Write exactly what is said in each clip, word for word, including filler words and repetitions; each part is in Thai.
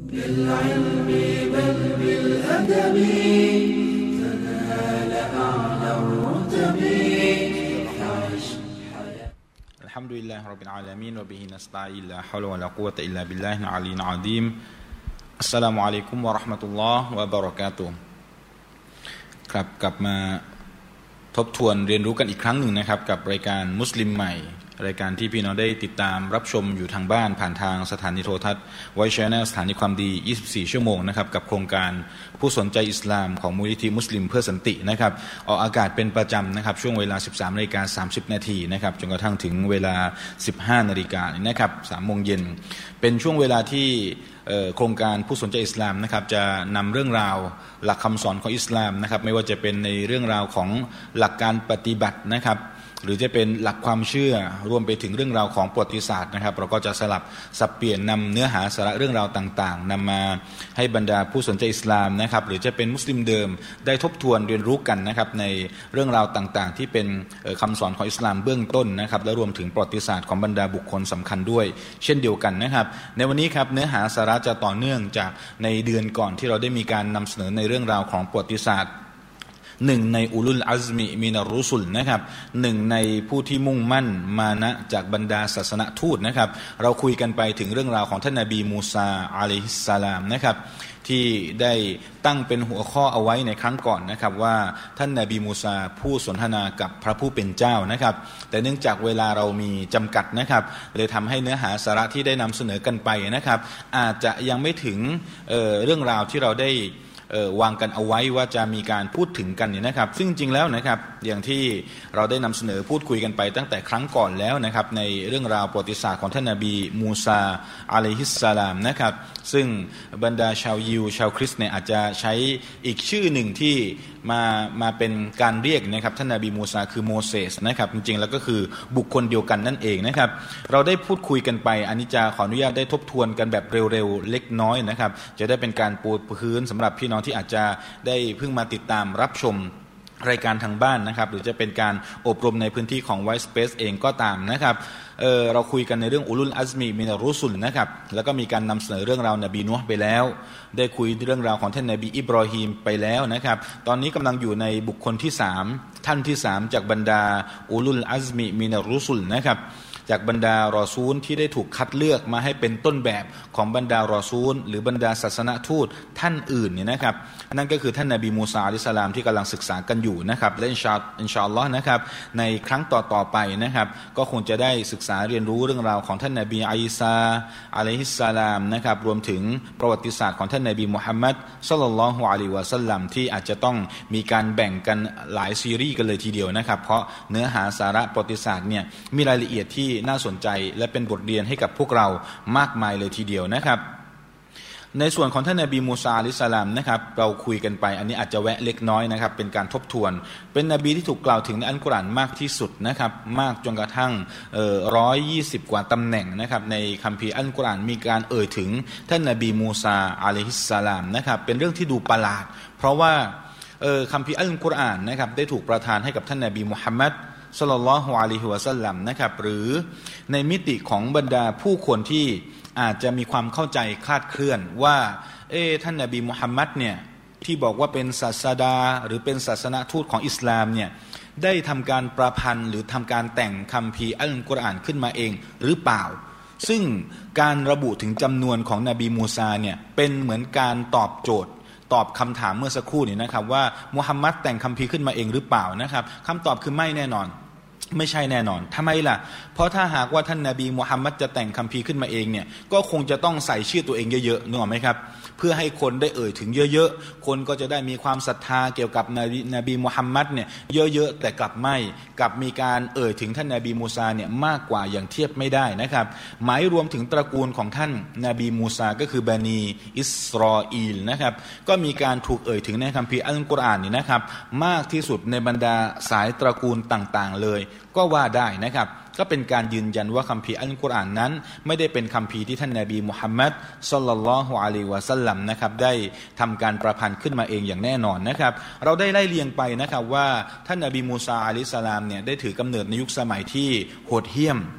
بالعلم بل بالأدب تنال أعلى الرتب فعش حياة الحمد لله رب العالمين وبه نستعين لا حول ولا قوة إلا بالله العلي العظيم السلام عليكم ورحمة الله وبركاته ครับกลับมาทบทวนเรียนรู้กันอีกครั้งหนึ่งนะครับกับรายการมุสลิมใหม่รายการที่พี่น้องได้ติดตามรับชมอยู่ทางบ้านผ่านทางสถานีโทรทัศน์ Voice Channel สถานีความดียี่สิบสี่ชั่วโมงนะครับกับโครงการผู้สนใจอิสลามของมูลนิธิมุสลิมเพื่อสันตินะครับออกอากาศเป็นประจำนะครับช่วงเวลา สิบสามนาฬิกาสามสิบนาทีนะครับจนกระทั่งถึงเวลา สิบห้านาฬิกานะครับสามโมงเย็นเป็นช่วงเวลาที่โครงการผู้สนใจอิสลามนะครับจะนำเรื่องราวหลักคำสอนของอิสลามนะครับไม่ว่าจะเป็นในเรื่องราวของหลักการปฏิบัตินะครับหรือจะเป็นหลักความเชื่อรวมไปถึงเรื่องราวของประวัติศาสตร์นะครับเราก็จะสลับสับเปลี่ยนนำเนื้อหาสาระเรื่องราวต่างๆนำมาให้บรรดาผู้สนใจอิสลามนะครับหรือจะเป็นมุสลิมเดิมได้ทบทวนเรียนรู้กันนะครับในเรื่องราวต่างๆที่เป็นคำสอนของอิสลามเบื้องต้นนะครับและรวมถึงประวัติศาสตร์ของบรรดาบุคคลสำคัญด้วยเช่นเดียวกันนะครับในวันนี้ครับเนื้อหาสาระจะต่อเนื่องจากในเดือนก่อนที่เราได้มีการนำเสนอในเรื่องราวของประวัติศาสตร์หนึ่งในอุลุลอัซมิมินัรรุสุลนะครับหนึ่งในผู้ที่มุ่งมั่นมานะจากบรรดาศาสนทูตนะครับเราคุยกันไปถึงเรื่องราวของท่านนบีมูซาอะลัยฮิสสลามนะครับที่ได้ตั้งเป็นหัวข้อเอาไว้ในครั้งก่อนนะครับว่าท่านนบีมูซาผู้สนทนากับพระผู้เป็นเจ้านะครับแต่เนื่องจากเวลาเรามีจำกัดนะครับเลยทำให้เนื้อหาสาระที่ได้นำเสนอกันไปนะครับอาจจะยังไม่ถึง เอ่อ เรื่องราวที่เราได้วางกันเอาไว้ว่าจะมีการพูดถึงกันเนี่ยนะครับซึ่งจริงแล้วนะครับอย่างที่เราได้นำเสนอพูดคุยกันไปตั้งแต่ครั้งก่อนแล้วนะครับในเรื่องราวประวัติศาสตร์ของท่านนบีมูซาอะลัยฮิสสลามนะครับซึ่งบรรดาชาวยิวชาวคริสต์เนี่ยอาจจะใช้อีกชื่อหนึ่งที่มามาเป็นการเรียกนะครับท่านนบีมูซาคือโมเสสนะครับจริงๆแล้วก็คือบุคคลเดียวกันนั่นเองนะครับเราได้พูดคุยกันไปอันนี้จะขออนุญาตได้ทบทวนกันแบบเร็วๆเล็กน้อยนะครับจะได้เป็นการปูพื้นสำหรับพี่น้องที่อาจจะได้เพิ่งมาติดตามรับชมรายการทางบ้านนะครับหรือจะเป็นการอบรมในพื้นที่ของ White Space เองก็ตามนะครับ เ, อเราคุยกันในเรื่องอุลุลอัซมีมินัรรุสุลนะครับแล้วก็มีการนำเสนอเรื่องราวนบีนูฮ์ไปแล้วได้คุยเรื่องราวของท่านนบีอิบรอฮีมไปแล้วนะครับตอนนี้กำลังอยู่ในบุคคลที่สามท่านที่สามจากบรรดาอุลุลอัซมีมินัรรุสุลนะครับจากบรรดารอซูลที่ได้ถูกคัดเลือกมาให้เป็นต้นแบบของบรรดารอซูลหรือบรรดาศาสนทูตท่านอื่นเนี่ยนะครับนั่นก็คือท่านนบีมูซาอะลัยฮิสสลามที่กำลังศึกษากันอยู่นะครับและอินชาอินชาอัลลอฮ์นะครับในครั้งต่อๆไปนะครับก็คงจะได้ศึกษาเรียนรู้เรื่องราวของท่านนบีอีซาอะลัยฮิสสลามนะครับรวมถึงประวัติศาสตร์ของท่านนบีมุฮัมมัดศ็อลลัลลอฮุอะลัยฮิวะซัลลัมที่อาจจะต้องมีการแบ่งกันหลายซีรีส์กันเลยทีเดียวนะครับเพราะเนื้อหาสาระประวัติศาสตร์เนี่ยมีรายละเอียดที่น่าสนใจและเป็นบทเรียนให้กับพวกเรามากมายเลยทีเดียวนะครับในส่วนของท่านนบีมูซาอะลัยฮิสสลามนะครับเราคุยกันไปอันนี้อาจจะแวะเล็กน้อยนะครับเป็นการทบทวนเป็นนบีที่ถูกกล่าวถึงในอัลกุรอานมากที่สุดนะครับมากจนกระทั่งเอ่อหนึ่งร้อยยี่สิบกว่าตำแหน่งนะครับในคัมภีร์อัลกุรอานมีการเอ่ยถึงท่านนบีมูซาอะลัยฮิสสลามนะครับเป็นเรื่องที่ดูประหลาดเพราะว่าเอ่อคัมภีร์อัลกุรอานนะครับได้ถูกประทานให้กับท่านนบีมุฮัมมัดศ็อลลัลลอฮุอะลัยฮิวะซัลลัมนะครับหรือในมิติของบรรดาผู้คนที่อาจจะมีความเข้าใจคลาดเคลื่อนว่าเอ๊ะท่านนบีมุฮัมมัดเนี่ยที่บอกว่าเป็นศาสดาหรือเป็นศาสนทูตของอิสลามเนี่ยได้ทำการประพันธ์หรือทำการแต่งคัมภีร์อัลกุรอานขึ้นมาเองหรือเปล่าซึ่งการระบุถึงจำนวนของนบีมูซาเนี่ยเป็นเหมือนการตอบโจทย์ตอบคำถามเมื่อสักครู่นี้นะครับว่ามุฮัมมัดแต่งคัมภีร์ขึ้นมาเองหรือเปล่านะครับคำตอบคือไม่แน่นอนไม่ใช่แน่นอนทำไมล่ะเพราะถ้าหากว่าท่านนบีมุฮัมมัดจะแต่งคัมภีร์ขึ้นมาเองเนี่ยก็คงจะต้องใส่ชื่อตัวเองเยอะๆนึกออกไหมครับเพื่อให้คนได้เอ่ยถึงเยอะๆคนก็จะได้มีความศรัทธาเกี่ยวกับนบีนบีมุฮัมมัดเนี่ยเยอะๆแต่กลับไม่กลับมีการเอ่ยถึงท่านนบีมูซาเนี่ยมากกว่าอย่างเทียบไม่ได้นะครับหมายรวมถึงตระกูลของท่านนบีมูซาก็คือบานีอิสราอีลนะครับก็มีการถูกเอ่ยถึงในคัมภีร์อัลกุรอานนี่นะครับมากที่สุดในบรรดาสายตระกูลต่างๆเลยก็ว่าได้นะครับก็เป็นการยืนยันว่าคัมภีร์อัลกุรอานนั้นไม่ได้เป็นคัมภีร์ที่ท่านนบีมุฮัมมัดศ็อลลัลลอฮุอะลัยฮิวะซัลลัมนะครับได้ทำการประพันธ์ขึ้นมาเองอย่างแน่นอนนะครับเราได้ไล่เรียงไปนะครับว่าท่านนบีมูซาอะลัยฮิสสลามเนี่ยได้ถือกำเนิดในยุคสมัยที่โหดเหี้ยม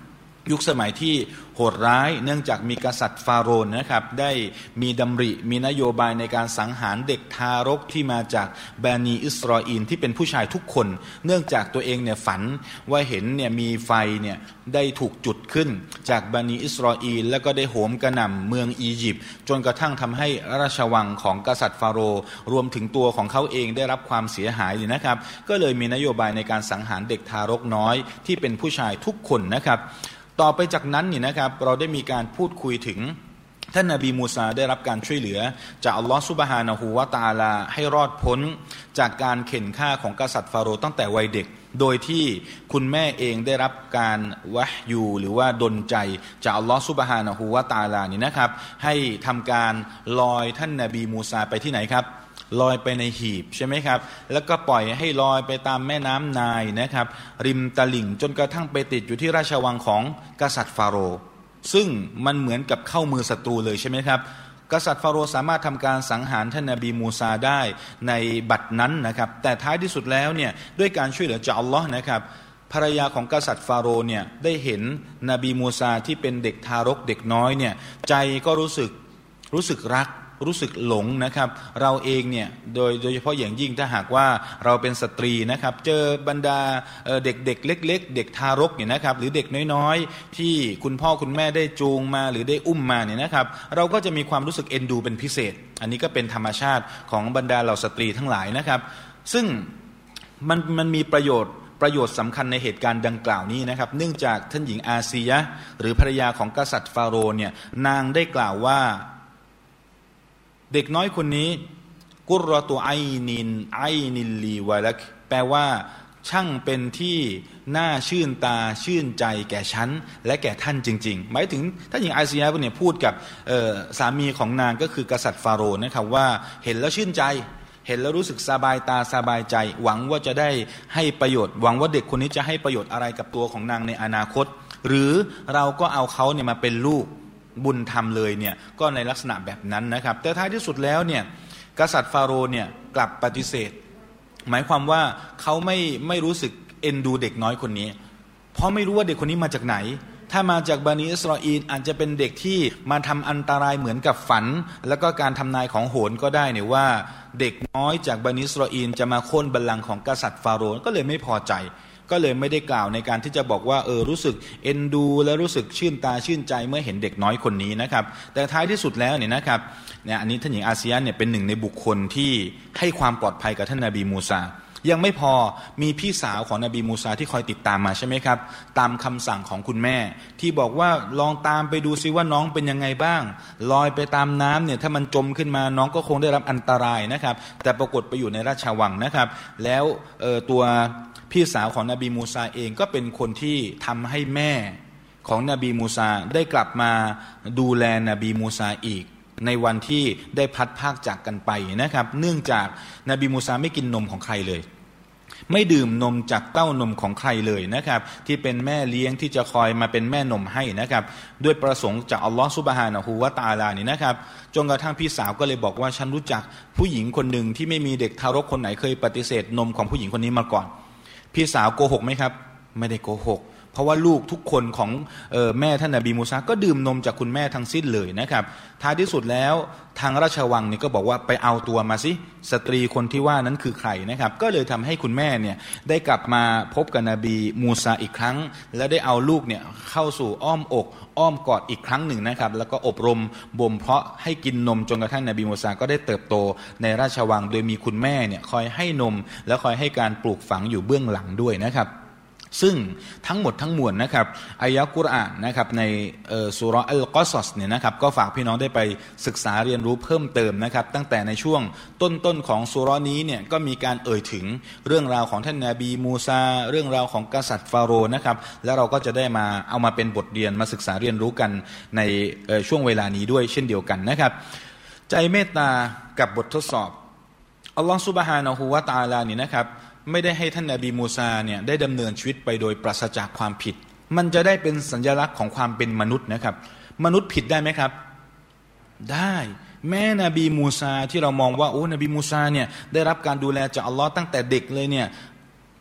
ยุคสมัยที่โหดร้ายเนื่องจากมีกษัตริย์ฟาโรห์นะครับได้มีดำริมีนโยบายในการสังหารเด็กทารกที่มาจากบานีอิสราเอลที่เป็นผู้ชายทุกคนเนื่องจากตัวเองเนี่ยฝันว่าเห็นเนี่ยมีไฟเนี่ยได้ถูกจุดขึ้นจากบานีอิสราเอลแล้วก็ได้โหมกระหน่ำเมืองอียิปต์จนกระทั่งทำให้ราชวังของกษัตริย์ฟาโรห์รวมถึงตัวของเขาเองได้รับความเสียหายนะครับก็เลยมีนโยบายในการสังหารเด็กทารกน้อยที่เป็นผู้ชายทุกคนนะครับต่อไปจากนั้นนี่นะครับเราได้มีการพูดคุยถึงท่านนบีมูซาได้รับการช่วยเหลือจากอัลลอฮฺซุบฮานะฮูวะตะอาลาให้รอดพ้นจากการเข็นฆ่าของกษัตริย์ฟาโรห์ตั้งแต่วัยเด็กโดยที่คุณแม่เองได้รับการวะฮ์ยูหรือว่าดลใจจากอัลลอฮฺซุบฮานะฮูวะตะอาลานี่นะครับให้ทำการลอยท่านนบีมูซาไปที่ไหนครับลอยไปในหีบใช่ไหมครับแล้วก็ปล่อยให้ลอยไปตามแม่น้ำไนล์นะครับริมตลิ่งจนกระทั่งไปติดอยู่ที่ราชวังของกษัตริย์ฟาโรห์ซึ่งมันเหมือนกับเข้ามือศัตรูเลยใช่ไหมครับกษัตริย์ฟาโรห์สามารถทำการสังหารท่านนบีมูซาได้ในบัดนั้นนะครับแต่ท้ายที่สุดแล้วเนี่ยด้วยการช่วยเหลือจากอัลลอฮ์นะครับภรรยาของกษัตริย์ฟาโรห์เนี่ยได้เห็นนบีมูซาที่เป็นเด็กทารกเด็กน้อยเนี่ยใจก็รู้สึกรู้สึกรักรู้สึกหลงนะครับเราเองเนี่ยโดยโดยเฉพาะอย่างยิ่งถ้าหากว่าเราเป็นสตรีนะครับเจอบรรดาเด็กเด็กเล็กๆเด็กทารกเนี่ยนะครับหรือเด็กน้อยๆที่คุณพ่อคุณแม่ได้จูงมาหรือได้อุ้มมาเนี่ยนะครับเราก็จะมีความรู้สึกเอ็นดูเป็นพิเศษอันนี้ก็เป็นธรรมชาติของบรรดาเหล่าสตรีทั้งหลายนะครับซึ่งมันมันมีประโยชน์ประโยชน์สำคัญในเหตุการณ์ดังกล่าวนี้นะครับเนื่องจากท่านหญิงอาซียะห์หรือภรรยาของกษัตริย์ฟาโรห์เนี่ยนางได้กล่าวว่าเด็กน้อยคนนี้กุรตุไอนินไอนิลลีวะลักแปลว่าช่างเป็นที่น่าชื่นตาชื่นใจแก่ฉันและแก่ท่านจริงๆหมายถึงท่านหญิงอาซียะห์เนี่ยพูดกับสามีของนางก็คือกษัตริย์ฟาโรห์นะครับว่าเห็นแล้วชื่นใจเห็นแล้วรู้สึกสบายตาสบายใจหวังว่าจะได้ให้ประโยชน์หวังว่าเด็กคนนี้จะให้ประโยชน์อะไรกับตัวของนางในอนาคตหรือเราก็เอาเขาเนี่ยมาเป็นลูกบุญธรรมเลยเนี่ยก็ในลักษณะแบบนั้นนะครับแต่ท้ายที่สุดแล้วเนี่ยกษัตริย์ฟาโรห์เนี่ยกลับปฏิเสธหมายความว่าเขาไม่ไม่รู้สึกเอ็นดูเด็กน้อยคนนี้เพราะไม่รู้ว่าเด็กคนนี้มาจากไหนถ้ามาจากบานีอิสราเอลอาจจะเป็นเด็กที่มาทำอันตรายเหมือนกับฝันแล้วก็การทำนายของโหรก็ได้เนี่ยว่าเด็กน้อยจากบานีอิสราเอลจะมาโค่นบัลลังก์ของกษัตริย์ฟาโรห์ก็เลยไม่พอใจก็เลยไม่ได้กล่าวในการที่จะบอกว่าเออรู้สึกเอ็นดูและรู้สึกชื่นตาชื่นใจเมื่อเห็นเด็กน้อยคนนี้นะครับแต่ท้ายที่สุดแล้วเนี่ยนะครับเนี่ยอันนี้ท่านหญิงอาซียะห์เนี่ยเป็นหนึ่งในบุคคลที่ให้ความปลอดภัยกับท่านนบีมูซายังไม่พอมีพี่สาวของนบีมูซาที่คอยติดตามมาใช่ไหมครับตามคำสั่งของคุณแม่ที่บอกว่าลองตามไปดูซิว่าน้องเป็นยังไงบ้างลอยไปตามน้ำเนี่ยถ้ามันจมขึ้นมาน้องก็คงได้รับอันตรายนะครับแต่ปรากฏไปอยู่ในราชวังนะครับแล้วเอ่อตัวพี่สาวของนบีมูซาเองก็เป็นคนที่ทำให้แม่ของนบีมูซาได้กลับมาดูแลนบีมูซาอีกในวันที่ได้พลัดพรากจากกันไปนะครับเนื่องจากนบีมูซาไม่กินนมของใครเลยไม่ดื่มนมจากเต้านมของใครเลยนะครับที่เป็นแม่เลี้ยงที่จะคอยมาเป็นแม่นมให้นะครับด้วยประสงค์จากอัลลอฮฺซุบฮานะฮูวะตะอาลานี่นะครับจนกระทั่งพี่สาวก็เลยบอกว่าฉันรู้จักผู้หญิงคนหนึ่งที่ไม่มีเด็กทารกคนไหนเคยปฏิเสธนมของผู้หญิงคนนี้มาก่อนพี่สาวโกหกไหมครับไม่ได้โกหกเพราะว่าลูกทุกคนของเอ่อแม่ท่านนบีมูซาก็ดื่มนมจากคุณแม่ทั้งสิ้นเลยนะครับท้ายที่สุดแล้วทางราชวังนี่ก็บอกว่าไปเอาตัวมาสิสตรีคนที่ว่านั้นคือใครนะครับก็เลยทำให้คุณแม่เนี่ยได้กลับมาพบกับนบีมูซาอีกครั้งและได้เอาลูกเนี่ยเข้าสู่อ้อมอกอ้อมกอดอีกครั้งหนึ่งนะครับแล้วก็อบรมบ่มเพาะให้กินนมจนกระทั่งนบีมูซาก็ได้เติบโตในราชวังโดยมีคุณแม่เนี่ยคอยให้นมและคอยให้การปลูกฝังอยู่เบื้องหลังด้วยนะครับซึ่งทั้งหมดทั้งมวลนะครับอายะกุรอานนะครับในซูเราะห์อัลกอซัสเนี่ยนะครับก็ฝากพี่น้องได้ไปศึกษาเรียนรู้เพิ่มเติมนะครับตั้งแต่ในช่วงต้นๆของซูเราะห์นี้เนี่ยก็มีการเอ่ยถึงเรื่องราวของท่านนบีมูซาเรื่องราวของกษัตริย์ฟาโรห์นะครับแล้วเราก็จะได้มาเอามาเป็นบทเรียนมาศึกษาเรียนรู้กันในช่วงเวลานี้ด้วยเช่นเดียวกันนะครับใจเมตตากับบททดสอบอัลลอฮฺซุบฮานะฮูวะตะอาลานี่นะครับไม่ได้ให้ท่านนบีมูซาเนี่ยได้ดำเนินชีวิตไปโดยปราศจากความผิดมันจะได้เป็นสัญลักษณ์ของความเป็นมนุษย์นะครับมนุษย์ผิดได้ไหมครับได้แม่นบีมูซาที่เรามองว่าโอ้นบีมูซาเนี่ยได้รับการดูแลจากอัลลอฮ์ตั้งแต่เด็กเลยเนี่ย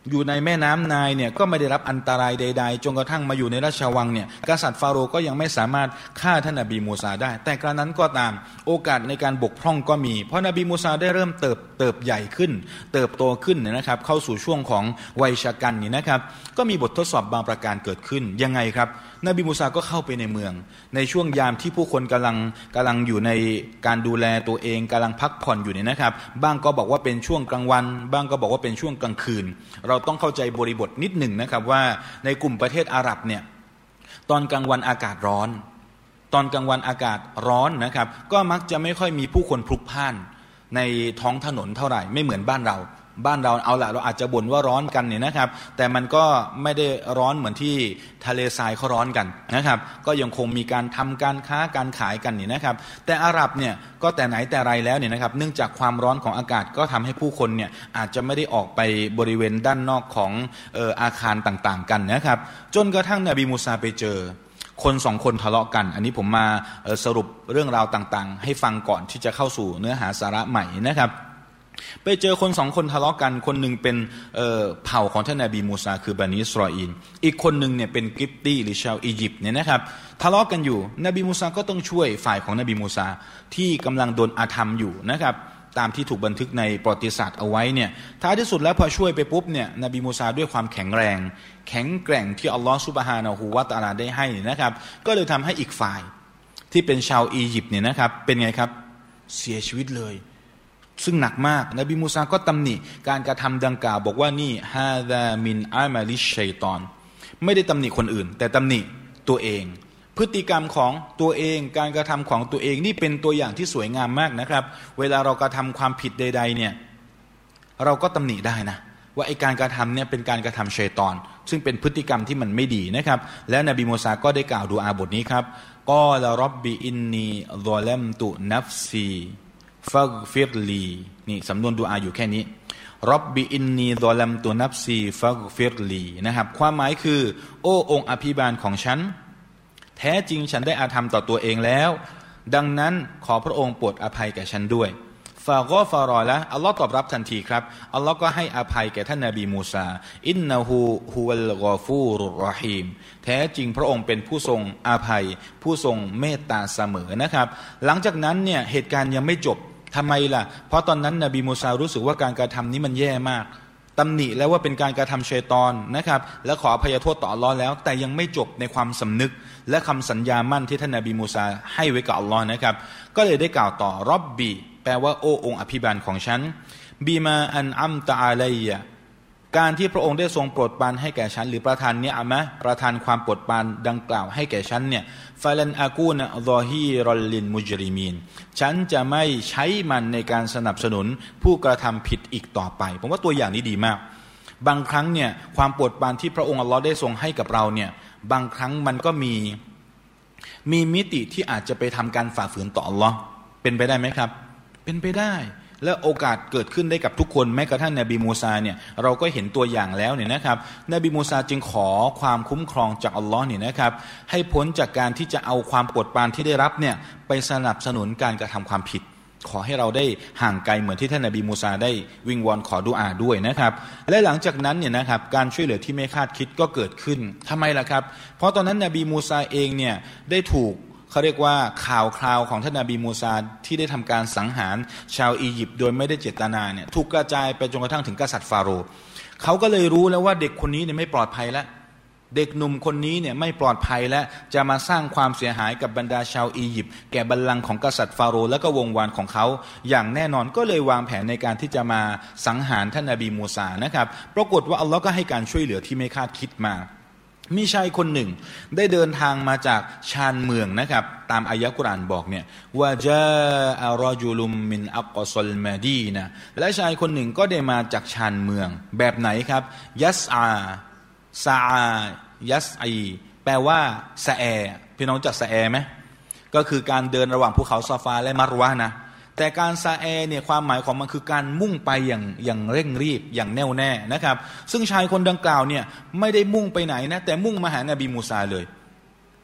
อยู่ในแม่น้ำไนล์เนี่ยก็ไม่ได้รับอันตรายใดๆจนกระทั่งมาอยู่ในราชวังเนี่ยกษัตริย์ฟาโรห์ก็ยังไม่สามารถฆ่าท่านนบีมูซาได้แต่กระนั้นก็ตามโอกาสในการบกพร่องก็มีเพราะนบีมูซาได้เริ่มเติบเติบใหญ่ขึ้นเติบโตขึ้นนะครับเข้าสู่ช่วงของวัยชกันนี่นะครับก็มีบททดสอบบางประการเกิดขึ้นยังไงครับนบีมูซาก็เข้าไปในเมืองในช่วงยามที่ผู้คนกำลังกำลังอยู่ในการดูแลตัวเองกำลังพักผ่อนอยู่เนี่ยนะครับบ้างก็บอกว่าเป็นช่วงกลางวันบ้างก็บอกว่าเป็นช่วงกลางคืนเราต้องเข้าใจบริบทนิดหนึ่งนะครับว่าในกลุ่มประเทศอาหรับเนี่ยตอนกลางวันอากาศร้อนตอนกลางวันอากาศร้อนนะครับก็มักจะไม่ค่อยมีผู้คนพลุกพล่านในท้องถนนเท่าไหร่ไม่เหมือนบ้านเราบ้านเราเอาละเราอาจจะบ่นว่าร้อนกันเนี่ยนะครับแต่มันก็ไม่ได้ร้อนเหมือนที่ทะเลทรายเขาร้อนกันนะครับก็ยังคงมีการทำการค้าการขายกันนี่นะครับแต่อาหรับเนี่ยก็แต่ไหนแต่ไรแล้วเนี่ยนะครับเนื่องจากความร้อนของอากาศก็ทำให้ผู้คนเนี่ยอาจจะไม่ได้ออกไปบริเวณด้านนอกของเอ่ออาคารต่างๆกันนะครับจนกระทั่งนบีมูซาไปเจอคนสองคนทะเลาะกันอันนี้ผมมาสรุปเรื่องราวต่างๆให้ฟังก่อนที่จะเข้าสู่เนื้อหาสาระใหม่นะครับไปเจอคนสองคนทะเลาะกันคนหนึ่งเป็น เอ่อ เผ่าของท่านนบีมูซาคือบันิอิสราอีลอีกคนหนึ่งเนี่ยเป็นกิปตีหรือชาวอียิปต์เนี่ยนะครับทะเลาะกันอยู่นบีมูซาก็ต้องช่วยฝ่ายของนบีมูซาที่กำลังโดนอาธรรมอยู่นะครับตามที่ถูกบันทึกในประวัติศาสตร์เอาไว้เนี่ยท้ายที่สุดแล้วพอช่วยไปปุ๊บเนี่ยนบีมูซาด้วยความแข็งแรงแข็งแกร่งที่อัลลอฮฺซุบฮานะฮูวะตะอาลาได้ให้นะครับก็เลยทำให้อีกฝ่ายที่เป็นชาวอียิปต์เนี่ยนะครับเป็นไงครับเสียชีวิตเลยซึ่งหนักมากนบีมูซาก็ตำหนิการกระทำดังกล่าวบอกว่านี่ฮาซามินอามาลิชัยฏอนไม่ได้ตำหนิคนอื่นแต่ตำหนิตัวเองพฤติกรรมของตัวเองการกระทำของตัวเองนี่เป็นตัวอย่างที่สวยงามมากนะครับเวลาเรากระทำความผิดใดๆเนี่ยเราก็ตำหนิได้นะว่าไอการกระทำเนี่ยเป็นการกระทำชัยฏอนซึ่งเป็นพฤติกรรมที่มันไม่ดีนะครับและนบีมูซาก็ได้กล่าวดุอาบทนี้ครับกอลาร็อบบิอินนีซอลัมตุนัฟซีฟักฟิรลีนี่สำนวนดุอาอยู่แค่นี้ร็อบบิอินนีซอลัมตุนัฟซีฟักฟิรลีนะครับความหมายคือโอ้องค์อภิบาลของฉันแท้จริงฉันได้อาธรรมต่อตัวเองแล้วดังนั้นขอพระองค์โปรดอภัยแก่ฉันด้วยฟาโกฟารอละอัลลอฮ์ตอบรับทันทีครับอัลลอฮ์ก็ให้อภัยแก่ท่านนบีมูซาอินนะฮูฮุวัลกอฟูรุรรอฮีมแท้จริงพระองค์เป็นผู้ทรงอภัยผู้ทรงเมตตาเสมอนะครับหลังจากนั้นเนี่ยเหตุการณ์ยังไม่จบทำไมล่ะเพราะตอนนั้นนบีมูซารู้สึกว่าการกระทำนี้มันแย่มากตำหนิแล้วว่าเป็นการกระทำชัยฏอนนะครับและขออภัยโทษต่ออัลลอฮ์แล้วแต่ยังไม่จบในความสำนึกและคำสัญญามั่นที่ท่านนบีมูซาให้ไว้กับอัลลอฮ์นะครับก็เลยได้กล่าวต่อร็อบบีแปลว่าโอ้องค์อภิบาลของฉันบีมาอันอัมตะอาลัยยะการที่พระองค์ได้ทรงโปรดปรานให้แก่ฉันหรือประทานเนี้ยอะมะประทานความโปรดปรานดังกล่าวให้แก่ฉันเนี่ยฟาลันอากูนะซอฮีรอลลินมุจริมีนฉันจะไม่ใช้มันในการสนับสนุนผู้กระทำผิดอีกต่อไปผมว่าตัวอย่างนี้ดีมากบางครั้งเนี่ยความโปรดปรานที่พระองค์อัลลอฮ์ได้ทรงให้กับเราเนี่ยบางครั้งมันก็มีมีมิติที่อาจจะไปทำการฝ่าฝืนต่ออัลลอฮ์เป็นไปได้ไหมครับเป็นไปได้และโอกาสเกิดขึ้นได้กับทุกคนแม้กระทั่งนบีมูซาเนี่ยเราก็เห็นตัวอย่างแล้วเนี่ยนะครับนบีมูซาจึงขอความคุ้มครองจากอัลลอฮ์เนี่ยนะครับให้พ้นจากการที่จะเอาความโปรดปรานที่ได้รับเนี่ยไปสนับสนุนการกระทำความผิดขอให้เราได้ห่างไกลเหมือนที่ท่านนบีมูซาได้วิงวอนขอดุอาด้วยนะครับและหลังจากนั้นเนี่ยนะครับการช่วยเหลือที่ไม่คาดคิดก็เกิดขึ้นทำไมล่ะครับเพราะตอนนั้นนบีมูซาเองเนี่ยได้ถูกเขาเรียกว่าข่าวคราวของท่านนบีมูซาที่ได้ทำการสังหารชาวอียิปต์โดยไม่ได้เจตนาเนี่ยถูกกระจายไปจนกระทั่งถึงกษัตริย์ฟาโรห์เขาก็เลยรู้แล้วว่าเด็กคนนี้เนี่ยไม่ปลอดภัยแล้วเด็กหนุ่มคนนี้เนี่ยไม่ปลอดภัยและจะมาสร้างความเสียหายกับบรรดาชาวอียิปต์แก่บัลลังก์ของกษัตริย์ฟาโรห์และก็วงวานของเขาอย่างแน่นอนก็เลยวางแผนในการที่จะมาสังหารท่านนบีมูซานะครับปรากฏว่าอัลลอฮ์ก็ให้การช่วยเหลือที่ไม่คาดคิดมามีชายคนหนึ่งได้เดินทางมาจากชานเมืองนะครับตามอายะกุรอานบอกเนี่ยว่าจาอะรอจุลุมมินอักซอลมาดีนะและชายคนหนึ่งก็ได้มาจากชานเมืองแบบไหนครับยัสอาซาอายัสอีแปลว่าสะแอพี่น้องจักสะแอไหมก็คือการเดินระหว่างภูเขาซาฟาและมัรวะนะแต่การซาแอเนี่ยความหมายของมันคือการมุ่งไปอย่างอย่างเร่งรีบอย่างแน่วแน่นะครับซึ่งชายคนดังกล่าวเนี่ยไม่ได้มุ่งไปไหนนะแต่มุ่งมาหานบีมูซาเลย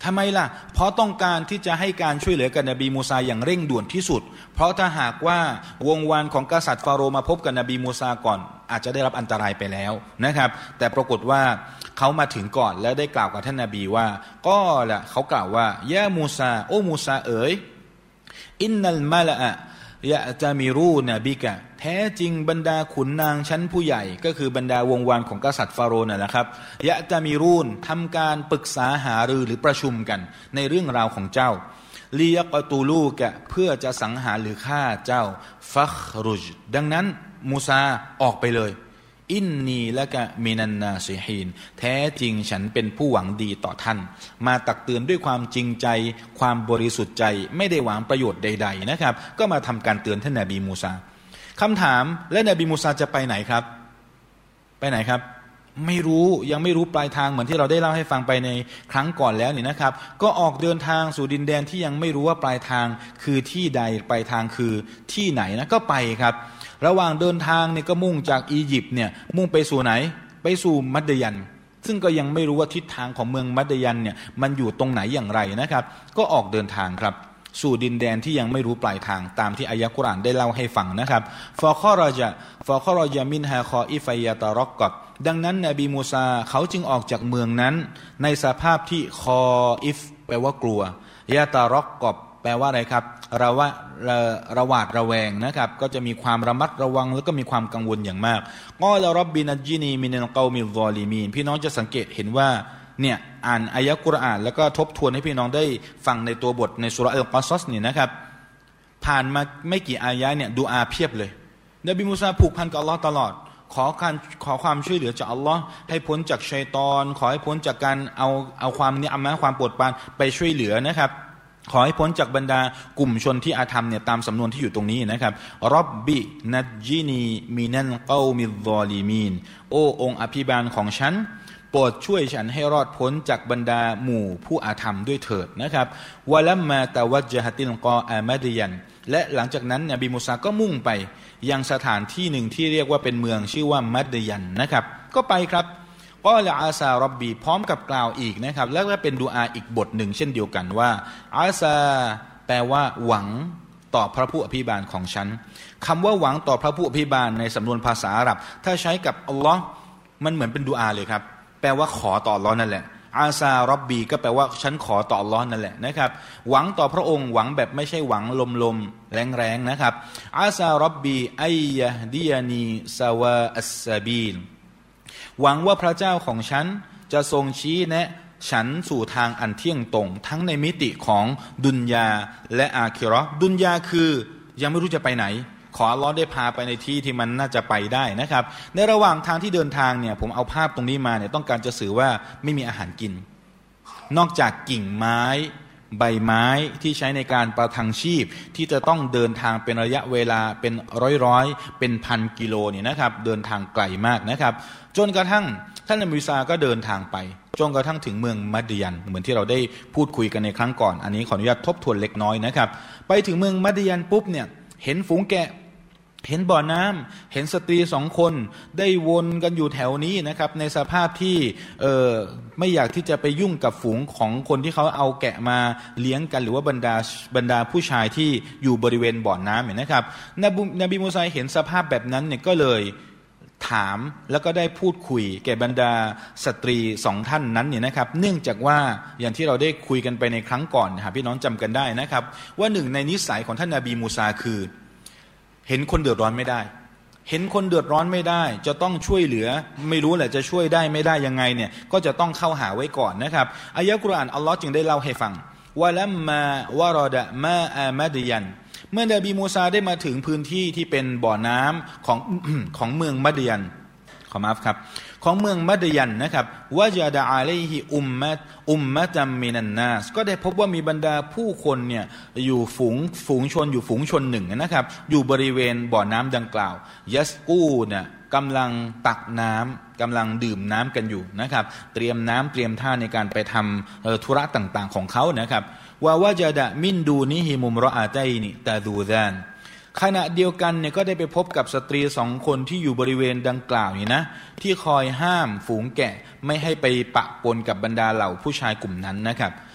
ทำไมล่ะเพราะต้องการที่จะให้การช่วยเหลือกับนบีมูซาอย่างเร่งด่วนที่สุดเพราะถ้าหากว่าวงวานของกษัตริย์ฟาโรห์มาพบกับนบีมูซาก่อนอาจจะได้รับอันตรายไปแล้วนะครับแต่ปรากฏว่าเขามาถึงก่อนแล้วได้กล่าวกับท่านนบีว่าก็ละเขากล่าวว่ายะมูซาโอ้มูซาเอ๋ยอินนัลมาละอะยะจามิรูนบิกะแท้จริงบรรดาขุนนางชั้นผู้ใหญ่ก็คือบรรดาวงวานของกษัตริย์ฟาโรห์นั่นแหละครับยะจามิรูนทำการปรึกษาหารือหรือประชุมกันในเรื่องราวของเจ้าลียกตูลูกะเพื่อจะสังหารหรือฆ่าเจ้าฟัครุจดังนั้นมูซาออกไปเลยอินนีละกะมินันนาซิฮีนแท้จริงฉันเป็นผู้หวังดีต่อท่านมาตักเตือนด้วยความจริงใจความบริสุทธิ์ใจไม่ได้หวังประโยชน์ใดๆนะครับก็มาทำการเตือนท่านนบีมูซาคำถามและนบีมูซาจะไปไหนครับไปไหนครับไม่รู้ยังไม่รู้ปลายทางเหมือนที่เราได้เล่าให้ฟังไปในครั้งก่อนแล้วนี่นะครับก็ออกเดินทางสู่ดินแดนที่ยังไม่รู้ว่าปลายทางคือที่ใดปลายทางคือที่ไหนนะก็ไปครับระหว่างเดินทางเนี่ยก็มุ่งจากอียิปต์เนี่ยมุ่งไปสู่ไหนไปสู่มัดยันซึ่งก็ยังไม่รู้ว่าทิศทางของเมืองมัดยันเนี่ยมันอยู่ตรงไหนอย่างไรนะครับก็ออกเดินทางครับสู่ดินแดนที่ยังไม่รู้ปลายทางตามที่อายะกุรอานได้เล่าให้ฟังนะครับฟอคอรอจะฟอคอรอจะมินฮาคออิฟัยยะตารอกกับดังนั้นนบีมูซาเขาจึงออกจากเมืองนั้นในสภาพที่คออิฟแปลว่ากลัวยะตารอกกับแปลว่าอะไรครับระวะระระหวาดระแวงนะครับก็จะมีความระมัดระวังแล้วก็มีความกังวลอย่างมากกอลารับบินัจญินีมินัลกอมิลซอลิมีนพี่น้องจะสังเกตเห็นว่าเนี่ยอ่านอายะกุรอานแล้วก็ทบทวนให้พี่น้องได้ฟังในตัวบทในสุเราะห์อัลกอซัสนี่นะครับผ่านมาไม่กี่อายะเนี่ยดูอาเพียบเลยนบีมูซาผูกพันกับอัลลอฮ์ตลอดขอการขอความช่วยเหลือจากอัลลอฮ์ให้พ้นจากชัยฏอนขอให้พ้นจากการเอาเอาความเนี่ยอัมมะห์ความโปรดปรานไปช่วยเหลือนะครับขอให้พ้นจากบรรดากลุ่มชนที่อาธรรมเนี่ยตามสำนวนที่อยู่ตรงนี้นะครับร็อบบินัจญินีมินัลกอมิซอลิมีนโอ้องค์อภิบาลของฉันโปรดช่วยฉันให้รอดพ้นจากบรรดาหมู่ผู้อาธรรมด้วยเถิดนะครับวะลัมมาตะวัจญะฮะติลกออามัดยันและหลังจากนั้นนบีมูซาก็มุ่งไปยังสถานที่หนึ่งที่เรียกว่าเป็นเมืองชื่อว่ามัดยันนะครับก็ไปครับก็ละอาซาร็อบบีพร้อมกับกล่าวอีกนะครับแล้วก็เป็นดุอาอีกบทหนึ่งเช่นเดียวกันว่าอาซาแปลว่าหวังต่อพระผู้อภิบาลของฉันคำว่าหวังต่อพระผู้อภิบาลในสำนวนภาษาอาหรับถ้าใช้กับอัลลอฮ์มันเหมือนเป็นดุอาเลยครับแปลว่าขอต่ออัลลอฮ์นั่นแหละอาซาร็อบบีก็แปลว่าฉันขอต่ออัลลอฮ์นั่นแหละนะครับหวังต่อพระองค์หวังแบบไม่ใช่หวังลมๆแรงๆนะครับอาซาร็อบบีอัยยะดียานีซาวาอัสซาบีลหวังว่าพระเจ้าของฉันจะทรงชี้แนะฉันสู่ทางอันเที่ยงตรงทั้งในมิติของดุนยาและอาคิเราะห์ดุนยาคือยังไม่รู้จะไปไหนขออัลเลาะห์ได้พาไปในที่ที่มันน่าจะไปได้นะครับในระหว่างทางที่เดินทางเนี่ยผมเอาภาพตรงนี้มาเนี่ยต้องการจะสื่อว่าไม่มีอาหารกินนอกจากกิ่งไม้ใบไม้ที่ใช้ในการประทังชีพที่จะต้องเดินทางเป็นระยะเวลาเป็นร้อยๆเป็นพันกิโลเนี่ยนะครับเดินทางไกลมากนะครับจนกระทั่งท่านนบีมูซาก็เดินทางไปจนกระทั่งถึงเมืองมัดยันเหมือนที่เราได้พูดคุยกันในครั้งก่อนอันนี้ขออนุญาตทบทวนเล็กน้อยนะครับไปถึงเมืองมัดยันปุ๊บเนี่ยเห็นฝูงแกะเห็นบ่อน้ำเห็นสตรีสองคนได้วนกันอยู่แถวนี้นะครับในสภาพที่เออไม่อยากที่จะไปยุ่งกับฝูงของคนที่เขาเอาแกะมาเลี้ยงกันหรือว่าบรรดาบรรดาผู้ชายที่อยู่บริเวณบ่อน้ำเนี่ยนะครับนบีนบีมูซาเห็นสภาพแบบนั้นเนี่ยก็เลยถามแล้วก็ได้พูดคุยแก่บรรดาสตรีสองท่านนั้นเนี่ยนะครับเนื่องจากว่าอย่างที่เราได้คุยกันไปในครั้งก่อนหากพี่น้องจำกันได้นะครับว่าหนึ่งในนิสัยของท่านนบีมูซาคือเห็นคนเดือดร้อนไม่ได้เห็นคนเดือดร้อนไม่ได้จะต้องช่วยเหลือไม่รู้แหละจะช่วยได้ไม่ได้ยังไงเนี่ยก็จะต้องเข้าหาไว้ก่อนนะครับอายะกุรอานอัลลอฮ์จึงได้เล่าให้ฟังวะลัมมาวะรอดะมาอามัดยันเมื่อนบีมูซาได้มาถึงพื้นที่ที่เป็นบ่อน้ำของ ของเมืองมัดยันขอมาฟครับของเมืองมัดยันนะครับวะญะดะอะลัยฮิอุมมะอุมมะตัมมินันนาสก็ได้พบว่ามีบรรดาผู้คนเนี่ยอยู่ฝูงฝูงชนอยู่ฝูงชนหนึ่งนะครับอยู่บริเวณบ่อน้ำดังกล่าวยัสกูเนี่ยกำลังตักน้ำกำลังดื่มน้ำกันอยู่นะครับเตรียมน้ำเตรียมท่าในการไปทำธุระต่างๆของเขานะครับว่าวะญะดะมินดูนิฮิมุมรออาตัยนิตาดูซานขณะเดียวกันเนี่ยก็ได้ไปพบกับสตรีสองคนที่อยู่บริเวณดังกล่าวนี่นะที่คอยห้ามฝูงแกะไม่ให้ไปปะปนกับบรรดาเหล่าผู้ชายกลุ่มนั้นนะครับ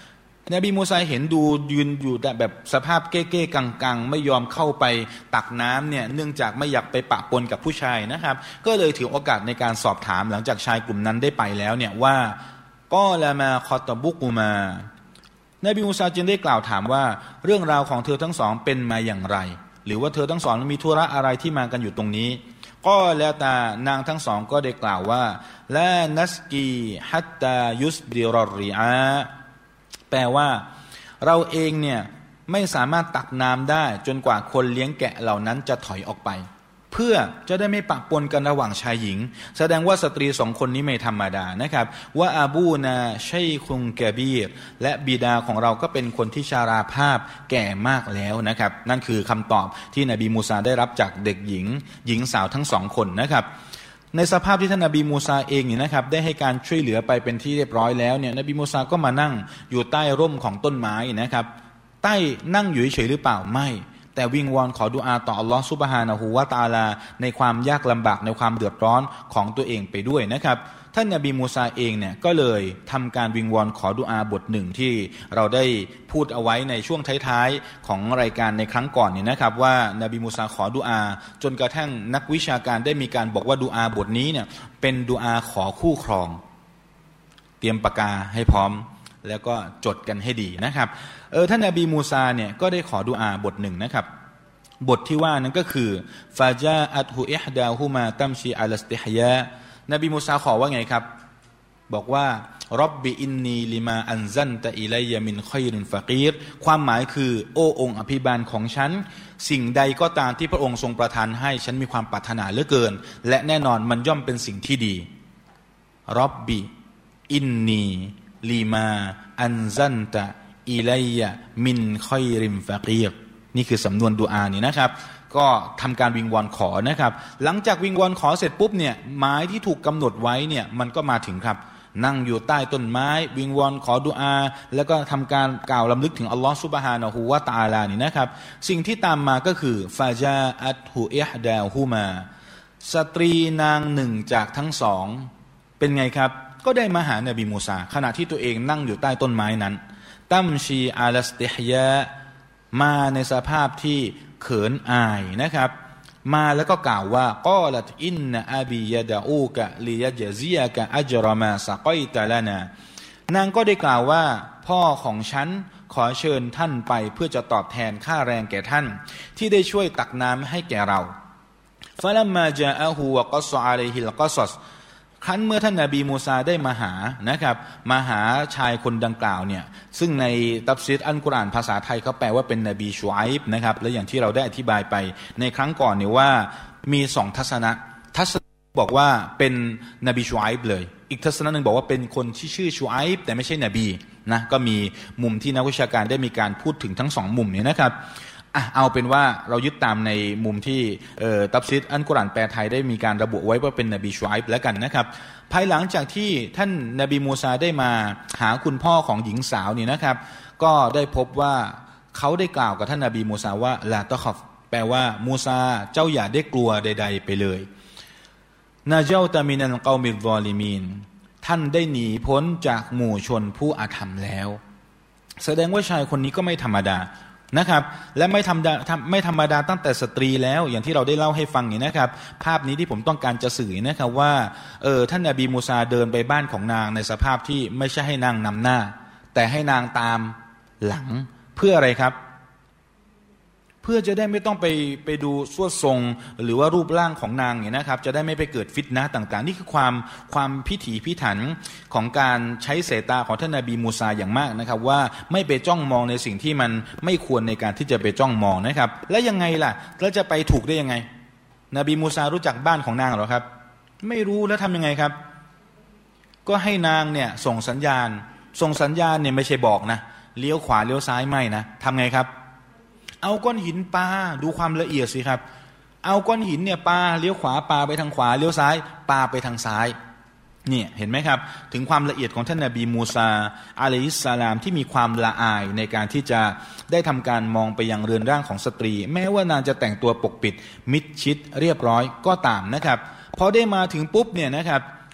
นบีมูซาเห็นดูยืนอยู่แต่แบบสภาพเก้ๆกังๆไม่ยอมเข้าไปตักน้ำเนี่ยเนื่องจากไม่อยากไปปะปนกับผู้ชายนะครับก็เลยถือโอกาสในการสอบถามหลังจากชายกลุ่มนั้นได้ไปแล้วเนี่ยว่าก็ละมาคอตบุกุมานบีมูซาจึงได้กล่าวถามว่าเรื่องราวของเธอทั้งสองเป็นมาอย่างไรหรือว่าเธอทั้งสองมีธุระอะไรที่มากันอยู่ตรงนี้ก็แล้วแต่นางทั้งสองก็ได้กล่าวว่าละนัสกีฮัตตายุสดิรริอาแปลว่าเราเองเนี่ยไม่สามารถตักน้ำได้จนกว่าคนเลี้ยงแกะเหล่านั้นจะถอยออกไปเพื่อจะได้ไม่ปะปนกันระหว่างชายหญิงแสดงว่าสตรีสองคนนี้ไม่ธรรมดานะครับว่าอาบูนาชัยคุงกะบีรและบิดาของเราก็เป็นคนที่ชาราภาพแก่มากแล้วนะครับนั่นคือคำตอบที่นบีมูซาได้รับจากเด็กหญิงหญิงสาวทั้งสองคนนะครับในสภาพที่ท่านนบีมูซาเองเนี่ยนะครับได้ให้การช่วยเหลือไปเป็นที่เรียบร้อยแล้วเนี่ยนบีมูซาก็มานั่งอยู่ใต้ร่มของต้นไม้นะครับใต้นั่งอยู่เฉยหรือเปล่าไม่แต่วิงวอนขอดุอาต่ออัลลอฮฺซุบฮานะฮูวะตะอาลาในความยากลำบากในความเดือดร้อนของตัวเองไปด้วยนะครับท่านนบีมูซาเองเนี่ยก็เลยทำการวิงวอนขอดุอาบทหนึ่งที่เราได้พูดเอาไว้ในช่วงท้ายๆของรายการในครั้งก่อนเนี่ยนะครับว่านบีมูซาขอดุอาจนกระทั่งนักวิชาการได้มีการบอกว่าดุอาบทนี้เนี่ยเป็นดุอาขอคู่ครองเตรียมปากกาให้พร้อมแล้วก็จดกันให้ดีนะครับเออท่านนบีมูซาเนี่ยก็ได้ขอดุอาบทหนึ่งนะครับบทที่ว่านั้นก็คือฟาจาอัตฮุอิฮดาฮุมาตัมชีอัลสติฮยานบีมูซาขอว่าไงครับบอกว่าร็อบบิอินนีลิมาอันซันตะอิลัยมินค็อยรินฟะกีรความหมายคือโอ้องค์อภิบาลของฉันสิ่งใดก็ตามที่พระองค์ทรงประทานให้ฉันมีความปรารถนาเหลือเกินและแน่นอนมันย่อมเป็นสิ่งที่ดีร็อบบิอินนีลิมาอันซันตะอิลัยมินค็อยรินฟะกีรนี่คือสำนวนดุอานี่นะครับก็ทำการวิงวอนขอนะครับหลังจากวิงวอนขอเสร็จปุ๊บเนี่ยหมายที่ถูกกำหนดไว้เนี่ยมันก็มาถึงครับนั่งอยู่ใต้ต้นไม้วิงวอนขอดุอาแล้วก็ทำการกล่าวลำลึกถึงอัลลอฮฺซุบฮานะฮูวะตะอาลานี่นะครับสิ่งที่ตามมาก็คือฟาจาอัตฮุอิฮดาฮุมาสตรีนางหนึ่งจากทั้งสองเป็นไงครับก็ได้มาหานบีมูซาขณะที่ตัวเองนั่งอยู่ใต้ต้นไม้นั้นตัมชีอาลัสติฮยามาในสภาพที่เขินอายนะครับมาแล้วก็กล่าวว่าก็ละอินนะอาบียะดาอูกะลิยะจซียะกะอัจรมาสะกอยตะลานานางก็ได้กล่าวว่าพ่อของฉันขอเชิญท่านไปเพื่อจะตอบแทนค่าแรงแก่ท่านที่ได้ช่วยตักน้ำให้แก่เราฟะลัมมาจาอะฮูวะกัศอะลัยฮิลกัศศครั้นเมื่อท่านนบีมูซาได้มาหานะครับมาหาชายคนดังกล่าวเนี่ยซึ่งในตัฟซีรอัลกุรอานภาษาไทยเขาแปลว่าเป็นนบีชูอัยบนะครับและอย่างที่เราได้อธิบายไปในครั้งก่อนเนี่ยว่ามีสองทัศนะทัศนะบอกว่าเป็นนบีชูอัยบเลยอีกทัศนะหนึ่งบอกว่าเป็นคนที่ชื่อชูอัยบแต่ไม่ใช่นบีนะก็มีมุมที่นักวิชาการได้มีการพูดถึงทั้งสองมุมเนี่ยนะครับอ่ะเอาเป็นว่าเรายึดตามในมุมที่เอ่อตัฟซีรอัลกุรอานแปลไทยได้มีการระบุไว้ว่าเป็นนบีชูอัยบแล้วกันนะครับภายหลังจากที่ท่านนบีมูซาได้มาหาคุณพ่อของหญิงสาวนี่นะครับก็ได้พบว่าเขาได้กล่าวกับท่านนบีมูซาว่าลาตะคอฟแปลว่ามูซาเจ้าอย่าได้กลัวใดๆไปเลยนาเจ้าตามินันเกามิรวอลิมีนท่านได้หนีพ้นจากหมู่ชนผู้อาธรรมแล้วแสดงว่าชายคนนี้ก็ไม่ธรรมดานะครับและไม่ธรรมดาไม่ธรรมดาตั้งแต่สตรีแล้วอย่างที่เราได้เล่าให้ฟังนี่นะครับภาพนี้ที่ผมต้องการจะสื่อนะครับว่าเออท่านนบีมูซาเดินไปบ้านของนางในสภาพที่ไม่ใช่ให้นางนำหน้าแต่ให้นางตามหลังเพื่ออะไรครับเพื่อจะได้ไม่ต้องไปไปดูสวดทรงหรือว่ารูปร่างของนางเนี่ยนะครับจะได้ไม่ไปเกิดฟิตนะห์ต่างๆนี่คือความความพิถีพิถันของการใช้สายตาของท่านนบีมูซาอย่างมากนะครับว่าไม่ไปจ้องมองในสิ่งที่มันไม่ควรในการที่จะไปจ้องมองนะครับและยังไงล่ะแล้วจะไปถูกได้ยังไงนบีมูซารู้จักบ้านของนางหรอครับไม่รู้แล้วทำยังไงครับก็ให้นางเนี่ยส่งสัญญาณส่งสัญญาณเนี่ยไม่ใช่บอกนะเลี้ยวขวาเลี้ยวซ้ายไม่นะทำไงครับเอาก้อนหินปาดูความละเอียดสิครับเอาก้อนหินเนี่ยปาเลี้ยวขวาปาไปทางขวาเลี้ยวซ้ายปาไปทางซ้ายเนี่ยเห็นไหมครับถึงความละเอียดของท่านนบีมูซาอะลัยฮิสสลามที่มีความละอายในการที่จะได้ทำการมองไปยังเรือนร่างของสตรีแม้ว่านางจะแต่งตัวปกปิดมิดชิดเรียบร้อยก็ตามนะครับพอได้มาถึงปุ๊บเนี่ยนะครับ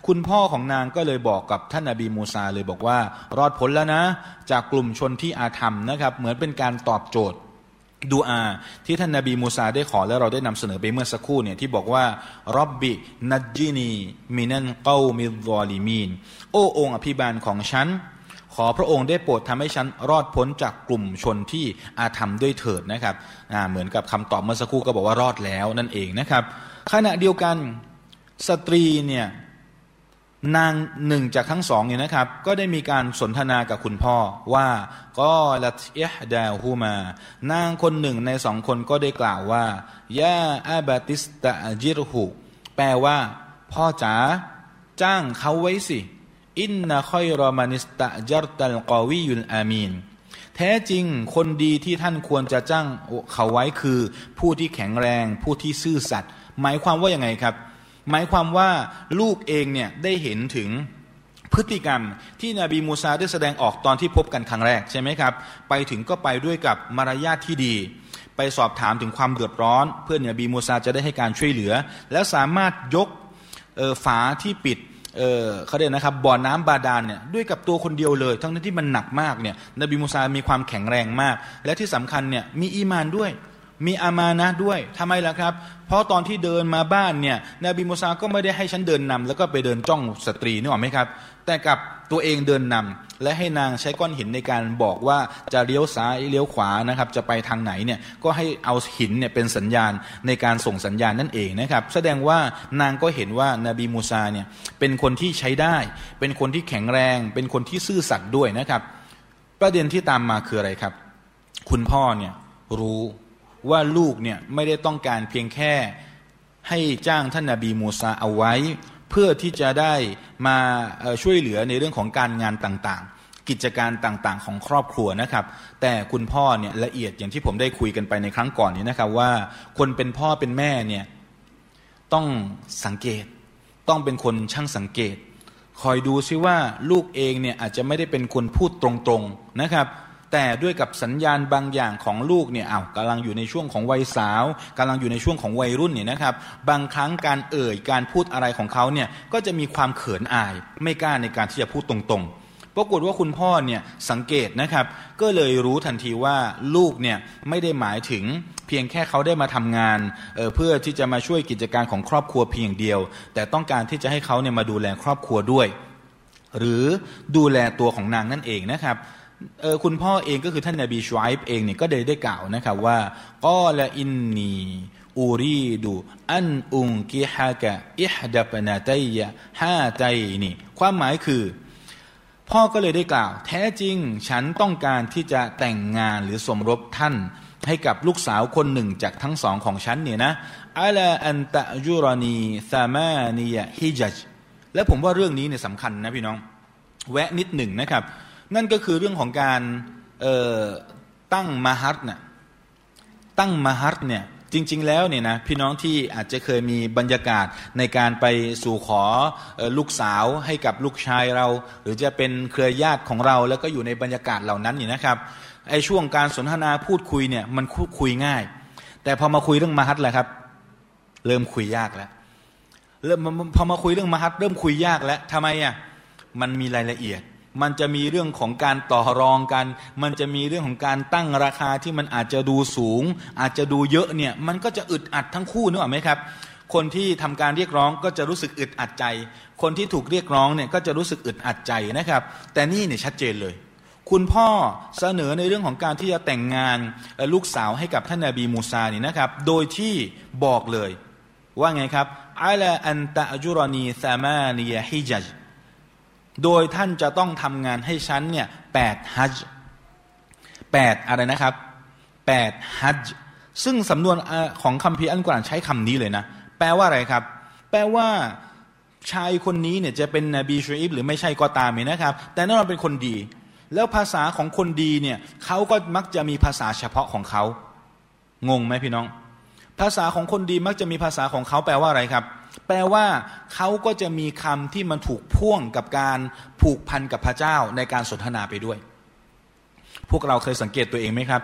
คุณพ่อของนางก็เลยบอกกับท่านนบีมูซาเลยบอกว่ารอดพ้นแล้วนะจากกลุ่มชนที่อาธรรมนะครับเหมือนเป็นการตอบโจทย์ดูอาที่ท่านนบีมูซาได้ขอและเราได้นำเสนอไปเมื่อสักครู่เนี่ยที่บอกว่าร็อบบินัจญินีมินันกอมิซซอลิมีนโอ้องค์อภิบาลของฉันขอพระองค์ได้โปรดทำให้ฉันรอดพ้นจากกลุ่มชนที่อาธรรมด้วยเถิดนะครับเหมือนกับคำตอบเมื่อสักครู่ก็บอกว่ารอดแล้วนั่นเองนะครับขณะเดียวกันสตรีเนี่ยนางหนึ่งจากทั้งสองเนี่ยนะครับก็ได้มีการสนทนากับคุณพ่อว่าก็ละอิฮดาฮูมานางคนหนึ่งในสองคนก็ได้กล่าวว่ายาอาบาติสตะจิรหุแปลว่าพ่อจ๋าจ้างเขาไว้สิอินนะคอยรอมานิสตะจัรตัลกอวิยุลอามีนแท้จริงคนดีที่ท่านควรจะจ้างเขาไว้คือผู้ที่แข็งแรงผู้ที่ซื่อสัตย์หมายความว่ายังไงครับหมายความว่าลูกเองเนี่ยได้เห็นถึงพฤติกรรมที่นบีมูซาได้แสดงออกตอนที่พบกันครั้งแรกใช่ไหมครับไปถึงก็ไปด้วยกับมารยาทที่ดีไปสอบถามถึงความเดือดร้อนเพื่อนนบีมูซาจะได้ให้การช่วยเหลือและสามารถยกฝาที่ปิดเออเขาเรียกนะครับบ่อน้ำบาดาลเนี่ยด้วยกับตัวคนเดียวเลยทั้งที่มันหนักมากเนี่ยนบีมูซามีความแข็งแรงมากและที่สำคัญเนี่ยมีอีมานด้วยมีอามานะด้วยทำไมล่ะครับเพราะตอนที่เดินมาบ้านเนี่ยนบีมูซาก็ไม่ได้ให้ฉันเดินนำแล้วก็ไปเดินจ้องสตรีนึกออกไหมครับแต่กับตัวเองเดินนำและให้นางใช้ก้อนหินในการบอกว่าจะเลี้ยวซ้ายเลี้ยวขวานะครับจะไปทางไหนเนี่ยก็ให้เอาหินเนี่ยเป็นสัญญาณในการส่งสัญญาณนั่นเองนะครับแสดงว่านางก็เห็นว่านบีมูซาเนี่ยเป็นคนที่ใช้ได้เป็นคนที่แข็งแรงเป็นคนที่ซื่อสัตย์ด้วยนะครับประเด็นที่ตามมาคืออะไรครับคุณพ่อเนี่ยรู้ว่าลูกเนี่ยไม่ได้ต้องการเพียงแค่ให้จ้างท่านนบีมูซาเอาไว้เพื่อที่จะได้มาช่วยเหลือในเรื่องของการงานต่างๆกิจการต่างๆของครอบครัวนะครับแต่คุณพ่อเนี่ยละเอียดอย่างที่ผมได้คุยกันไปในครั้งก่อนนี้นะครับว่าคนเป็นพ่อเป็นแม่เนี่ยต้องสังเกตต้องเป็นคนช่างสังเกตคอยดูซิว่าลูกเองเนี่ยอาจจะไม่ได้เป็นคนพูดตรงๆนะครับแต่ด้วยกับสัญญาณบางอย่างของลูกเนี่ยอ้าวกำลังอยู่ในช่วงของวัยสาวกำลังอยู่ในช่วงของวัยรุ่นเนี่ยนะครับบางครั้งการเอ่ยการพูดอะไรของเขาเนี่ยก็จะมีความเขินอายไม่กล้าในการที่จะพูดตรงๆปรากฏว่าคุณพ่อเนี่ยสังเกตนะครับก็เลยรู้ทันทีว่าลูกเนี่ยไม่ได้หมายถึงเพียงแค่เขาได้มาทำงาน เอ่อ เพื่อที่จะมาช่วยกิจการของครอบครัวเพียงเดียวแต่ต้องการที่จะให้เขาเนี่ยมาดูแลครอบครัวด้วยหรือดูแลตัวของนางนั่นเองนะครับเออคุณพ่อเองก็คือท่านนบีชูไอป์เองเนี่ยก็ได้ได้กล่าวนะครับว่ากอละอินนีอูรีดูอันอุงกิฮะกะอิฮดับนาตัยะฮาตัยนี่ความหมายคือพ่อก็เลยได้กล่าวแท้จริงฉันต้องการที่จะแต่งงานหรือสมรสท่านให้กับลูกสาวคนหนึ่งจากทั้งสองของฉันเนี่ยนะอะลาอันตะจุรนีซามานียะฮิจัจและผมว่าเรื่องนี้เนี่ยสำคัญนะพี่น้องแวะนิดหนึ่งนะครับนั่นก็คือเรื่องของการตั้งมหัรเนี่ยตั้งมหัรเนี่ยจริงๆแล้วเนี่ยนะพี่น้องที่อาจจะเคยมีบรรยากาศในการไปสู่ขอลูกสาวให้กับลูกชายเราหรือจะเป็นเครือญาติของเราแล้วก็อยู่ในบรรยากาศเหล่านั้นนี่นะครับไอ้ช่วงการสนทนาพูดคุยเนี่ยมันคุยง่ายแต่พอมาคุยเรื่องมหัรแหละครับเริ่มคุยยากแล้วเริ่มพอมาคุยเรื่องมหัรเริ่มคุยยากแล้วทำไมอ่ะมันมีรายละเอียดมันจะมีเรื่องของการต่อรองกันมันจะมีเรื่องของการตั้งราคาที่มันอาจจะดูสูงอาจจะดูเยอะเนี่ยมันก็จะอึดอัดทั้งคู่นึกออกไหมครับคนที่ทำการเรียกร้องก็จะรู้สึกอึดอัดใจคนที่ถูกเรียกร้องเนี่ยก็จะรู้สึกอึดอัดใจนะครับแต่นี่เนี่ยชัดเจนเลยคุณพ่อเสนอในเรื่องของการที่จะแต่งงานลูกสาวให้กับท่านนบีมูซานี่นะครับโดยที่บอกเลยว่าไงครับอะลาอันตะจุรนีซามานียะฮิจัจโดยท่านจะต้องทำงานให้ฉันเนี่ยแปดฮัจญ์แปดอะไรนะครับแปดฮัจญ์ซึ่งสำนวนของคัมภีร์อัลกุรอานใช้คำนี้เลยนะแปลว่าอะไรครับแปลว่าชายคนนี้เนี่ยจะเป็นนบีชูอิบหรือไม่ใช่ก็ตามนะครับแต่แน่นอนเป็นคนดีแล้วภาษาของคนดีเนี่ยเขาก็มักจะมีภาษาเฉพาะของเขางงไหมพี่น้องภาษาของคนดีมักจะมีภาษาของเขาแปลว่าอะไรครับแปลว่าเขาก็จะมีคำที่มันถูกพ่วงกับการผูกพันกับพระเจ้าในการสนทนาไปด้วยพวกเราเคยสังเกตตัวเองไหมครับ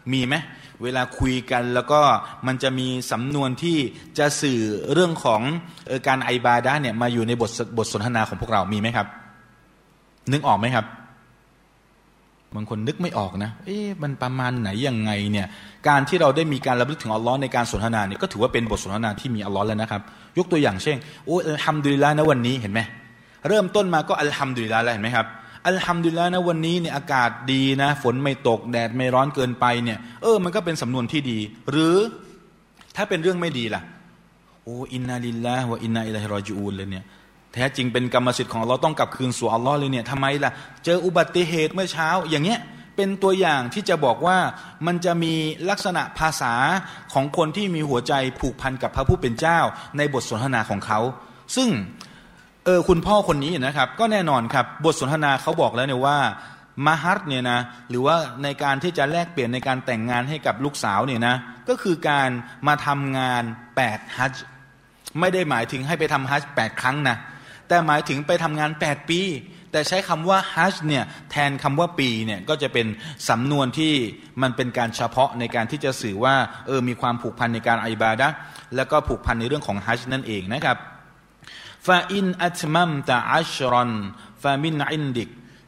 มีไหมเวลาคุยกันแล้วก็มันจะมีสำนวนที่จะสื่อเรื่องของเออการอิบาดะห์เนี่ยมาอยู่ในบทบทสนทนาของพวกเรามีไหมครับนึกออกไหมครับบางคนนึกไม่ออกนะเอ๊ะมันประมาณไหนยังไงเนี่ยการที่เราได้มีการระลึกถึงอัลลอฮ์ในการสนทนาเนี่ยก็ถือว่าเป็นบทสนทนาที่มีอัลลอฮ์แล้วนะครับยกตัวอย่างเช่นโอ้อัลฮัมดุลิลลาห์นะวันนี้เห็นไหมเริ่มต้นมาก็อัลฮัมดุลิลลาห์แล้วเห็นไหมครับอัลฮัมดุลิลลาห์นะวันนี้เนี่ยอากาศดีนะฝนไม่ตกแดดไม่ร้อนเกินไปเนี่ยเออมันก็เป็นสำนวนที่ดีหรือถ้าเป็นเรื่องไม่ดีล่ะโอ้อินนาลิลลาห์วะอินนาอิลัยฮิรอญิอูนเลยเนี่ยแท้จริงเป็นกรรมสิทธิ์ของอัลลอฮ์ต้องกลับคืนสู่อัลลอฮ์เลยเนี่ยทำไมล่ะเจออุบัติเหตุเมื่อเช้าอย่างเงี้ยเป็นตัวอย่างที่จะบอกว่ามันจะมีลักษณะภาษาของคนที่มีหัวใจผูกพันกับพระผู้เป็นเจ้าในบทสนทนาของเขาซึ่งเออคุณพ่อคนนี้นะครับก็แน่นอนครับบทสนทนาเขาบอกแล้วเนี่ยว่ามะฮัรเนี่ยนะหรือว่าในการที่จะแลกเปลี่ยนในการแต่งงานให้กับลูกสาวเนี่ยนะก็คือการมาทำงานแปดฮัจญ์ไม่ได้หมายถึงให้ไปทำฮัจญ์แปดครั้งนะแต่หมายถึงไปทำงานแปดปีแต่ใช้คำว่าฮัจญ์เนี่ยแทนคำว่าปีเนี่ยก็จะเป็นสำนวนที่มันเป็นการเฉพาะในการที่จะสื่อว่าเออมีความผูกพันในการอิบาดะห์แล้วก็ผูกพันในเรื่องของฮัจญ์นั่นเองนะครับฟาอินอัตมัมตะอัชรอนฟามินอินดิก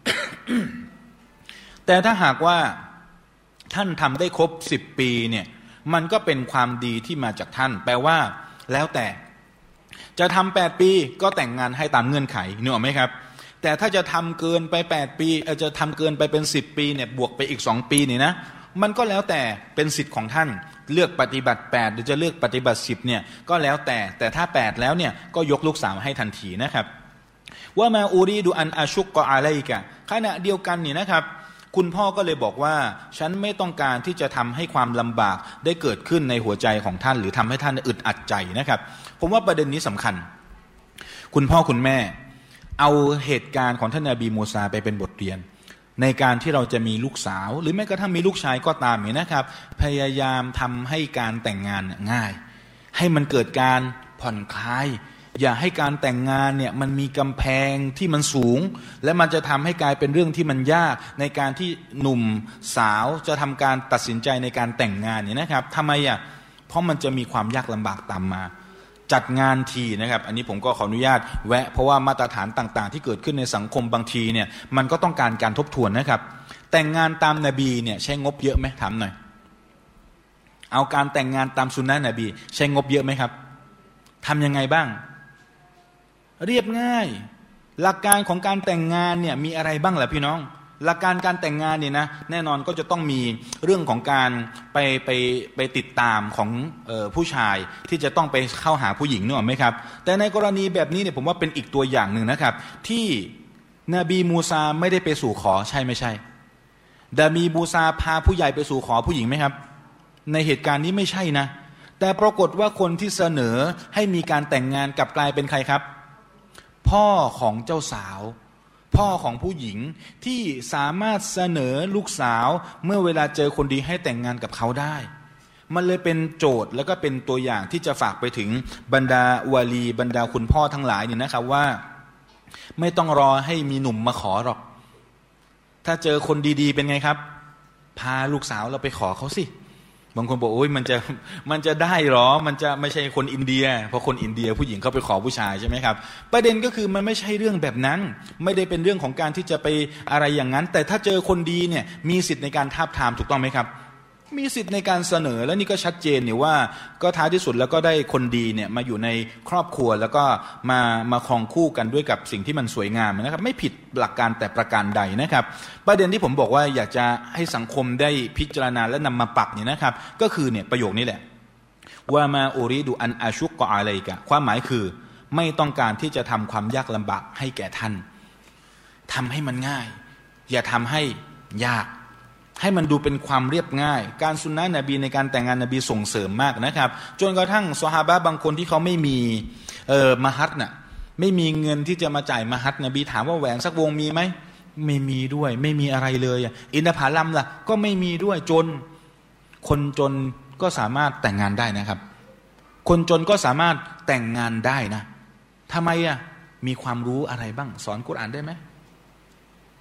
แต่ถ้าหากว่าท่านทำได้ครบสิบปีเนี่ยมันก็เป็นความดีที่มาจากท่านแปลว่าแล้วแต่จะทำแปดปีก็แต่งงานให้ตามเงื่อนไขนึกออกไหมครับแต่ถ้าจะทำเกินไปแปดปีอาจจะทำเกินไปเป็นสิบปีเนี่ยบวกไปอีกสองปีนี่นะมันก็แล้วแต่เป็นสิทธิ์ของท่านเลือกปฏิบัติแปดหรือจะเลือกปฏิบัติสิบเนี่ยก็แล้วแต่แต่ถ้าแปดแล้วเนี่ยก็ยกลูกสาวให้ทันทีนะครับว่ามาอูรีดูอันอาชุกกออะไรกะขณะเดียวกันนี่นะครับคุณพ่อก็เลยบอกว่าฉันไม่ต้องการที่จะทำให้ความลำบากได้เกิดขึ้นในหัวใจของท่านหรือทำให้ท่านอึดอัดใจนะครับผมว่าประเด็นนี้สำคัญคุณพ่อคุณแม่เอาเหตุการณ์ของท่านนบีมูซาไปเป็นบทเรียนในการที่เราจะมีลูกสาวหรือแม้กระทั่งมีลูกชายก็ตามเนี่ยนะครับพยายามทำให้การแต่งงานง่ายให้มันเกิดการผ่อนคลายอย่าให้การแต่งงานเนี่ยมันมีกำแพงที่มันสูงและมันจะทำให้กลายเป็นเรื่องที่มันยากในการที่หนุ่มสาวจะทำการตัดสินใจในการแต่งงานเนี่ยนะครับทำไมอ่ะเพราะมันจะมีความยากลำบากตามมาจัดงานทีนะครับอันนี้ผมก็ขออนุญาตแวะเพราะว่ามาตรฐานต่างๆที่เกิดขึ้นในสังคมบางทีเนี่ยมันก็ต้องการการทบทวนนะครับแต่งงานตามนบีเนี่ยใช้งบเยอะไหมถามหน่อยเอาการแต่งงานตามสุนนะนบีใช้งบเยอะไหมครับทำยังไงบ้างเรียบง่ายหลักการของการแต่งงานเนี่ยมีอะไรบ้างล่ะพี่น้องหลักการการแต่งงานเนี่ยนะแน่นอนก็จะต้องมีเรื่องของการไปไปไปติดตามของเอ่อผู้ชายที่จะต้องไปเข้าหาผู้หญิงนึกออกไหมครับแต่ในกรณีแบบนี้เนี่ยผมว่าเป็นอีกตัวอย่างหนึ่งนะครับที่นบีมูซาไม่ได้ไปสู่ขอใช่ไม่ใช่นบีมูซาพาผู้ใหญ่ไปสู่ขอผู้หญิงไหมครับในเหตุการณ์นี้ไม่ใช่นะแต่ปรากฏว่าคนที่เสนอให้มีการแต่งงานกลับกลายเป็นใครครับพ่อของเจ้าสาวพ่อของผู้หญิงที่สามารถเสนอลูกสาวเมื่อเวลาเจอคนดีให้แต่งงานกับเขาได้มันเลยเป็นโจทย์แล้วก็เป็นตัวอย่างที่จะฝากไปถึงบรรดาวาลีบรรดาคุณพ่อทั้งหลายเนี่ยนะครับว่าไม่ต้องรอให้มีหนุ่มมาขอหรอกถ้าเจอคนดีๆเป็นไงครับพาลูกสาวเราไปขอเขาสิบางคนบอกโอ้ยมันจะมันจะได้หรอมันจะไม่ใช่คนอินเดียเพราะคนอินเดียผู้หญิงเขาไปขอผู้ชายใช่ไหมครับประเด็นก็คือมันไม่ใช่เรื่องแบบนั้นไม่ได้เป็นเรื่องของการที่จะไปอะไรอย่างนั้นแต่ถ้าเจอคนดีเนี่ยมีสิทธิ์ในการทาบทามถูกต้องไหมครับมีสิทธิ์ในการเสนอและนี่ก็ชัดเจนเนี่ยว่าก็ท้ายที่สุดแล้วก็ได้คนดีเนี่ยมาอยู่ในครอบครัวแล้วก็มามาครองคู่กันด้วยกับสิ่งที่มันสวยงามนะครับไม่ผิดหลักการแต่ประการใดนะครับประเด็นที่ผมบอกว่าอยากจะให้สังคมได้พิจารณาและนำมาปรับเนี่ยนะครับก็คือเนี่ยประโยคนี้แหละว่ามาอูริดูอันอาชุกกออะไรกะความหมายคือไม่ต้องการที่จะทำความยากลำบากให้แก่ท่านทำให้มันง่ายอย่าทำให้ยากให้มันดูเป็นความเรียบง่ายการสุนนะนบีในการแต่งงานนบีส่งเสริมมากนะครับจนกระทั่งซอฮาบะห์บางคนที่เขาไม่มีเอ่อมหัตน่ะไม่มีเงินที่จะมาจ่ายมหัตนบีถามว่าแหวนสักวงมีไหมไม่มีด้วยไม่มีอะไรเลยอินทผลัมล่ะก็ไม่มีด้วยจนคนจนก็สามารถแต่งงานได้นะครับคนจนก็สามารถแต่งงานได้นะทำไมอ่ะมีความรู้อะไรบ้างสอนกุรอานได้ไหม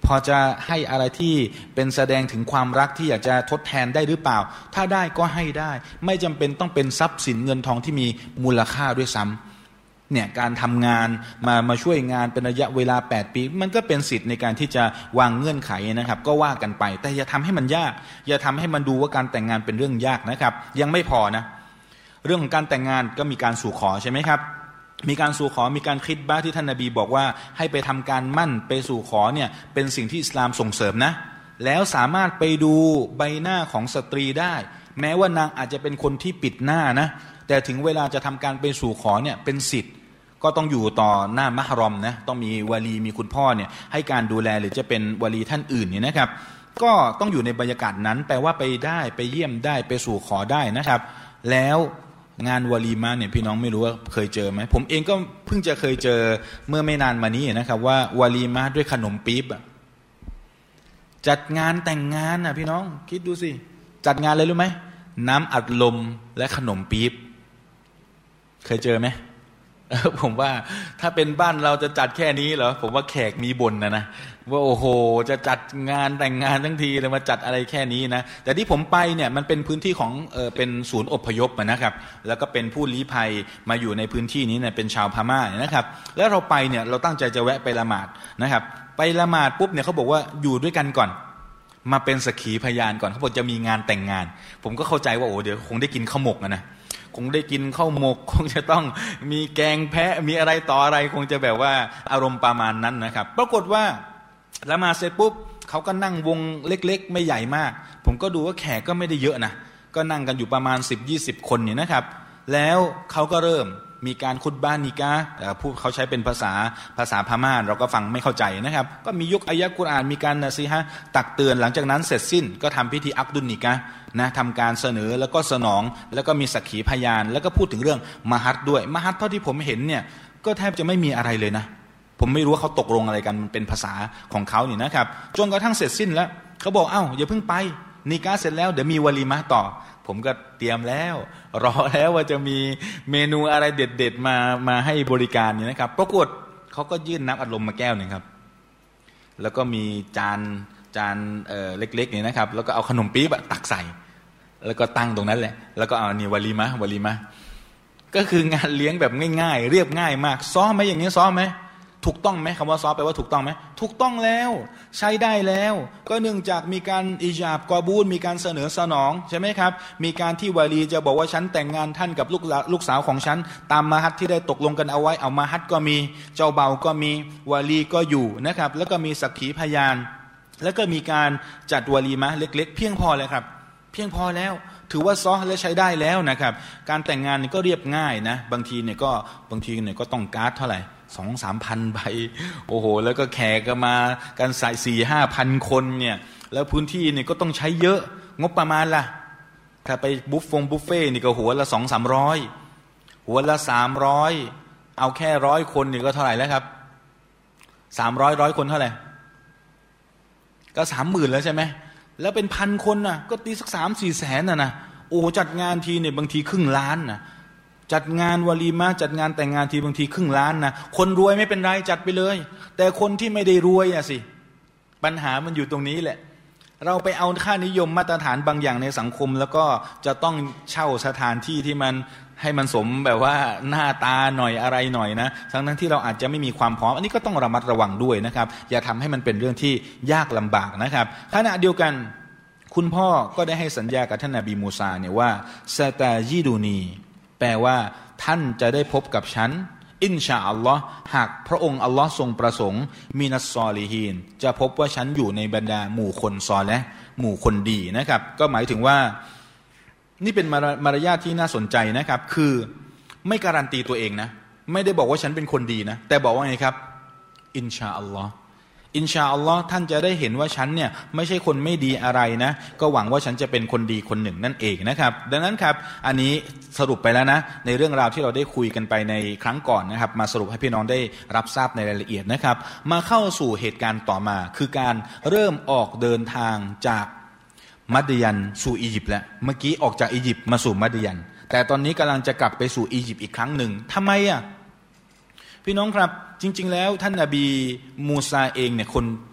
พอจะให้อะไรที่เป็นแสดงถึงความรักที่อยากจะทดแทนได้หรือเปล่าถ้าได้ก็ให้ได้ไม่จำเป็นต้องเป็นทรัพย์สินเงินทองที่มีมูลค่าด้วยซ้ำเนี่ยการทำงานมามาช่วยงานเป็นระยะเวลาแปดปีมันก็เป็นสิทธิ์ในการที่จะวางเงื่อนไขนะครับก็ว่ากันไปแต่อย่าทำให้มันยากอย่าทำให้มันดูว่าการแต่งงานเป็นเรื่องยากนะครับยังไม่พอนะเรื่องของการแต่งงานก็มีการสู่ขอใช่ไหมครับมีการสู่ขอมีการคิดบ้าที่ท่านนบีบอกว่าให้ไปทำการมั่นไปสู่ขอเนี่ยเป็นสิ่งที่อิสลามส่งเสริมนะแล้วสามารถไปดูใบหน้าของสตรีได้แม้ว่านางอาจจะเป็นคนที่ปิดหน้านะแต่ถึงเวลาจะทำการไปสู่ขอเนี่ยเป็นสิทธิ์ก็ต้องอยู่ต่อหน้ามะฮรอมนะต้องมีวาลีมีคุณพ่อเนี่ยให้การดูแลหรือจะเป็นวาลีท่านอื่นเนี่ยนะครับก็ต้องอยู่ในบรรยากาศนั้นแปลว่าไปได้ไปเยี่ยมได้ไปสู่ขอได้นะครับแล้วงานวาลีมาเนี่ยพี่น้องไม่รู้ว่าเคยเจอไหมผมเองก็เพิ่งจะเคยเจอเมื่อไม่นานมานี้นะครับว่าวาลีมาด้วยขนมปี๊บจัดงานแต่งงานนะพี่น้องคิดดูสิจัดงานเลยรู้ไหมน้ำอัดลมและขนมปี๊บเคยเจอไหมผมว่าถ้าเป็นบ้านเราจะจัดแค่นี้เหรอผมว่าแขกมีบ่นนะนะว่าโอ้โหจะจัดงานแต่งงานทั้งทีเลยมาจัดอะไรแค่นี้นะแต่ที่ผมไปเนี่ยมันเป็นพื้นที่ของเออเป็นศูนย์อพยพนะครับแล้วก็เป็นผู้ลี้ภัยมาอยู่ในพื้นที่นี้เนี่ยเป็นชาวพม่านะครับแล้วเราไปเนี่ยเราตั้งใจจะแวะไปละหมาดนะครับไปละหมาดปุ๊บเนี่ยเขาบอกว่าอยู่ด้วยกันก่อนมาเป็นสักขีพยานก่อนเขาบอกจะมีงานแต่งงานผมก็เข้าใจว่าโอ้เดี๋ยวคงได้กินข้าวหมกนะคงได้กินข้าวหมกคงจะต้องมีแกงแพะมีอะไรต่ออะไรคงจะแบบว่าอารมณ์ประมาณนั้นนะครับปรากฏว่าละหมาดเสร็จปุ๊บเขาก็นั่งวงเล็กๆไม่ใหญ่มากผมก็ดูว่าแขกก็ไม่ได้เยอะนะก็นั่งกันอยู่ประมาณ สิบยี่สิบ คนเนี่ยนะครับแล้วเขาก็เริ่มมีการคุตบ้านนิกะห์พูดเขาใช้เป็นภาษาภาษาพม่าเราก็ฟังไม่เข้าใจนะครับก็มียกอายะกุรอานมีการนะซีฮะตักเตือนหลังจากนั้นเสร็จสิ้นก็ทำพิธีอักดุลนิกะห์นะทำการเสนอแล้วก็สนองแล้วก็มีสักขีพยานแล้วก็พูดถึงเรื่องมหัตด้วยมหัตเท่าที่ผมเห็นเนี่ยก็แทบจะไม่มีอะไรเลยนะผมไม่รู้ว่าเขาตกลงอะไรกันมันเป็นภาษาของเขาเนี่ยนะครับจนกระทั่งเสร็จสิ้นแล้วเขาบอกเอ้าอย่าเพิ่งไปนิกะห์เสร็จแล้วเดี๋ยวมีวะลีมะห์ต่อผมก็เตรียมแล้วรอแล้วว่าจะมีเมนูอะไรเด็ดๆมามาให้บริการเนี่ยนะครับปรากฏเขาก็ยื่นน้ำอัดลมมาแก้วหนึ่งครับแล้วก็มีจานจานเอ่อเล็กๆเนี่ยนะครับแล้วก็เอาขนมปี๊บตักใส่แล้วก็ตั้งตรงนั้นแหละแล้วก็เอานี่วะลีมะห์วะลีมะห์ก็คืองานเลี้ยงแบบง่ายๆเรียบง่ายมากซ้อมไหมอย่างนี้ซ้อมไหมถูกต้องไหมคำว่าซ้อมแปลว่าถูกต้องไหมถูกต้องแล้วใช้ได้แล้วก็เนื่องจากมีการอิจาบกอบูลมีการเสนอสนองใช่ไหมครับมีการที่วาลีจะบอกว่าฉันแต่งงานท่านกับลูกลูกสาวของฉันตามมหัตที่ได้ตกลงกันเอาไว้เอามหัตก็มีเจ้าเบาก็มีวาลีก็อยู่นะครับแล้วก็มีสักขีพยานแล้วก็มีการจัดวาลีมะเล็กๆเพียงพอเลยครับเพียงพอแล้วถือว่าซ้อและใช้ได้แล้วนะครับการแต่งงานนี่ก็เรียบง่ายนะบางทีเนี่ยก็บางทีเนี่ยก็ต้องการ์ดเท่าไหร่สองสามพันใบโอ้โหแล้วก็แขกก็มากันใส่สี่ห้าพันคนเนี่ยแล้วพื้นที่เนี่ยก็ต้องใช้เยอะงบประมาณล่ะถ้าไปบุฟฟงบุฟเฟ่นี่ก็หัวละสองสามร้อยหัวละสามร้อยเอาแค่ร้อยคนนี่ก็เท่าไหร่แล้วครับสามร้อยร้อยคนเท่าไหร่ก็สามหมื่นแล้วใช่ไหมแล้วเป็นพันคนน่ะก็ตีสักสามสี่แสนน่ะนะโอ้จัดงานทีเนี่ยบางทีครึ่งล้านน่ะจัดงานวาลีมะห์จัดงานแต่งงานทีบางทีครึ่งล้านนะคนรวยไม่เป็นไรจัดไปเลยแต่คนที่ไม่ได้รวยอะสิปัญหามันอยู่ตรงนี้แหละเราไปเอาค่านิยมมาตรฐานบางอย่างในสังคมแล้วก็จะต้องเช่าสถานที่ที่มันให้มันสมแบบว่าหน้าตาหน่อยอะไรหน่อยนะทั้งนั้นที่เราอาจจะไม่มีความพร้อมอันนี้ก็ต้องระมัดระวังด้วยนะครับอย่าทำให้มันเป็นเรื่องที่ยากลำบากนะครับขณะเดียวกันคุณพ่อก็ได้ให้สัญญากับท่านนบีมูซาเนี่ยว่าซาตาญิดูนีแปลว่าท่านจะได้พบกับฉันอินชาอัลลอฮ์หากพระองค์อัลลอฮ์ทรงประสงค์มินัสซอลิฮีนจะพบว่าฉันอยู่ในบรรดาหมู่คนซอลิห์หมู่คนดีนะครับก็หมายถึงว่านี่เป็นมารยาทที่น่าสนใจนะครับคือไม่การันตีตัวเองนะไม่ได้บอกว่าฉันเป็นคนดีนะแต่บอกว่าไงครับอินชาอัลลอฮ์อินชาอัลลอฮ์ท่านจะได้เห็นว่าฉันเนี่ยไม่ใช่คนไม่ดีอะไรนะก็หวังว่าฉันจะเป็นคนดีคนหนึ่งนั่นเองนะครับดังนั้นครับอันนี้สรุปไปแล้วนะในเรื่องราวที่เราได้คุยกันไปในครั้งก่อนนะครับมาสรุปให้พี่น้องได้รับทราบในรายละเอียดนะครับมาเข้าสู่เหตุการณ์ต่อมาคือการเริ่มออกเดินทางจากมัดยันสู่อียิปต์แล้วเมื่อกี้ออกจากอียิปต์มาสู่มัดยันแต่ตอนนี้กำลังจะกลับไปสู่อียิปต์อีกครั้งหนึ่งทำไมอ่ะพี่น้องครับจริงๆแล้วท่านนบีมูซาเองเนี่ยคน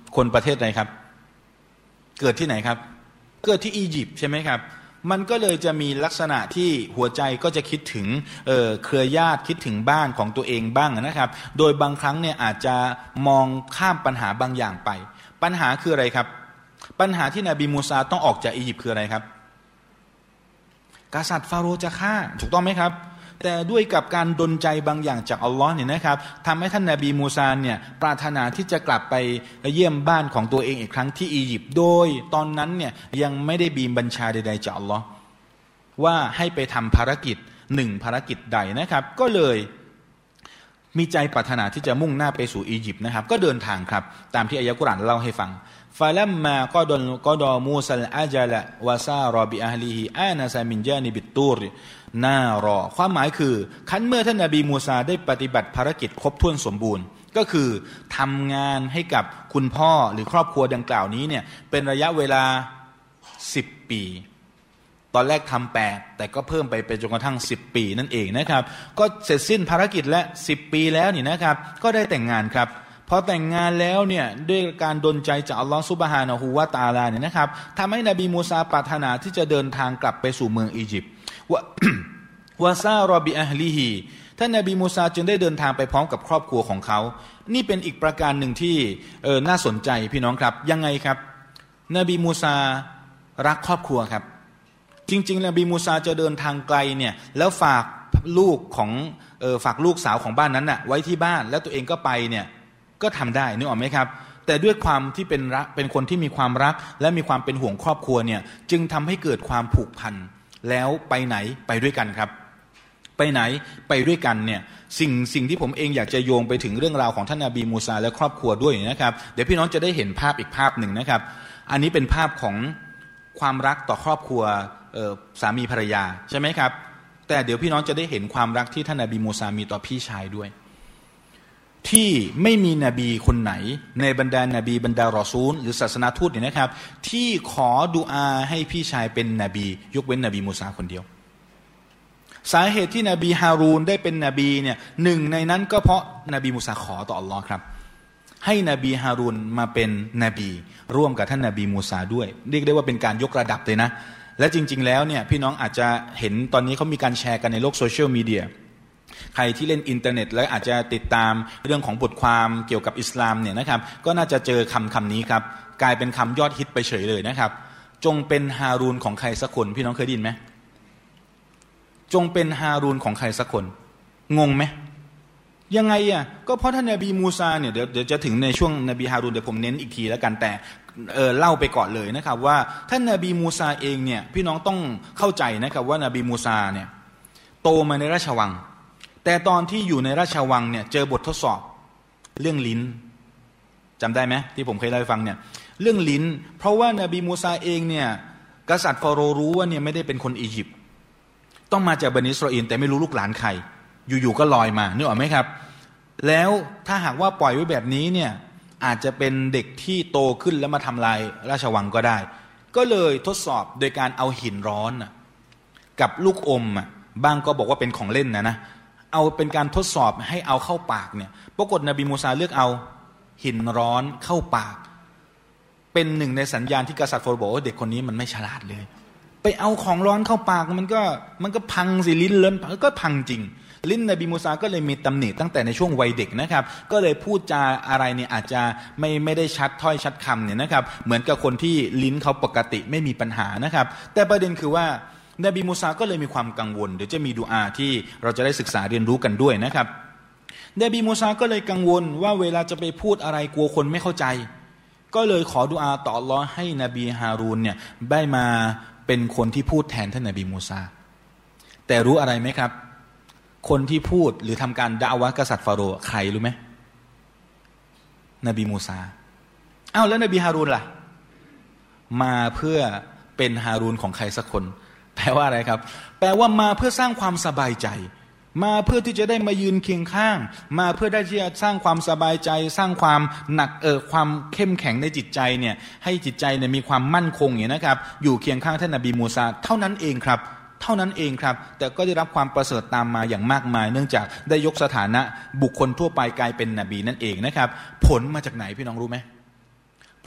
คนประเทศไหนครับเกิดที่ไหนครับเกิดที่อียิปต์ใช่ไหมครับมันก็เลยจะมีลักษณะที่หัวใจก็จะคิดถึง เอ่อ เครือญาติคิดถึงบ้านของตัวเองบ้างนะครับโดยบางครั้งเนี่ยอาจจะมองข้ามปัญหาบางอย่างไปปัญหาคืออะไรครับปัญหาที่นบีมูซาต้องออกจากอียิปต์คืออะไรครับกษัตริย์ฟาโรห์จะฆ่าถูกต้องไหมครับแต่ด้วยกับการดลใจบางอย่างจากอัลลอฮ์เนี่ยนะครับทำให้ท่านนบีมูซาเนี่ยปรารถนาที่จะกลับไปเยี่ยมบ้านของตัวเองอีกครั้งที่อียิปต์โดยตอนนั้นเนี่ยยังไม่ได้บีมบัญชาใดๆจากอัลลอฮ์ว่าให้ไปทำภารกิจหนึ่งภารกิจใดนะครับก็เลยมีใจปรารถนาที่จะมุ่งหน้าไปสู่อียิปต์นะครับก็เดินทางครับตามที่อายะกุรอานเล่าให้ฟังฟาลัมมาก็ดนก็ดอมูซัลอาจัลวะซารอบิอะฮลีฮิอานะซามินญานิบิตตูรนารอความหมายคือคันเมื่อท่านนบีมูซาได้ปฏิบัติภารกิจครบถ้วนสมบูรณ์ก็คือทำงานให้กับคุณพ่อหรือครอบครัวดังกล่าวนี้เนี่ยเป็นระยะเวลาสิบปีตอนแรกทำแปดแต่ก็เพิ่มไปเป็นจนกระทั่งสิบปีนั่นเองนะครับก็เสร็จสิ้นภารกิจและสิบปีแล้วนี่นะครับก็ได้แต่งงานครับพอแต่งงานแล้วเนี่ยด้วยการดลใจจากอัลลอฮฺซุบฮานะฮูวะตะอาลาเนี่ยนะครับทำให้นบีมูซาปรารถนาที่จะเดินทางกลับไปสู่เมืองอียิปต์วะ วะซารอบิอะฮลีฮีท่านนบีมูซาจึงได้เดินทางไปพร้อมกับครอบครัวของเขานี่เป็นอีกประการหนึ่งที่เออน่าสนใจพี่น้องครับยังไงครับนบีมูซารักครอบครัวครับจริงๆนบีมูซาจะเดินทางไกลเนี่ยแล้วฝากลูกของเออฝากลูกสาวของบ้านนั้นน่ะไว้ที่บ้านแล้วตัวเองก็ไปเนี่ยก็ทำได้นึกออกไหมครับแต่ด้วยความที่เป็นรักเป็นคนที่มีความรักและมีความเป็นห่วงครอบครัวเนี่ยจึงทำให้เกิดความผูกพันแล้วไปไหนไปด้วยกันครับไปไหนไปด้วยกันเนี่ยสิ่งสิ่งที่ผมเองอยากจะโยงไปถึงเรื่องราวของท่านนบีมูซาและครอบครัวด้วยนะครับเดี๋ยวพี่น้องจะได้เห็นภาพอีกภาพหนึ่งนะครับอันนี้เป็นภาพของความรักต่อครอบครัวสามีภรรยาใช่ไหมครับแต่เดี๋ยวพี่น้องจะได้เห็นความรักที่ท่านนบีมูซามีต่อพี่ชายด้วยที่ไม่มีนบีคนไหนในบรรดานบีบรรดารอซูลหรือศาสนาทูตเนี่ยนะครับที่ขอดุอาให้พี่ชายเป็นนบียกเว้นนบีมูซาคนเดียวสาเหตุที่นบีฮารูนได้เป็นนบีเนี่ยหนึ่งในนั้นก็เพราะนบีมูซาขอต่ออัลลอฮ์ครับให้นบีฮารูนมาเป็นนบีร่วมกับท่านนบีมูซาด้วยเรียกได้ว่าเป็นการยกระดับเลยนะและจริงๆแล้วเนี่ยพี่น้องอาจจะเห็นตอนนี้เขามีการแชร์กันในโลกโซเชียลมีเดียใครที่เล่นอินเทอร์เน็ตและอาจจะติดตามเรื่องของบทความเกี่ยวกับอิสลามเนี่ยนะครับก็น่าจะเจอคำคำนี้ครับกลายเป็นคำยอดฮิตไปเฉยเลยนะครับจงเป็นฮารูนของใครสักคนพี่น้องเคยได้ยินไหมจงเป็นฮารูนของใครสักคนงงไหมยังไงอ่ะก็เพราะท่านนบีมูซาเนี่ยเดี๋ยวเดี๋ยวจะถึงในช่วงนบีฮารูนเดี๋ยวผมเน้นอีกทีแล้วกันแต่เออเล่าไปก่อนเลยนะครับว่าท่านนบีมูซาเองเนี่ยพี่น้องต้องเข้าใจนะครับว่านบีมูซาเนี่ยโตมาในราชวังแต่ตอนที่อยู่ในราชวังเนี่ยเจอบททดสอบเรื่องลิ้นจำได้ไหมที่ผมเคยเล่าให้ฟังเนี่ยเรื่องลิ้นเพราะว่านบีมูซาเองเนี่ยกษัตริย์ฟาโรห์รู้ว่าเนี่ยไม่ได้เป็นคนอียิปต์ต้องมาจากบันิอิสราเอลแต่ไม่รู้ลูกหลานใครอยู่ๆก็ลอยมานึกออกไหมครับแล้วถ้าหากว่าปล่อยไว้แบบนี้เนี่ยอาจจะเป็นเด็กที่โตขึ้นแล้วมาทำลายราชวังก็ได้ก็เลยทดสอบโดยการเอาหินร้อนกับลูกอมบางก็บอกว่าเป็นของเล่นนะนะเอาเป็นการทดสอบให้เอาเข้าปากเนี่ยปรากฏนบีมูซาเลือกเอาหินร้อนเข้าปากเป็นหนึ่งในสัญญาณที่กษัตริย์ฟาโรห์บอกว่าเด็กคนนี้มันไม่ฉลาดเลยไปเอาของร้อนเข้าปากมันก็มันก็พังสิลิ้นเลิ่มก็พังจริงลิ้นนบีมูซาก็เลยมีตำหนิตั้งแต่ในช่วงวัยเด็กนะครับก็เลยพูดจาอะไรเนี่ยอาจจะไม่ไม่ได้ชัดถ้อยชัดคำเนี่ยนะครับเหมือนกับคนที่ลิ้นเขาปกติไม่มีปัญหานะครับแต่ประเด็นคือว่านบีมูซาก็เลยมีความกังวลเดี๋ยวจะมีดุอาที่เราจะได้ศึกษาเรียนรู้กันด้วยนะครับนบีมูซาก็เลยกังวลว่าเวลาจะไปพูดอะไรกลัวคนไม่เข้าใจก็เลยขอดุอาต่ออัลเลาะห์ให้นบีฮารูนเนี่ยได้มาเป็นคนที่พูดแทนท่านนบีมูซาแต่รู้อะไรไหมครับคนที่พูดหรือทำการดะอ์วะห์กษัตริย์ฟาโรห์ใครรู้ไหมนบีมูซาอ้าวแล้วนบีฮารูนล่ะมาเพื่อเป็นฮารูนของใครสักคนแปลว่าอะไรครับแปลว่ามาเพื่อสร้างความสบายใจมาเพื่อที่จะได้มายืนเคียงข้างมาเพื่อได้ที่จะสร้างความสบายใจสร้างความหนักเออความเข้มแข็งในจิตใจเนี่ยให้จิตใจเนี่ยมีความมั่นคงอย่างนะครับอยู่เคียงข้างท่านนบีมูซาเท่านั้นเองครับเท่านั้นเองครับแต่ก็ได้รับความประเสริฐตามมาอย่างมากมายเนื่องจากได้ยกสถานะบุคคลทั่วไปกลายเป็นนบีนั่นเองนะครับผลมาจากไหนพี่น้องรู้ไหม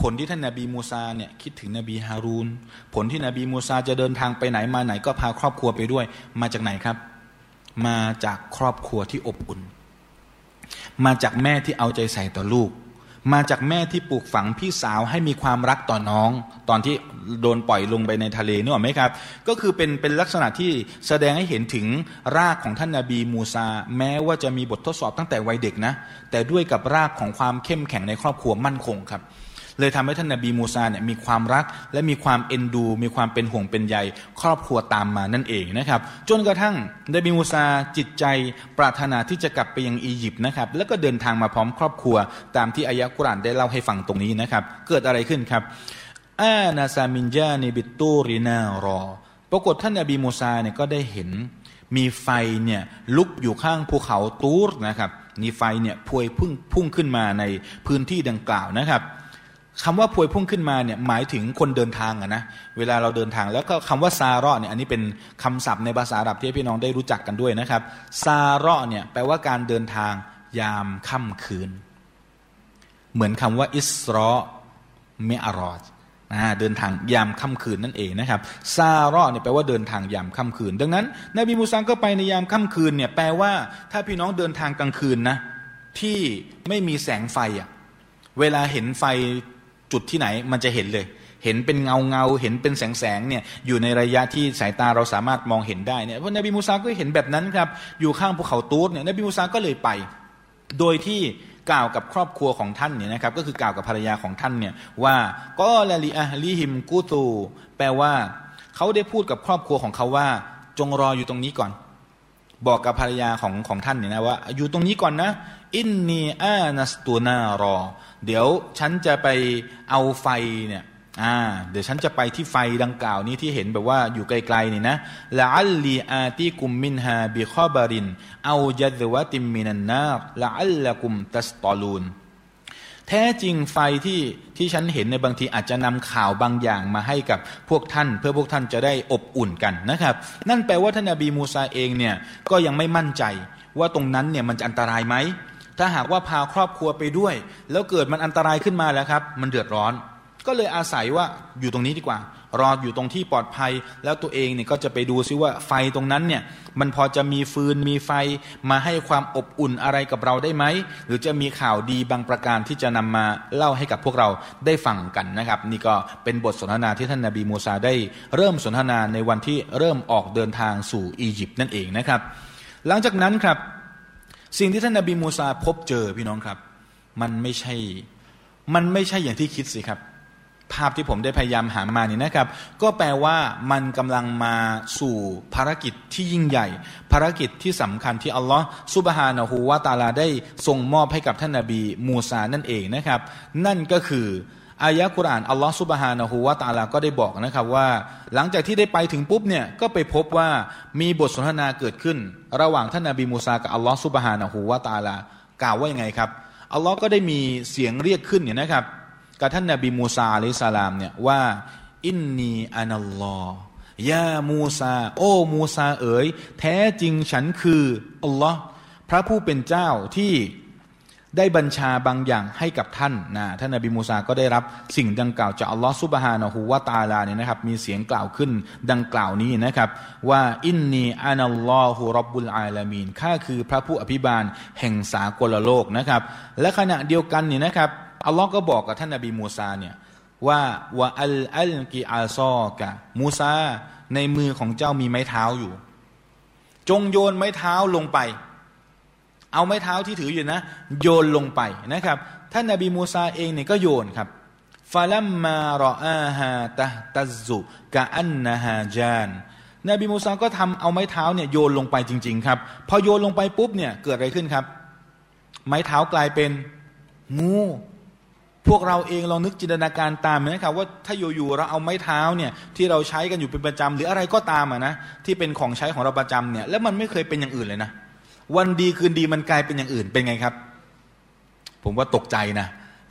ผลที่ท่านนบีมูซาเนี่ยคิดถึงนบีฮารูนผลที่นบีมูซาจะเดินทางไปไหนมาไหนก็พาครอบครัวไปด้วยมาจากไหนครับมาจากครอบครัวที่อบอุ่นมาจากแม่ที่เอาใจใส่ต่อลูกมาจากแม่ที่ปลูกฝังพี่สาวให้มีความรักต่อน้องตอนที่โดนปล่อยลงไปในทะเลนึกออกไหมครับก็คือเป็นเป็นลักษณะที่แสดงให้เห็นถึงรากของท่านนบีมูซาแม้ว่าจะมีบททดสอบตั้งแต่วัยเด็กนะแต่ด้วยกับรากของความเข้มแข็งในครอบครัวมั่นคงครับเลยทำให้ท่านนบีมูซาเนี่ยมีความรักและมีความเอ็นดูมีความเป็นห่วงเป็นใยครอบครัวตามมานั่นเองนะครับจนกระทั่งนบีมูซาจิตใจปรารถนาที่จะกลับไปยังอียิปต์นะครับแล้วก็เดินทางมาพร้อมครอบครัวตามที่อายะห์กุรอานได้เล่าให้ฟังตรงนี้นะครับเกิดอะไรขึ้นครับอานาซามินญานิบิตูรินารอปรากฏท่านนบีมูซาเนี่ยก็ได้เห็นมีไฟเนี่ยลุกอยู่ข้างภูเขาตูรนะครับมีไฟเนี่ยพวยพุ่งพุ่งขึ้นมาในพื้นที่ดังกล่าวนะครับคำว่าพวยพุ่งขึ้นมาเนี่ยหมายถึงคนเดินทางอะนะเวลาเราเดินทางแล้วก็คำว่าซาเราะเนี่ยอันนี้เป็นคำศัพท์ในภาษาอาหรับที่พี่น้องได้รู้จักกันด้วยนะครับซาเราะเนี่ยแปลว่าการเดินทางยามค่ำคืนเหมือนคำว่าอิสรอเมอรอจเดินทางยามค่ำคืนนั่นเองนะครับซาเราะเนี่ยแปลว่าเดินทางยามค่ำคืนดังนั้นนบีมูซาก็ไปในยามค่ำคืนเนี่ยแปลว่าถ้าพี่น้องเดินทางกลางคืนนะที่ไม่มีแสงไฟอ่ะเวลาเห็นไฟจุดที่ไหนมันจะเห็นเลยเห็นเป็นเงาเงาเห็นเป็นแสงแสงเนี่ยอยู่ในระยะที่สายตาเราสามารถมองเห็นได้เนี่ยเพราะนบีมูซาก็เห็นแบบนั้นครับอยู่ข้างภูเขาตูรเนี่ยนบีมูซาก็เลยไปโดยที่กล่าวกับครอบครัวของท่านเนี่ยนะครับก็คือกล่าวกับภรรยาของท่านเนี่ยว่าก็ละลีอะลีฮิมกูตูแปลว่าเขาได้พูดกับครอบครัวของเขาว่าจงรออยู่ตรงนี้ก่อนบอกกับภรรยาของของท่านเนี่ยนะว่าอยู่ตรงนี้ก่อนนะอินนีอานัสตูนารอเดี๋ยวฉันจะไปเอาไฟเนี่ยอ่าเดี๋ยวฉันจะไปที่ไฟดังกล่าวนี้ที่เห็นแบบว่าอยู่ไกลๆนี่นะละอัลลีอาติกุมมินฮาบิคอบารินเอายัดวะติมมินันนาร์ละอัลละกุมตัสตอลูนแท้จริงไฟที่ที่ฉันเห็นในบางทีอาจจะนำข่าวบางอย่างมาให้กับพวกท่านเพื่อพวกท่านจะได้อบอุ่นกันนะครับนั่นแปลว่าท่านนบีมูซาเองเนี่ยก็ยังไม่มั่นใจว่าตรงนั้นเนี่ยมันจะอันตรายไหมถ้าหากว่าพาครอบครัวไปด้วยแล้วเกิดมันอันตรายขึ้นมาแล้วครับมันเดือดร้อนก็เลยอาศัยว่าอยู่ตรงนี้ดีกว่ารออยู่ตรงที่ปลอดภัยแล้วตัวเองเนี่ยก็จะไปดูซิว่าไฟตรงนั้นเนี่ยมันพอจะมีฟืนมีไฟมาให้ความอบอุ่นอะไรกับเราได้ไหมหรือจะมีข่าวดีบางประการที่จะนำมาเล่าให้กับพวกเราได้ฟังกันนะครับนี่ก็เป็นบทสนทนาที่ท่านนบีมูซาได้เริ่มสนทนาในวันที่เริ่มออกเดินทางสู่อียิปต์นั่นเองนะครับหลังจากนั้นครับสิ่งที่ท่านนบีมูซาพบเจอพี่น้องครับมันไม่ใช่มันไม่ใช่อย่างที่คิดสิครับภาพที่ผมได้พยายามหามานี่นะครับก็แปลว่ามันกำลังมาสู่ภารกิจที่ยิ่งใหญ่ภารกิจที่สำคัญที่อัลลอฮฺซุบฮานะฮูวะตะอาลาได้ทรงมอบให้กับท่านนบีมูซานั่นเองนะครับนั่นก็คืออายะกุรอานอัลลอฮฺซุบฮานะฮูวะตะอาลาก็ได้บอกนะครับว่าหลังจากที่ได้ไปถึงปุ๊บเนี่ยก็ไปพบว่ามีบทสนทนาเกิดขึ้นระหว่างท่านนบีมูซากับอัลลอฮฺซุบฮานะฮูวะตะอาลากล่าวว่ายังไงครับอัลลอฮฺก็ได้มีเสียงเรียกขึ้นเนี่ยนะครับกับท่านนบีมูซาอะลัยฮิสสลามเนี่ยว่าอินนีอานัลลอฮ์ยามูซาโอ้มูซาเอ๋ยแท้จริงฉันคืออัลลอฮ์พระผู้เป็นเจ้าที่ได้บัญชาบางอย่างให้กับท่านนะท่านนบีมูซาก็ได้รับสิ่งดังกล่าวจากอัลลอฮ์ซุบฮานะฮูวะตะอาลาเนี่ยนะครับมีเสียงกล่าวขึ้นดังกล่าวนี้นะครับว่าอินนีอานัลลอฮุร็อบบุลอาลามีนข้าคือพระผู้อภิบาลแห่งสากลโลกนะครับและขณะเดียวกันเนี่ยนะครับอัลลอฮ์ก็บอกกับท่านนบีมูซาเนี่ยว่าวะอัลอัลกิอาซอกะมูซาในมือของเจ้ามีไม้เท้าอยู่จงโยนไม้เท้าลงไปเอาไม้เท้าที่ถืออยู่นะโยนลงไปนะครับท่านนบีมูซาเองเนี่ยก็โยนครับฟาลัมมารออาฮาตะตัซุกะอันนะฮาจานนบีมูซาก็ทำเอาไม้เท้าเนี่ยโยนลงไปจริงๆครับพอโยนลงไปปุ๊บเนี่ยเกิดอะไรขึ้นครับไม้เท้ากลายเป็นงูพวกเราเองลองนึกจินตนาการตามนะครับว่าถ้าอยู่ๆเราเอาไม้เท้าเนี่ยที่เราใช้กันอยู่เป็นประจำหรืออะไรก็ตามอ่ะนะที่เป็นของใช้ของเราประจำเนี่ยแล้วมันไม่เคยเป็นอย่างอื่นเลยนะวันดีคืนดีมันกลายเป็นอย่างอื่นเป็นไงครับผมว่าตกใจนะ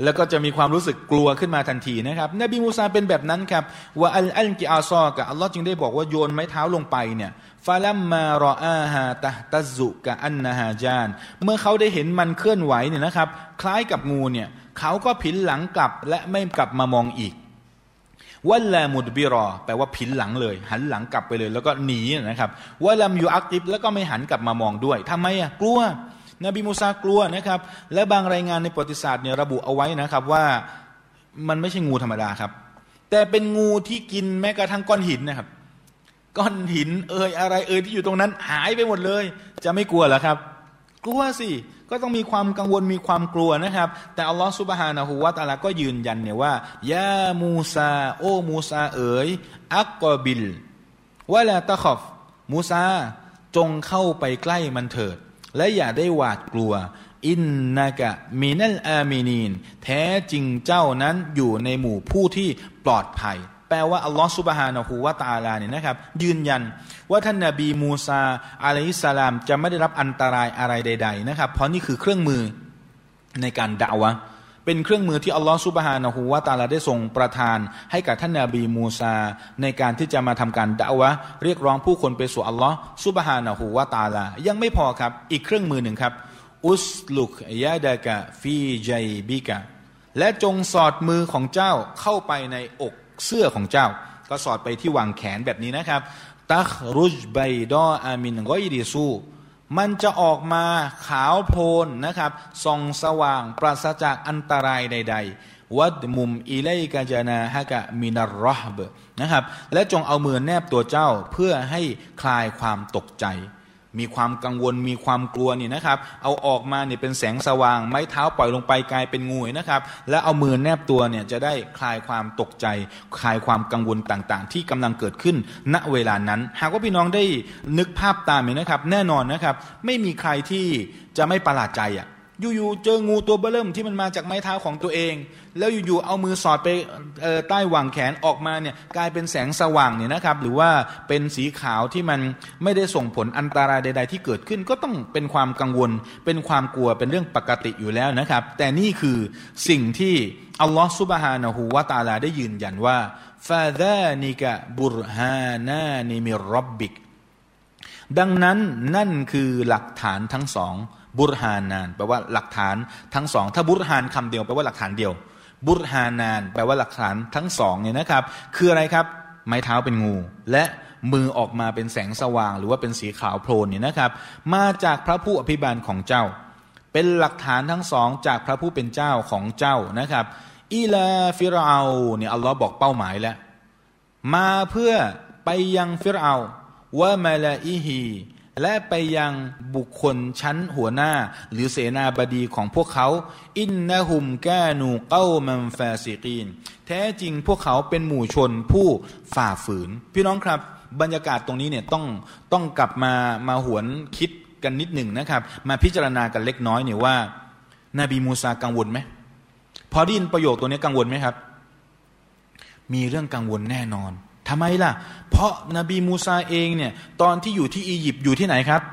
แล้วก็จะมีความรู้สึกกลัวขึ้นมาทันทีนะครับนบีมูซาเป็นแบบนั้นครับว่าอัลอัลกิอาซอกะอัลลอฮ์จึงได้บอกว่าโยนไม้เท้าลงไปเนี่ยฟาลัมมารออาฮาตะตัซุกะอันนะฮาจานเมื่อเขาได้เห็นมันเคลื่อนไหวเนี่ยนะครับคล้ายกับงูเนี่ยเขาก็ผินหลังกลับและไม่กลับมามองอีกวัลลามุดบิรอแปลว่าผินหลังเลยหันหลังกลับไปเลยแล้วก็หนีนะครับวะลัมยูอักติบแล้วก็ไม่หันกลับมามองด้วยทำไมอ่ะกลัวนบีมูซากลัวนะครับและบางรายงานในประวัติศาสตร์เนี่ยระบุเอาไว้นะครับว่ามันไม่ใช่งูธรรมดาครับแต่เป็นงูที่กินแม้กระทั่งก้อนหินนะครับก้อนหินเอ่ยอะไรเอ่ยที่อยู่ตรงนั้นหายไปหมดเลยจะไม่กลัวเหรอครับกลัวสิก็ต้องมีความกังวลมีความกลัวนะครับแต่อัลลอฮฺซุบฮานะฮูวะตะอาลาก็ยืนยันเนี่ยว่ายามูซาโอมูซาเอ๋ยอักกอบิลวะลาตะคอฟมูซาจงเข้าไปใกล้มันเถิดและอย่าได้หวาดกลัวอินนากะมินัลอามินีนแท้จริงเจ้านั้นอยู่ในหมู่ผู้ที่ปลอดภัยแปลว่าอัลลอฮฺซุบฮานะฮูวะตะอาลาเนี่ยนะครับยืนยันว่าท่านนบีมูซาอะลัยฮิสสลามจะไม่ได้รับอันตรายอะไรใดๆนะครับเพราะนี่คือเครื่องมือในการดะอ์วะห์เป็นเครื่องมือที่อัลลอฮฺซุบฮานะฮูวะตะอาลาได้ทรงประทานให้กับท่านนบีมูซาในการที่จะมาทำการดะอ์วะห์เรียกร้องผู้คนไปสู่อัลลอฮฺซุบฮานะฮูวะตะอาลายังไม่พอครับอีกเครื่องมือหนึ่งครับอุสลุกยาดะกะฟีจัยบิกะและจงสอดมือของเจ้าเข้าไปในอกเสื้อของเจ้าก็สอดไปที่วางแขนแบบนี้นะครับตัครุจไบดออามินกอยดิซูมันจะออกมาขาวโพลนนะครับส่องสว่างปราศจากอันตรายใดๆวัดมุมอิเลกะจานาฮะกะมินัรรอฮบนะครับและจงเอามือแนบตัวเจ้าเพื่อให้คลายความตกใจมีความกังวลมีความกลัวนี่นะครับเอาออกมาเนี่ยเป็นแสงสว่างไม้เท้าปล่อยลงไปกลายเป็นงูนะครับและเอามือแนบตัวเนี่ยจะได้คลายความตกใจคลายความกังวลต่างๆที่กำลังเกิดขึ้นณเวลานั้นหากว่าพี่น้องได้นึกภาพตามเนี่ยนะครับแน่นอนนะครับไม่มีใครที่จะไม่ประหลาดใจอ่ะอยู่ๆเจองูตัวเบ้อเริ่มที่มันมาจากไม้เท้าของตัวเองแล้วอยู่ๆเอามือสอดไปใต้หว่างแขนออกมาเนี่ยกลายเป็นแสงสว่างเนี่ยนะครับหรือว่าเป็นสีขาวที่มันไม่ได้ส่งผลอันตรายใดๆที่เกิดขึ้นก็ต้องเป็นความกังวลเป็นความกลัวเป็นเรื่องปกติอยู่แล้วนะครับแต่นี่คือสิ่งที่อัลลอฮฺซุบฮานะฮูวะตะอาลาได้ยืนยันว่าฟาซานิกะบุรฮานานิมิรร็อบบิกดังนั้นนั่นคือหลักฐานทั้งสองบุรฮานานแปลว่าหลักฐานทั้งสองถ้าบุรฮานคำเดียวแปลว่าหลักฐานเดียวบุรฮานานแปลว่าหลักฐานทั้งสองเนี่ยนะครับคืออะไรครับไม้เท้าเป็นงูและมือออกมาเป็นแสงสว่างหรือว่าเป็นสีขาวโพลนเนี่ยนะครับมาจากพระผู้อภิบาลของเจ้าเป็นหลักฐานทั้งสองจากพระผู้เป็นเจ้าของเจ้านะครับอีลาฟิรเอาเนี่ยอัลลอฮ์บอกเป้าหมายแล้วมาเพื่อไปยังฟิรเอาวะมาลาอิฮีและไปยังบุคคลชั้นหัวหน้าหรือเสนาบดีของพวกเขาอินนะฮุมกานูเกามัมฟาซิกีนแท้จริงพวกเขาเป็นหมู่ชนผู้ฝ่าฝืนพี่น้องครับบรรยากาศตรงนี้เนี่ยต้องต้องกลับมามาหวนคิดกันนิดหนึ่งนะครับมาพิจารณากันเล็กน้อยเนี่ยว่านบีมูซากังวลไหมพอได้ยินประโยคตัวนี้กังวลไหมครับมีเรื่องกังวลแน่นอนทำไมล่ะเพราะนบีมูซาเองเนี่ยตอนที่อยู่ที่อียิปต์อยู่ที่ไหนครับ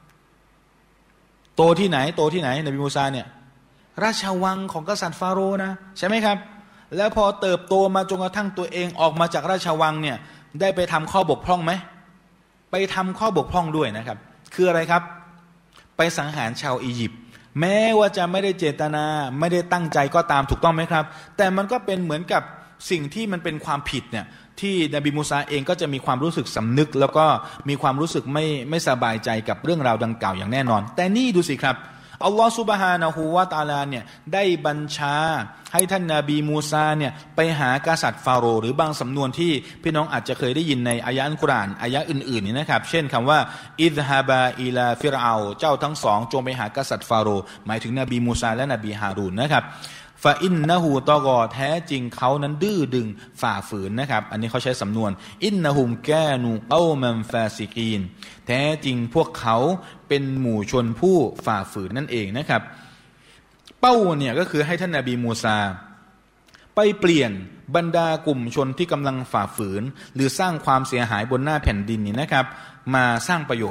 โตที่ไหนโตที่ไหนนบีมูซาเนี่ยราชวังของกษัตริย์ฟาโรห์นะใช่ไหมครับแล้วพอเติบโตมาจนกระทั่งตัวเองออกมาจากราชวังเนี่ยได้ไปทำข้อบกพร่องไหมไปทำข้อบกพร่องด้วยนะครับคืออะไรครับไปสังหารชาวอียิปต์แม้ว่าจะไม่ได้เจตนาไม่ได้ตั้งใจก็ตามถูกต้องไหมครับแต่มันก็เป็นเหมือนกับสิ่งที่มันเป็นความผิดเนี่ยที่นบีมูซาเองก็จะมีความรู้สึกสำนึกแล้วก็มีความรู้สึกไม่ไม่สบายใจกับเรื่องราวดังกล่าวอย่างแน่นอนแต่นี่ดูสิครับอัลลอฮฺซุบฮานะฮูวะตะอาลาเนี่ยได้บัญชาให้ท่านนบีมูซาเนี่ยไปหากษัตริย์ฟาโรห์หรือบางสำนวนที่พี่น้องอาจจะเคยได้ยินในอายะห์อัลกุรอานอายะห์อื่นๆนี่นะครับเช่นคำว่าอิซฮาบาอิลาฟิรเอาเจ้าทั้งสองจงไปหากษัตริย์ฟาโรห์หมายถึงนบีมูซาและนบีฮารูนนะครับฟาอินนะฮูตอกอแท้จริงเขานั้นดื้อดึงฝ่าฝืนนะครับอันนี้เขาใช้สำนวนอินนะฮุมกานูเกามัมฟาซิกีนแท้จริงพวกเขาเป็นหมู่ชนผู้ฝ่าฝืนนั่นเองนะครับเป้าเนี่ยก็คือให้ท่านนบีมูซาไปเปลี่ยนบรรดากลุ่มชนที่กำลังฝ่าฝืนหรือสร้างความเสียหายบนหน้าแผ่นดินนี่นะครับมาสร้างประโยชน์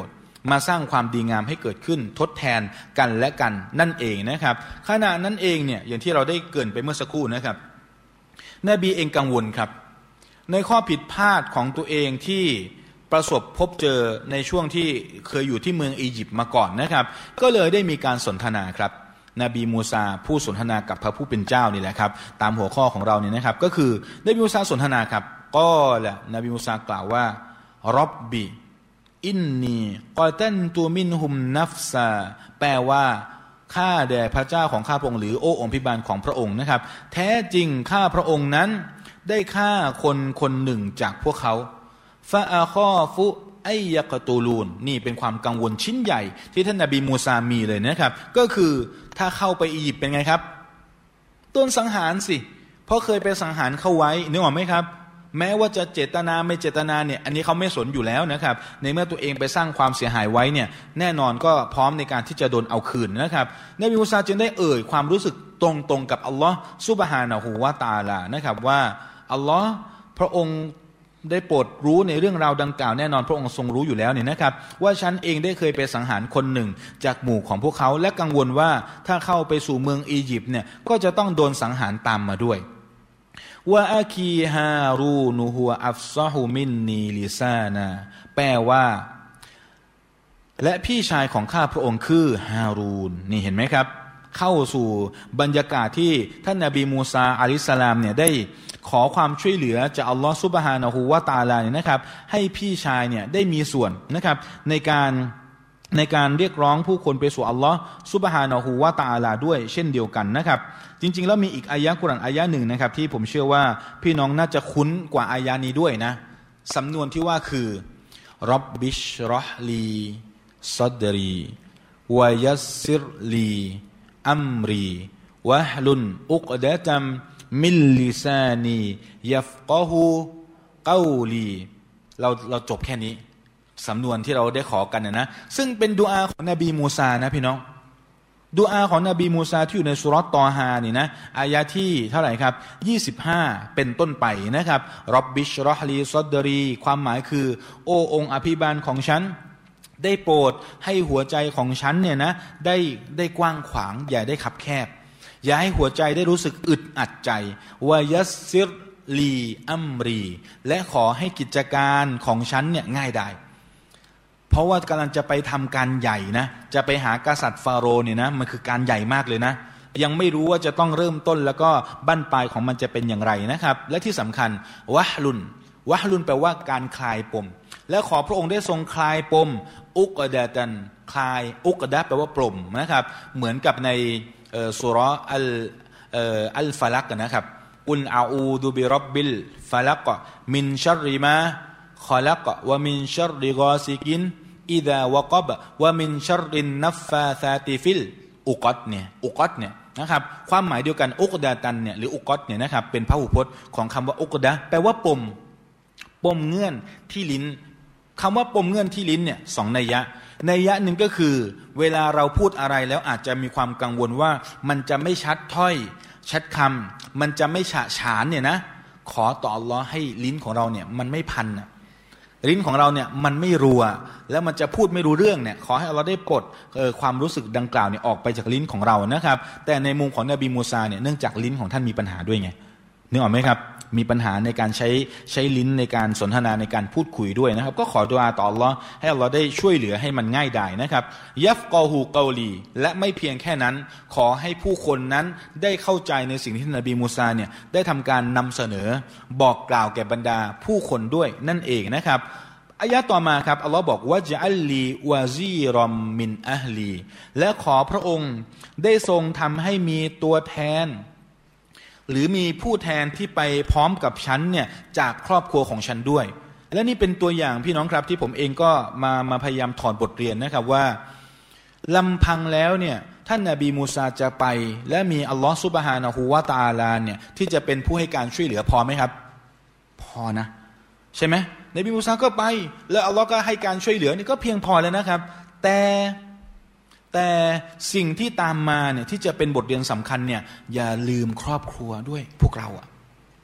มาสร้างความดีงามให้เกิดขึ้นทดแทนกันและกันนั่นเองนะครับขณะนั้นเองเนี่ยอย่างที่เราได้เกริ่นไปเมื่อสักครู่นะครับนบีเองกังวลครับในข้อผิดพลาดของตัวเองที่ประสบพบเจอในช่วงที่เคยอยู่ที่เมืองอียิปต์มาก่อนนะครับก็เลยได้มีการสนทนาครับนบีมูซาผู้สนทนากับพระผู้เป็นเจ้านี่แหละครับตามหัวข้อของเราเนี่ยนะครับก็คือนบีมูซาสนทนาครับก็แหละนบีมูซากล่าวว่าร็อบบีอินนีกอตันตูมินฮุมนัฟซาแปลว่าข้าแด่พระเจ้าของข้าพระองค์หรือโอ้องค์พิบาลของพระองค์นะครับแท้จริงข้าพระองค์นั้นได้ฆ่าคนคนหนึ่งจากพวกเขาฟาอาคอฟุไอยะกตูลูนนี่เป็นความกังวลชิ้นใหญ่ที่ท่านนบีมูซามีเลยนะครับก็คือถ้าเข้าไปอียิปต์เป็นไงครับต้นสังหารสิเพราะเคยไปสังหารเขาไว้นึกออกไหมครับแม้ว่าจะเจตนาไม่เจตนาเนี่ยอันนี้เขาไม่สนอยู่แล้วนะครับในเมื่อตัวเองไปสร้างความเสียหายไว้เนี่ยแน่นอนก็พร้อมในการที่จะโดนเอาคืนนะครับนบีมูซาจึงได้เอ่ยความรู้สึกตรงๆกับอัลลอฮ์ซุบฮานะฮูวะตะอาลานะครับว่าอัลลอฮ์พระองค์ได้โปรดรู้ในเรื่องราวดังกล่าวแน่นอนพระองค์ทรงรู้อยู่แล้วเนี่ยนะครับว่าฉันเองได้เคยไปสังหารคนหนึ่งจากหมู่ของพวกเขาและกังวลว่าถ้าเข้าไปสู่เมืองอียิปต์เนี่ยก็จะต้องโดนสังหารตามมาด้วยว่าอาคีฮารูนูฮัวอัฟซอฮูมินนีลิซานาแปลว่าและพี่ชายของข้าพระองค์คือฮารูนนี่เห็นไหมครับเข้าสู่บรรยากาศที่ท่านนบีมูซาอะลัยฮิสสลามเนี่ยได้ขอความช่วยเหลือจากอัลลอฮฺซุบฮานะฮูวะตะอาลาเนี่ยนะครับให้พี่ชายเนี่ยได้มีส่วนนะครับในการในการเรียกร้องผู้คนไปสู่อัลลอฮฺซุบฮานะฮูวะตะอาลาด้วยเช่นเดียวกันนะครับจริงๆแล้วมีอีกอายะห์กุรอานอายะห์หนึ่งนะครับที่ผมเชื่อว่าพี่น้องน่าจะคุ้นกว่าอายะห์นี้ด้วยนะสำนวนที่ว่าคือร็อบบิชเราะห์ลีซัดรีวะยัสซิรลีอัมรีวะฮลุนอุกดะตัมมิลลิซานียัฟกะฮูกอลีเราเราจบแค่นี้สำนวนที่เราได้ขอกันนะนะซึ่งเป็นดุอาของนบีมูซานะพี่น้องดุอาของนบีมูซาที่อยู่ในสุเราะห์ตอฮานี่นะอายะที่เท่าไหร่ครับยี่สิบห้าเป็นต้นไปนะครับร็อบบิชเราะห์ลีซัดรีความหมายคือโอ้องค์อภิบาลของฉันได้โปรดให้หัวใจของฉันเนี่ยนะได้ได้กว้างขวางอย่าได้คับแคบอย่าให้หัวใจได้รู้สึกอึดอัดใจวายัสซิรลีอัมรีและขอให้กิจการของฉันเนี่ยง่ายได้เพราะว่ากำลังจะไปทำการใหญ่นะจะไปหากษัตริย์ฟาโรห์เนี่ยนะมันคือการใหญ่มากเลยนะยังไม่รู้ว่าจะต้องเริ่มต้นแล้วก็บั้นปลายของมันจะเป็นอย่างไรนะครับและที่สำคัญวะฮลุนวะฮลุนแปลว่าการคลายปมและขอพระองค์ได้ทรงคลายปมอุกดะตันคลายอุกดะแปลว่าปลมนะครับเหมือนกับในสุเราะห์อัลอัลฟะลักนะครับอุนอาอูดุบิร็อบบิลฟะลักมินชัรริมาขอลักวะมินชัรริกอซิกินอิดาวะกับวะมินชัรรินนัฟฟาซาติฟิลอุกอตเนี่ยอุกอตเนี่ยนะครับความหมายเดียวกันอุกดะตันเนี่ยหรืออุกอตเนี่ยนะครับเป็นพหูพจน์ของคำว่าอุกดะแปลว่าปมปมเงื่อนที่ลิ้นคำว่าปมเงื่อนที่ลิ้นเนี่ยสองนัยยะนัยยะหนึ่งก็คือเวลาเราพูดอะไรแล้วอาจจะมีความกังวลว่ามันจะไม่ชัดถ้อยชัดคำมันจะไม่ฉะฉานเนี่ยนะขอต่ออัลเลาะห์ให้ลิ้นของเราเนี่ยมันไม่พันนะลิ้นของเราเนี่ยมันไม่รัวแล้วมันจะพูดไม่รู้เรื่องเนี่ยขอให้อัลเลาะห์ได้ปลดเอ่อความรู้สึกดังกล่าวเนี่ยออกไปจากลิ้นของเรานะครับแต่ในมุมของนบีมูซาเนี่ยเนื่องจากลิ้นของท่านมีปัญหาด้วยไงนึกออกไหมครับมีปัญหาในการใช้ใช้ลิ้นในการสนทนาในการพูดคุยด้วยนะครับก็ขอดุอาต่ออัลเลาะห์ให้อัลเลาะห์ได้ช่วยเหลือให้มันง่ายดายนะครับยัฟกอฮูกอลีและไม่เพียงแค่นั้นขอให้ผู้คนนั้นได้เข้าใจในสิ่งที่นบีมูซาเนี่ยได้ทำการนำเสนอบอกกล่าวแก่บรรดาผู้คนด้วยนั่นเองนะครับอายะต่อมาครับอัลเลาะห์บอกว่าจะอัลลีวาซีรอมมินอะฮลีและขอพระองค์ได้ทรงทำให้มีตัวแทนหรือมีผู้แทนที่ไปพร้อมกับฉันเนี่ยจากครอบครัวของฉันด้วยและนี่เป็นตัวอย่างพี่น้องครับที่ผมเองก็มามาพยายามถอดบทเรียนนะครับว่าลำพังแล้วเนี่ยท่านนบีมูซาจะไปและมีอัลลอฮฺซุบฮานะฮูวะตะอาลาเนี่ยที่จะเป็นผู้ให้การช่วยเหลือพอไหมครับพอนะใช่ไหมนบีมูซาก็ไปแล้วอัลลอฮ์ก็ให้การช่วยเหลือนี่ก็เพียงพอแล้วนะครับแต่แต่สิ่งที่ตามมาเนี่ยที่จะเป็นบทเรียนสำคัญเนี่ยอย่าลืมครอบครัวด้วยพวกเราอะพ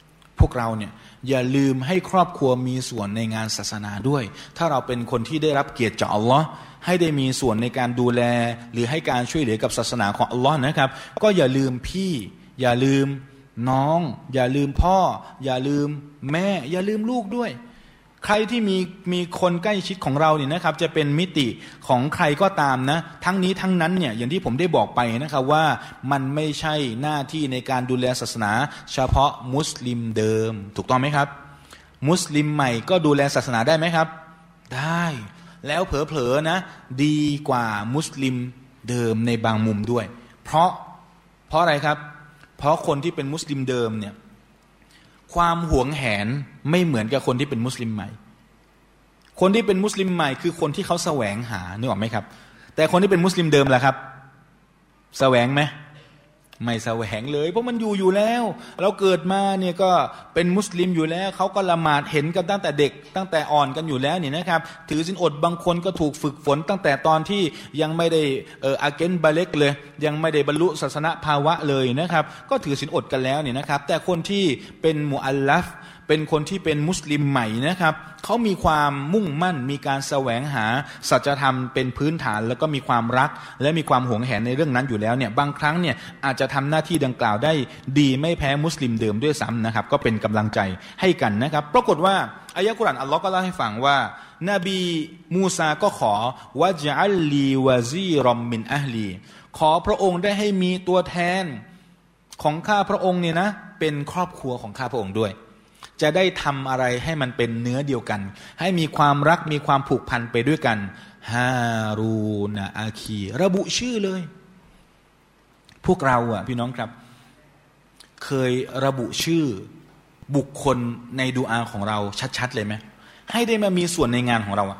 วกเราเนี่ยอย่าลืมให้ครอบครัวมีส่วนในงานศาสนาด้วยถ้าเราเป็นคนที่ได้รับเกียรติจากอัลลอฮ์ให้ได้มีส่วนในการดูแลหรือให้การช่วยเหลือกับศาสนาของอัลลอฮ์นะครับก็อย่าลืมพี่อย่าลืมน้องอย่าลืมพ่ออย่าลืมแม่อย่าลืมลูกด้วยใครที่มีมีคนใกล้ชิดของเราเนี่ยนะครับจะเป็นมิติของใครก็ตามนะทั้งนี้ทั้งนั้นเนี่ยอย่างที่ผมได้บอกไปนะครับว่ามันไม่ใช่หน้าที่ในการดูแลศาสนาเฉพาะมุสลิมเดิมถูกต้องไหมครับมุสลิมใหม่ก็ดูแลศาสนาได้ไหมครับได้แล้วเผลอๆนะดีกว่ามุสลิมเดิมในบางมุมด้วยเพราะเพราะอะไรครับเพราะคนที่เป็นมุสลิมเดิมเนี่ยความหวงแหนไม่เหมือนกับคนที่เป็นมุสลิมใหม่คนที่เป็นมุสลิมใหม่คือคนที่เขาแสวงหานึกออกไหมครับแต่คนที่เป็นมุสลิมเดิมล่ะครับแสวงไหมไม่แสวงเลยเพราะมันอยู่อยู่แล้วเราเกิดมาเนี่ยก็เป็นมุสลิมอยู่แล้วเขาก็ละหมาดเห็นกันตั้งแต่เด็กตั้งแต่อ่อนกันอยู่แล้วเนี่ยนะครับถือศีลอดบางคนก็ถูกฝึกฝนตั้งแต่ตอนที่ยังไม่ได้เอออาเกนบาเล็กเลยยังไม่ได้บรรลุศาสนภาวะเลยนะครับก็ถือศีลอดกันแล้วเนี่ยนะครับแต่คนที่เป็นมุอัลลัฟเป็นคนที่เป็นมุสลิมใหม่นะครับเขามีความมุ่งมั่นมีการแสวงหาสัจธรรมเป็นพื้นฐานแล้วก็มีความรักและมีความหวงแหนในเรื่องนั้นอยู่แล้วเนี่ยบางครั้งเนี่ยอาจจะทำหน้าที่ดังกล่าวได้ดีไม่แพ้มุสลิมเดิมด้วยซ้ำนะครับก็เป็นกำลังใจให้กันนะครับปรากฏว่าอายะกุรอานอัลลอฮ์ก็เล่าให้ฟังว่านบีมูซาก็ขอวะจัลลีวะซีรอมมินอะฮลีขอพระองค์ได้ให้มีตัวแทนของข้าพระองค์เนี่ยนะเป็นครอบครัวของข้าพระองค์ด้วยจะได้ทำอะไรให้มันเป็นเนื้อเดียวกันให้มีความรักมีความผูกพันไปด้วยกันฮารูนอาคีระบุชื่อเลยพวกเราอ่ะพี่น้องครับเคยระบุชื่อบุคคลในดุอาของเราชัดๆเลยไหมให้ได้มามีส่วนในงานของเราอ่ะ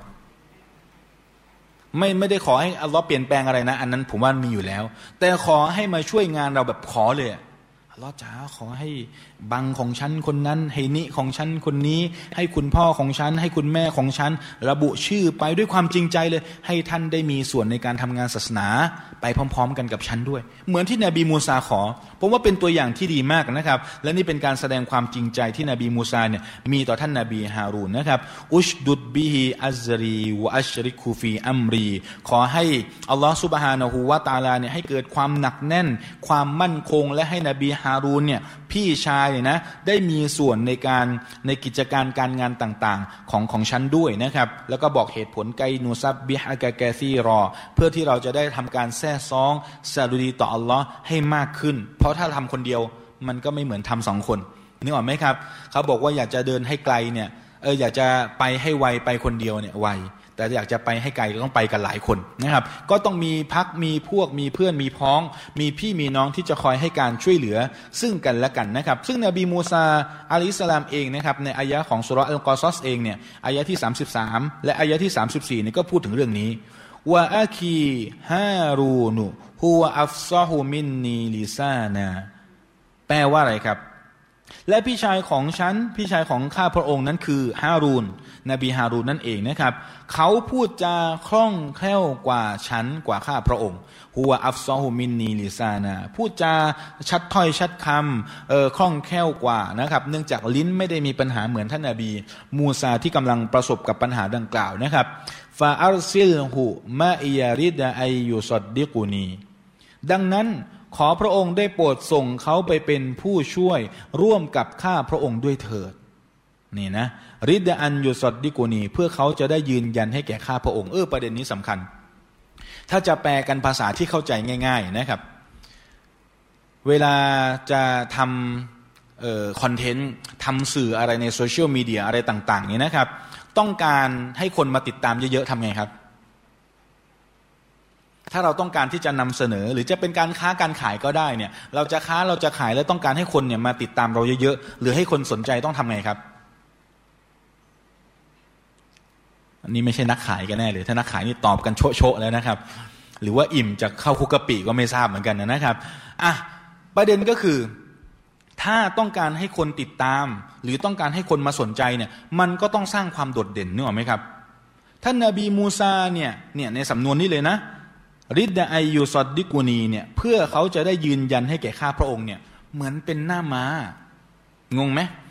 ไม่ไม่ได้ขอให้อัลลอฮ์เปลี่ยนแปลงอะไรนะอันนั้นผมว่ามีอยู่แล้วแต่ขอให้มาช่วยงานเราแบบขอเลยอัลลอฮ์จ๋าขอให้บังของฉันคนนั้นให้นิของฉันคนนี้ให้คุณพ่อของฉันให้คุณแม่ของฉันระบุชื่อไปด้วยความจริงใจเลยให้ท่านได้มีส่วนในการทำงานศาสนาไปพร้อมๆกันกับฉันด้วยเหมือนที่นบีมูซาขอผมว่าเป็นตัวอย่างที่ดีมากนะครับและนี่เป็นการแสดงความจริงใจที่นบีมูซาเนี่ยมีต่อท่านนบีฮารูนนะครับอุชดุดบิฮิอัซรีวะอัชริคูฟีอัมรีขอให้อัลลอฮ์ซุบฮานะฮูวะตะอาลาเนี่ยให้เกิดความหนักแน่นความมั่นคงและให้นบีฮารูนเนี่ยพี่ชายเนี่ยนะได้มีส่วนในการในกิจการการงานต่างๆของของฉันด้วยนะครับแล้วก็บอกเหตุผลไกนูซับบิฮะกะกะซีรอเพื่อที่เราจะได้ทำการแซ่ซ้องซาดุดีต่ออัลลอฮ์ให้มากขึ้นเพราะถ้าทำคนเดียวมันก็ไม่เหมือนทำสองคนนึกออกไหมครับเขาบอกว่าอยากจะเดินให้ไกลเนี่ยเอออยากจะไปให้ไวไปคนเดียวเนี่ยไวแต่อยากจะไปให้ไกลก็ต้องไปกันหลายคนนะครับก็ต้องมีพักมีพวกมีเพื่อนมีพ้องมีพี่มีน้องที่จะคอยให้การช่วยเหลือซึ่งกันและกันนะครับซึ่งนบีมูซาอะลัยฮิสสลามเองนะครับในอายะของซูเราะห์อัลกอซัสเองเนี่ยอายะที่สามสิบสามและอายะที่สามสิบสี่นี่ก็พูดถึงเรื่องนี้วะอาคีฮารูนุฮุวะอัฟซอฮุมินนีลิซานาแปลว่าอะไรครับและพี่ชายของฉันพี่ชายของข้าพระองค์นั้นคือฮารูนนบีฮารูนนั่นเองนะครับเขาพูดจาคล่องแคล่วกว่าฉันกว่าข้าพระองค์ฮุวะอัฟซอฮุมินนีลิซานาพูดจาชัดถ้อยชัดคำเออคล่องแคล่วกว่านะครับเนื่องจากลิ้นไม่ได้มีปัญหาเหมือนท่านนบีมูซาที่กำลังประสบกับปัญหาดังกล่าวนะครับฟาอัรซิลฮุมาอิยาริดะอัยยุซัดดิกุนีดังนั้นขอพระองค์ได้โปรดส่งเขาไปเป็นผู้ช่วยร่วมกับข้าพระองค์ด้วยเถิดนี่นะริดะอันยุซัดดิกุนีเพื่อเขาจะได้ยืนยันให้แก่ข้าพระองค์เออประเด็นนี้สำคัญถ้าจะแปลกันภาษาที่เข้าใจง่ายๆนะครับเวลาจะทำเอ่อคอนเทนต์ทำสื่ออะไรในโซเชียลมีเดียอะไรต่างๆนี่นะครับต้องการให้คนมาติดตามเยอะๆทำไงครับถ้าเราต้องการที่จะนำเสนอหรือจะเป็นการค้าการขายก็ได้เนี่ยเราจะค้าเราจะขายแล้วต้องการให้คนเนี่ยมาติดตามเราเยอะๆหรือให้คนสนใจต้องทำไงครับอันนี้ไม่ใช่นักขายกันแน่เลยถ้านักขายนี่ตอบกันโชะๆแล้วนะครับหรือว่าอิ่มจากข้าวคุกกะปิก็ไม่ทราบเหมือนกันนะครับอ่ะประเด็นก็คือถ้าต้องการให้คนติดตามหรือต้องการให้คนมาสนใจเนี่ยมันก็ต้องสร้างความโดดเด่นนึกออกไหมครับท่านนบีมูซาเนี่ยเนี่ยในสำนวนนี้เลยนะริดดะอัยยุซัดดิกุนีเนี่ยเพื่อเขาจะได้ยืนยันให้แก่ข้าพระองค์เนี่ยเหมือนเป็นหน้าม้างงไหม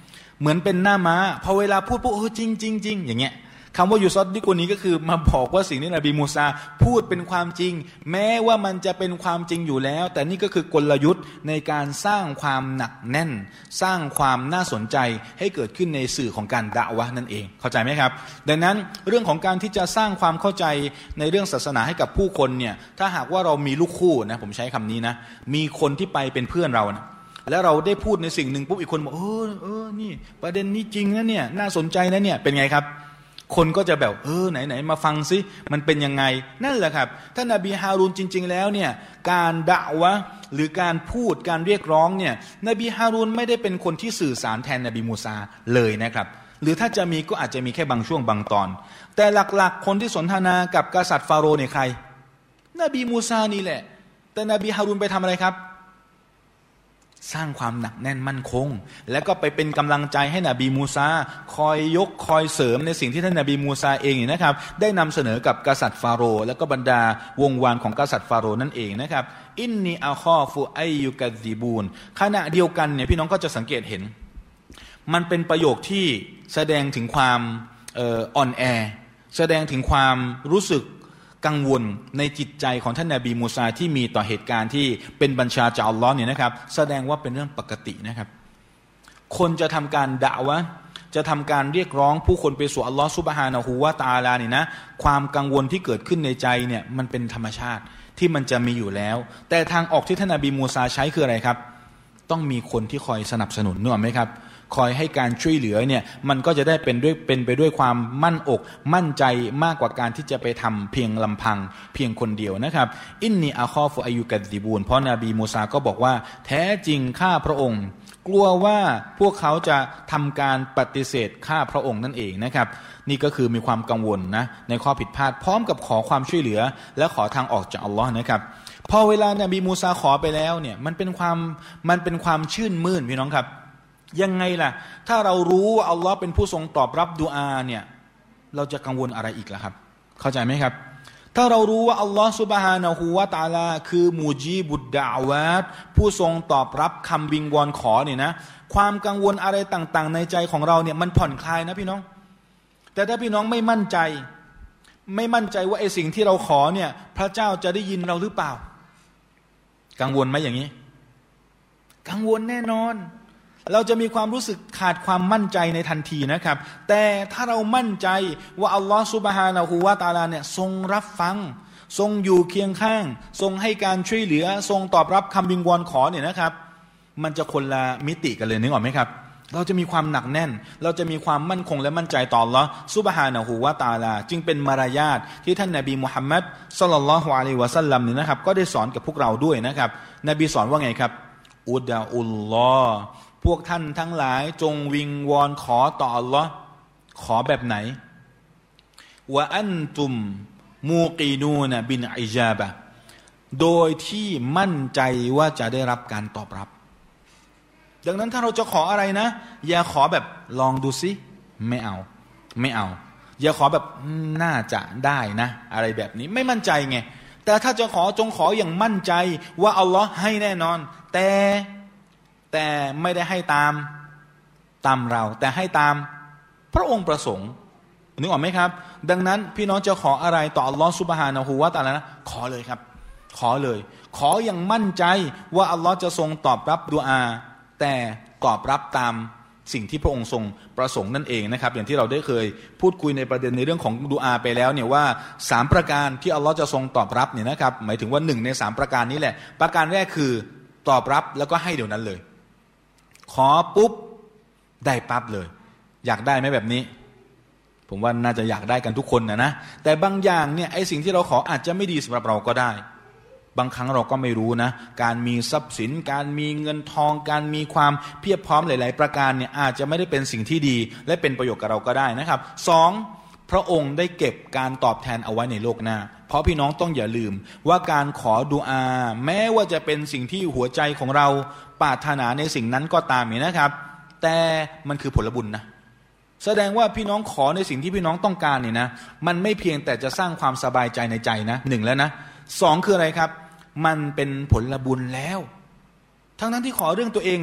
เหมือนเป็นหน้าม้าพอเวลาพูดปุ๊บเออจริงจริงจริงอย่างเงี้ยคำว่ายูซอดดิกุนี้ก็คือมาบอกว่าสิ่งที่นบีมูซาพูดเป็นความจริงแม้ว่ามันจะเป็นความจริงอยู่แล้วแต่นี่ก็คือกลยุทธ์ในการสร้างความหนักแน่นสร้างความน่าสนใจให้เกิดขึ้นในสื่อของการดะวะห์นั่นเองเข้าใจไหมครับดังนั้นเรื่องของการที่จะสร้างความเข้าใจในเรื่องศาสนาให้กับผู้คนเนี่ยถ้าหากว่าเรามีลูกคู่นะผมใช้คำนี้นะมีคนที่ไปเป็นเพื่อนเรานะแล้วเราได้พูดในสิ่งหนึ่งปุ๊บอีกคนบอกเออเออนี่ประเด็นนี้จริงนะเนี่ยน่าสนใจนะเนี่ยเป็นไงครับคนก็จะแบบเออไหนไหนมาฟังซิมันเป็นยังไงนั่นแหละครับท่านนบีฮารูนจริงๆแล้วเนี่ยการดะวะห์หรือการพูดการเรียกร้องเนี่ยนบีฮารูนไม่ได้เป็นคนที่สื่อสารแทนนบีมูซาเลยนะครับหรือถ้าจะมีก็อาจจะมีแค่บางช่วงบางตอนแต่หลักๆคนที่สนทนากับกษัตริย์ฟาโรห์เนี่ยใครนบีมูซานี่แหละแต่นบีฮารูนไปทำอะไรครับสร้างความหนักแน่นมั่นคงแล้วก็ไปเป็นกำลังใจให้นบีมูซาคอยยกคอยเสริมในสิ่งที่ท่านนบีมูซาเองนะครับได้นำเสนอกับกษัตริย์ฟาโรห์และก็บรรดาวงวานของกษัตริย์ฟาโรห์นั่นเองนะครับอินนีอาคอฟูไอยุกัซิบูนขณะเดียวกันเนี่ยพี่น้องก็จะสังเกตเห็นมันเป็นประโยคที่แสดงถึงความอ่อนแอแสดงถึงความรู้สึกกังวลในจิตใจของท่านนบีมูซาที่มีต่อเหตุการณ์ที่เป็นบัญชาจากอัลลอฮ์เนี่ยนะครับแสดงว่าเป็นเรื่องปกตินะครับคนจะทำการดะวะห์จะทำการเรียกร้องผู้คนไปสู่อัลลอฮ์ซุบฮานะฮูวะตะอาลาเนี่ยนะความกังวลที่เกิดขึ้นในใจเนี่ยมันเป็นธรรมชาติที่มันจะมีอยู่แล้วแต่ทางออกที่ท่านนบีมูซาใช้คืออะไรครับต้องมีคนที่คอยสนับสนุนนึกออกไหมครับคอยให้การช่วยเหลือเนี่ยมันก็จะได้เป็นด้วยเป็นไปด้วยความมั่นอกมั่นใจมากกว่าการที่จะไปทำเพียงลำพังเพียงคนเดียวนะครับอินนีอาคอฟุอายุกัซิบูนเพราะนบีมูซาก็บอกว่าแท้จริงข้าพระองค์กลัวว่าพวกเขาจะทำการปฏิเสธข้าพระองค์นั่นเองนะครับนี่ก็คือมีความกังวลนะในข้อผิดพลาดพร้อมกับขอความช่วยเหลือและขอทางออกจากอัลลอฮ์นะครับพอเวลานบีมูซาขอไปแล้วเนี่ยมันเป็นความมันเป็นความชื่นมื่นพี่น้องครับยังไงล่ะถ้าเรารู้ว่าอัลลอฮ์เป็นผู้ทรงตอบรับดุอาเนี่ยเราจะกังวลอะไรอีกล่ะครับเข้าใจไหมครับถ้าเรารู้ว่าอัลลอฮ์ซุบฮานะฮูวะตะอาลาคือมูจีบุดดะอวาตผู้ทรงตอบรับคำวิงวอนขอเนี่ยนะความกังวลอะไรต่างๆในใจของเราเนี่ยมันผ่อนคลายนะพี่น้องแต่ถ้าพี่น้องไม่มั่นใจไม่มั่นใจว่าไอ้สิ่งที่เราขอเนี่ยพระเจ้าจะได้ยินเราหรือเปล่ากังวลไหมอย่างนี้กังวลแน่นอนเราจะมีความรู้สึกขาดความมั่นใจในทันทีนะครับแต่ถ้าเรามั่นใจว่าอัลลอฮฺซุบฮานะฮูวะตะอาลาเนี่ยทรงรับฟังทรงอยู่เคียงข้างทรงให้การช่วยเหลือทรงตอบรับคำวิงวอนขอเนี่ยนะครับมันจะคนละมิติกันเลยนึกออกไหมครับเราจะมีความหนักแน่นเราจะมีความมั่นคงและมั่นใจต่ออัลลอฮฺซุบฮานะฮูวะตะอาลาจึงเป็นมารยาทที่ท่านนบีมุฮัมมัดศ็อลลัลลอฮุอะลัยฮิวะซัลลัมเนี่ยนะครับก็ได้สอนกับพวกเราด้วยนะครับนบีสอนว่าไงครับอุดะอุลลอฮ์พวกท่านทั้งหลายจงวิงวอนขอต่ออัลลอฮ์ขอแบบไหนวะอันตุมมูกีนูนะบินอิจาบะโดยที่มั่นใจว่าจะได้รับการตอบรับดังนั้นถ้าเราจะขออะไรนะอย่าขอแบบลองดูซิไม่เอาไม่เอาอย่าขอแบบน่าจะได้นะอะไรแบบนี้ไม่มั่นใจไงแต่ถ้าจะขอจงขออย่างมั่นใจว่าอัลลอฮ์ให้แน่นอนแต่แต่ไม่ได้ให้ตามตามเราแต่ให้ตามพระองค์ประสงค์นึกออกไหมครับดังนั้นพี่น้องจะขออะไรต่ออัลลอฮ์ซุบฮานะฮูวะตะอาลานะขอเลยครับขอเลยขออย่างมั่นใจว่าอัลลอฮ์จะทรงตอบรับดุอาแต่ตอบรับตามสิ่งที่พระองค์ทรงประสงค์นั่นเองนะครับอย่างที่เราได้เคยพูดคุยในประเด็นในเรื่องของดุอาไปแล้วเนี่ยว่าสามประการที่อัลลอฮ์จะทรงตอบรับเนี่ยนะครับหมายถึงว่าหนึ่งในสามประการนี้แหละประการแรกคือตอบรับแล้วก็ให้เดี๋ยวนั้นเลยขอปุ๊บได้ปั๊บเลยอยากได้ไหมแบบนี้ผมว่าน่าจะอยากได้กันทุกคนนะนะแต่บางอย่างเนี่ยไอ้สิ่งที่เราขออาจจะไม่ดีสำหรับเราก็ได้บางครั้งเราก็ไม่รู้นะการมีทรัพย์สินการมีเงินทองการมีความเพียบพร้อมหลายๆประการเนี่ยอาจจะไม่ได้เป็นสิ่งที่ดีและเป็นประโยชน์กับเราก็ได้นะครับสองพระองค์ได้เก็บการตอบแทนเอาไว้ในโลกหน้าเพราะพี่น้องต้องอย่าลืมว่าการขอดุอาแม้ว่าจะเป็นสิ่งที่หัวใจของเราปรารถนาในสิ่งนั้นก็ตามนี่นะครับแต่มันคือผลบุญนะแสดงว่าพี่น้องขอในสิ่งที่พี่น้องต้องการเนี่ยนะมันไม่เพียงแต่จะสร้างความสบายใจในใจนะหนึ่งแล้วนะสองคืออะไรครับมันเป็นผลบุญแล้วทั้งนั้นที่ขอเรื่องตัวเองนะ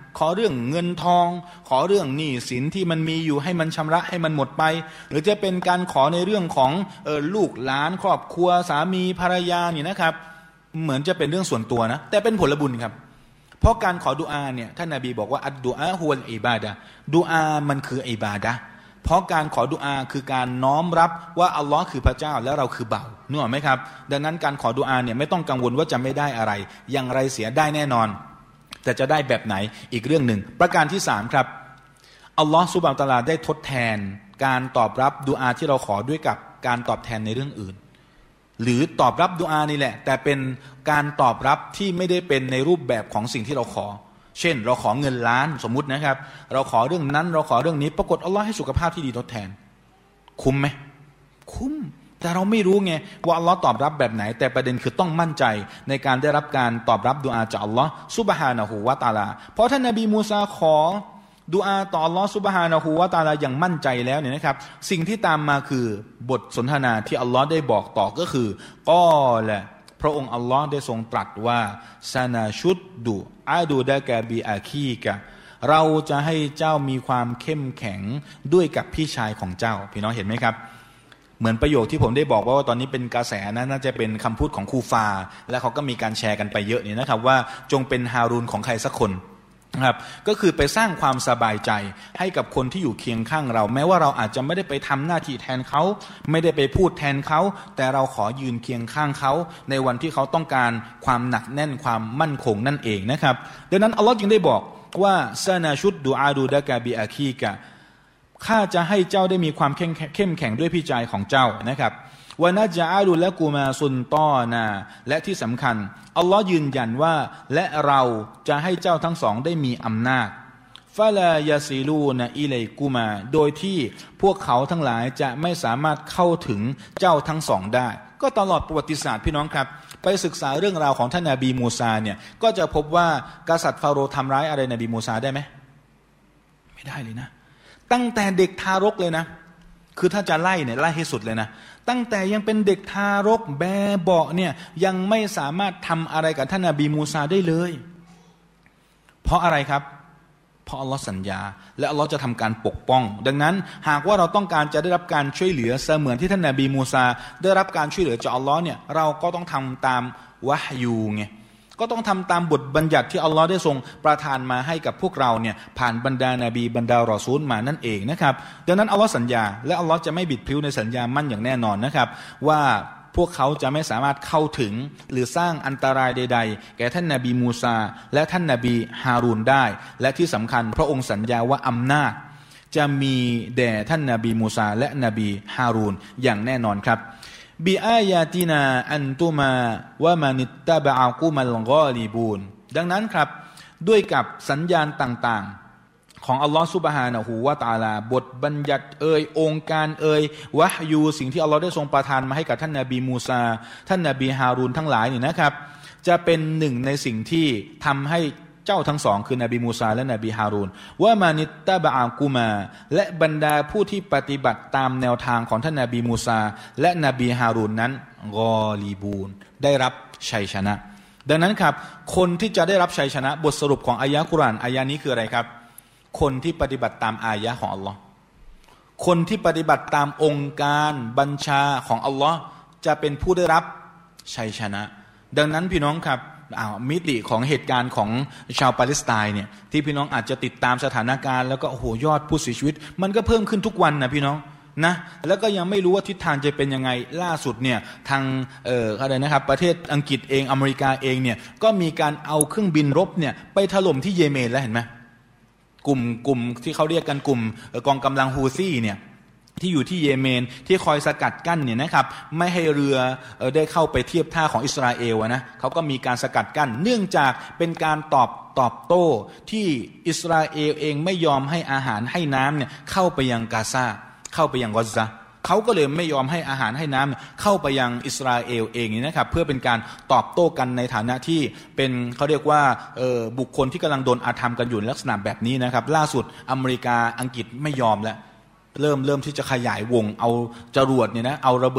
ขอเรื่องเงินทองขอเรื่องหนี้สินที่มันมีอยู่ให้มันชำระให้มันหมดไปหรือจะเป็นการขอในเรื่องของเออลูกหลานครอบครัวสามีภรรยานี่นะครับเหมือนจะเป็นเรื่องส่วนตัวนะแต่เป็นผลบุญครับเพราะการขอดุอาเนี่ยท่านนบีบอกว่าอัดดุอาฮุวลอิบาดะห์ดุอามันคืออิบาดะห์เพราะการขอดุอาคือการน้อมรับว่าอัลลอฮ์คือพระเจ้าแล้วเราคือบ่าวนึกออกไหมครับดังนั้นการขอดุอาเนี่ยไม่ต้องกังวลว่าจะไม่ได้อะไรอย่างไรเสียได้แน่นอนแต่จะได้แบบไหนอีกเรื่องหนึ่งประการที่สามครับอัลลอฮ์ซุบฮานะฮูวะตะอาลาได้ทดแทนการตอบรับดุอาที่เราขอด้วยกับการตอบแทนในเรื่องอื่นหรือตอบรับดุอานี่แหละแต่เป็นการตอบรับที่ไม่ได้เป็นในรูปแบบของสิ่งที่เราขอเช่นเราขอเงินล้านสมมุตินะครับเราขอเรื่องนั้นเราขอเรื่องนี้ปรากฏอัลลอฮ์ให้สุขภาพที่ดีทดแทนคุ้มไหมคุ้มแต่เราไม่รู้ไงว่าอัลลอฮ์ตอบรับแบบไหนแต่ประเด็นคือต้องมั่นใจในการได้รับการตอบรับดุอาจากอัลลอฮ์ซุบฮานะฮูวะตะอาลาเพราะท่านนบีมูซาขอดุอาต่ออัลลอฮ์ซุบฮานะฮูวะตะอาลาอย่างมั่นใจแล้วเนี่ยนะครับสิ่งที่ตามมาคือบทสนทนาที่อัลลอฮ์ได้บอกต่อก็คือกอละพระองค์อัลลอฮ์ได้ทรงตรัสว่าซานาชุดดุอาดูดะกะบีอาคีกะเราจะให้เจ้ามีความเข้มแข็งด้วยกับพี่ชายของเจ้าพี่น้องเห็นไหมครับเหมือนประโยคที่ผมได้บอกว่าตอนนี้เป็นกระแสนะน่าจะเป็นคำพูดของคูฟาและเขาก็มีการแชร์กันไปเยอะนี่นะครับว่าจงเป็นฮารูนของใครสักคนนะครับก็คือไปสร้างความสบายใจให้กับคนที่อยู่เคียงข้างเราแม้ว่าเราอาจจะไม่ได้ไปทำหน้าที่แทนเขาไม่ได้ไปพูดแทนเขาแต่เราขอยืนเคียงข้างเขาในวันที่เขาต้องการความหนักแน่นความมั่นคงนั่นเองนะครับดังนั้นอัลลอฮ์จึงได้บอกว่าซานาชุดดูอาดูดะกะบิอาคีกะข้าจะให้เจ้าได้มีความเข้มแข็งด้วยพี่ชายของเจ้านะครับวะนะจาลุละกูมาซุนตอนาและที่สำคัญอัลลอฮ์ยืนยันว่าและเราจะให้เจ้าทั้งสองได้มีอำนาจฟะลายาซิลูนะอิลัยกุมาโดยที่พวกเขาทั้งหลายจะไม่สามารถเข้าถึงเจ้าทั้งสองได้ก็ตลอดประวัติศาสตร์พี่น้องครับไปศึกษาเรื่องราวของท่านนบีมูซาเนี่ยก็จะพบว่ากษัตริย์ฟาโรห์ทำร้ายอะไรนบีมูซาได้ไหมไม่ได้เลยนะตั้งแต่เด็กทารกเลยนะคือถ้าจะไล่เนี่ยไล่ให้สุดเลยนะตั้งแต่ยังเป็นเด็กทารกแบเบาะเนี่ยยังไม่สามารถทำอะไรกับท่านนบีมูซาได้เลยเพราะอะไรครับเพราะอัลลอฮ์สัญญาและอัลลอฮ์จะทำการปกป้องดังนั้นหากว่าเราต้องการจะได้รับการช่วยเหลือเสมือนที่ท่านนบีมูซาได้รับการช่วยเหลือจากอัลลอฮ์เนี่ยเราก็ต้องทำตามวะฮยูไงก็ต้องทำตามบทบัญญัติที่อัลลอฮ์ได้ทรงประทานมาให้กับพวกเราเนี่ยผ่านบรรดานาบีบรรดารอซูลมานั่นเองนะครับดังนั้นอัลลอฮ์สัญญาและอัลลอฮ์จะไม่บิดพลิ้วในสัญญามั่นอย่างแน่นอนนะครับว่าพวกเขาจะไม่สามารถเข้าถึงหรือสร้างอันตรายใดๆแก่ท่านนบีมูซาและท่านนบีฮารูนได้และที่สำคัญพระองค์สัญญาว่าอำนาจจะมีแด่ท่านนบีมูซาและนบีฮารูนอย่างแน่นอนครับบิอายาตินาอันตุมาวะมานิตตะบะอะกุมัลกอลิบูนดังนั้นครับด้วยกับสัญญาณต่างๆของอัลลอฮฺซุบฮานะฮูวะตะอาลาบทบัญญัติเอ่ยองค์การเอ่ยวะฮยูสิ่งที่อัลลอฮฺได้ทรงประทานมาให้กับท่านนบีมูซาท่านนบีฮารูนทั้งหลายนี่นะครับจะเป็นหนึ่งในสิ่งที่ทำให้เจ้าทั้งสองคือนบีมูซาและนบีฮารูนว่ามานิตตะบะอากุมาและบรรดาผู้ที่ปฏิบัติตามแนวทางของท่านนบีมูซาและนบีฮารูนนั้นกอลีบูนได้รับชัยชนะดังนั้นครับคนที่จะได้รับชัยชนะบทสรุปของอายะห์กุรอานอายะห์นี้คืออะไรครับคนที่ปฏิบัติตามอายะห์ของอัลลอฮ์คนที่ปฏิบัติตามองค์การบัญชาของอัลลอฮ์จะเป็นผู้ได้รับชัยชนะดังนั้นพี่น้องครับอ้าวมิติของเหตุการณ์ของชาวปาเลสไตน์เนี่ยที่พี่น้องอาจจะติดตามสถานการณ์แล้วก็โอ้โหยอดผู้เสียชีวิตมันก็เพิ่มขึ้นทุกวันนะพี่น้องนะแล้วก็ยังไม่รู้ว่าทิศทางจะเป็นยังไงล่าสุดเนี่ยทางเอ่ออะไรนะครับประเทศอังกฤษเองอเมริกาเองเนี่ยก็มีการเอาเครื่องบินรบเนี่ยไปถล่มที่เยเมนแล้วเห็นไหมกลุ่มกลุ่มที่เขาเรียกกันกลุ่มกองกำลังฮูซี่เนี่ยที่อยู่ที่เยเมนที่คอยสกัดกั้นเนี่ยนะครับไม่ให้เรือได้เข้าไปเทียบท่าของอิสราเอลนะเขาก็มีการสกัดกั้นเนื่องจากเป็นการตอบตอบโต้ที่อิสราเอลเองไม่ยอมให้อาหารให้น้ำเนี่ยเข้าไปยังกาซาเข้าไปยังกอซาเขาก็เลยไม่ยอมให้อาหารให้น้ำเข้าไปยังอิสราเอลเองนี่นะครับเพื่อเป็นการตอบโต้กันในฐานะที่เป็นเขาเรียกว่าบุคคลที่กำลังโดนอาธรรมกันอยู่ลักษณะแบบนี้นะครับล่าสุดอเมริกาอังกฤษไม่ยอมแล้วเริ่มเริ่มที่จะขยายวงเอาจรวดเนี่ยนะเอาระเบิด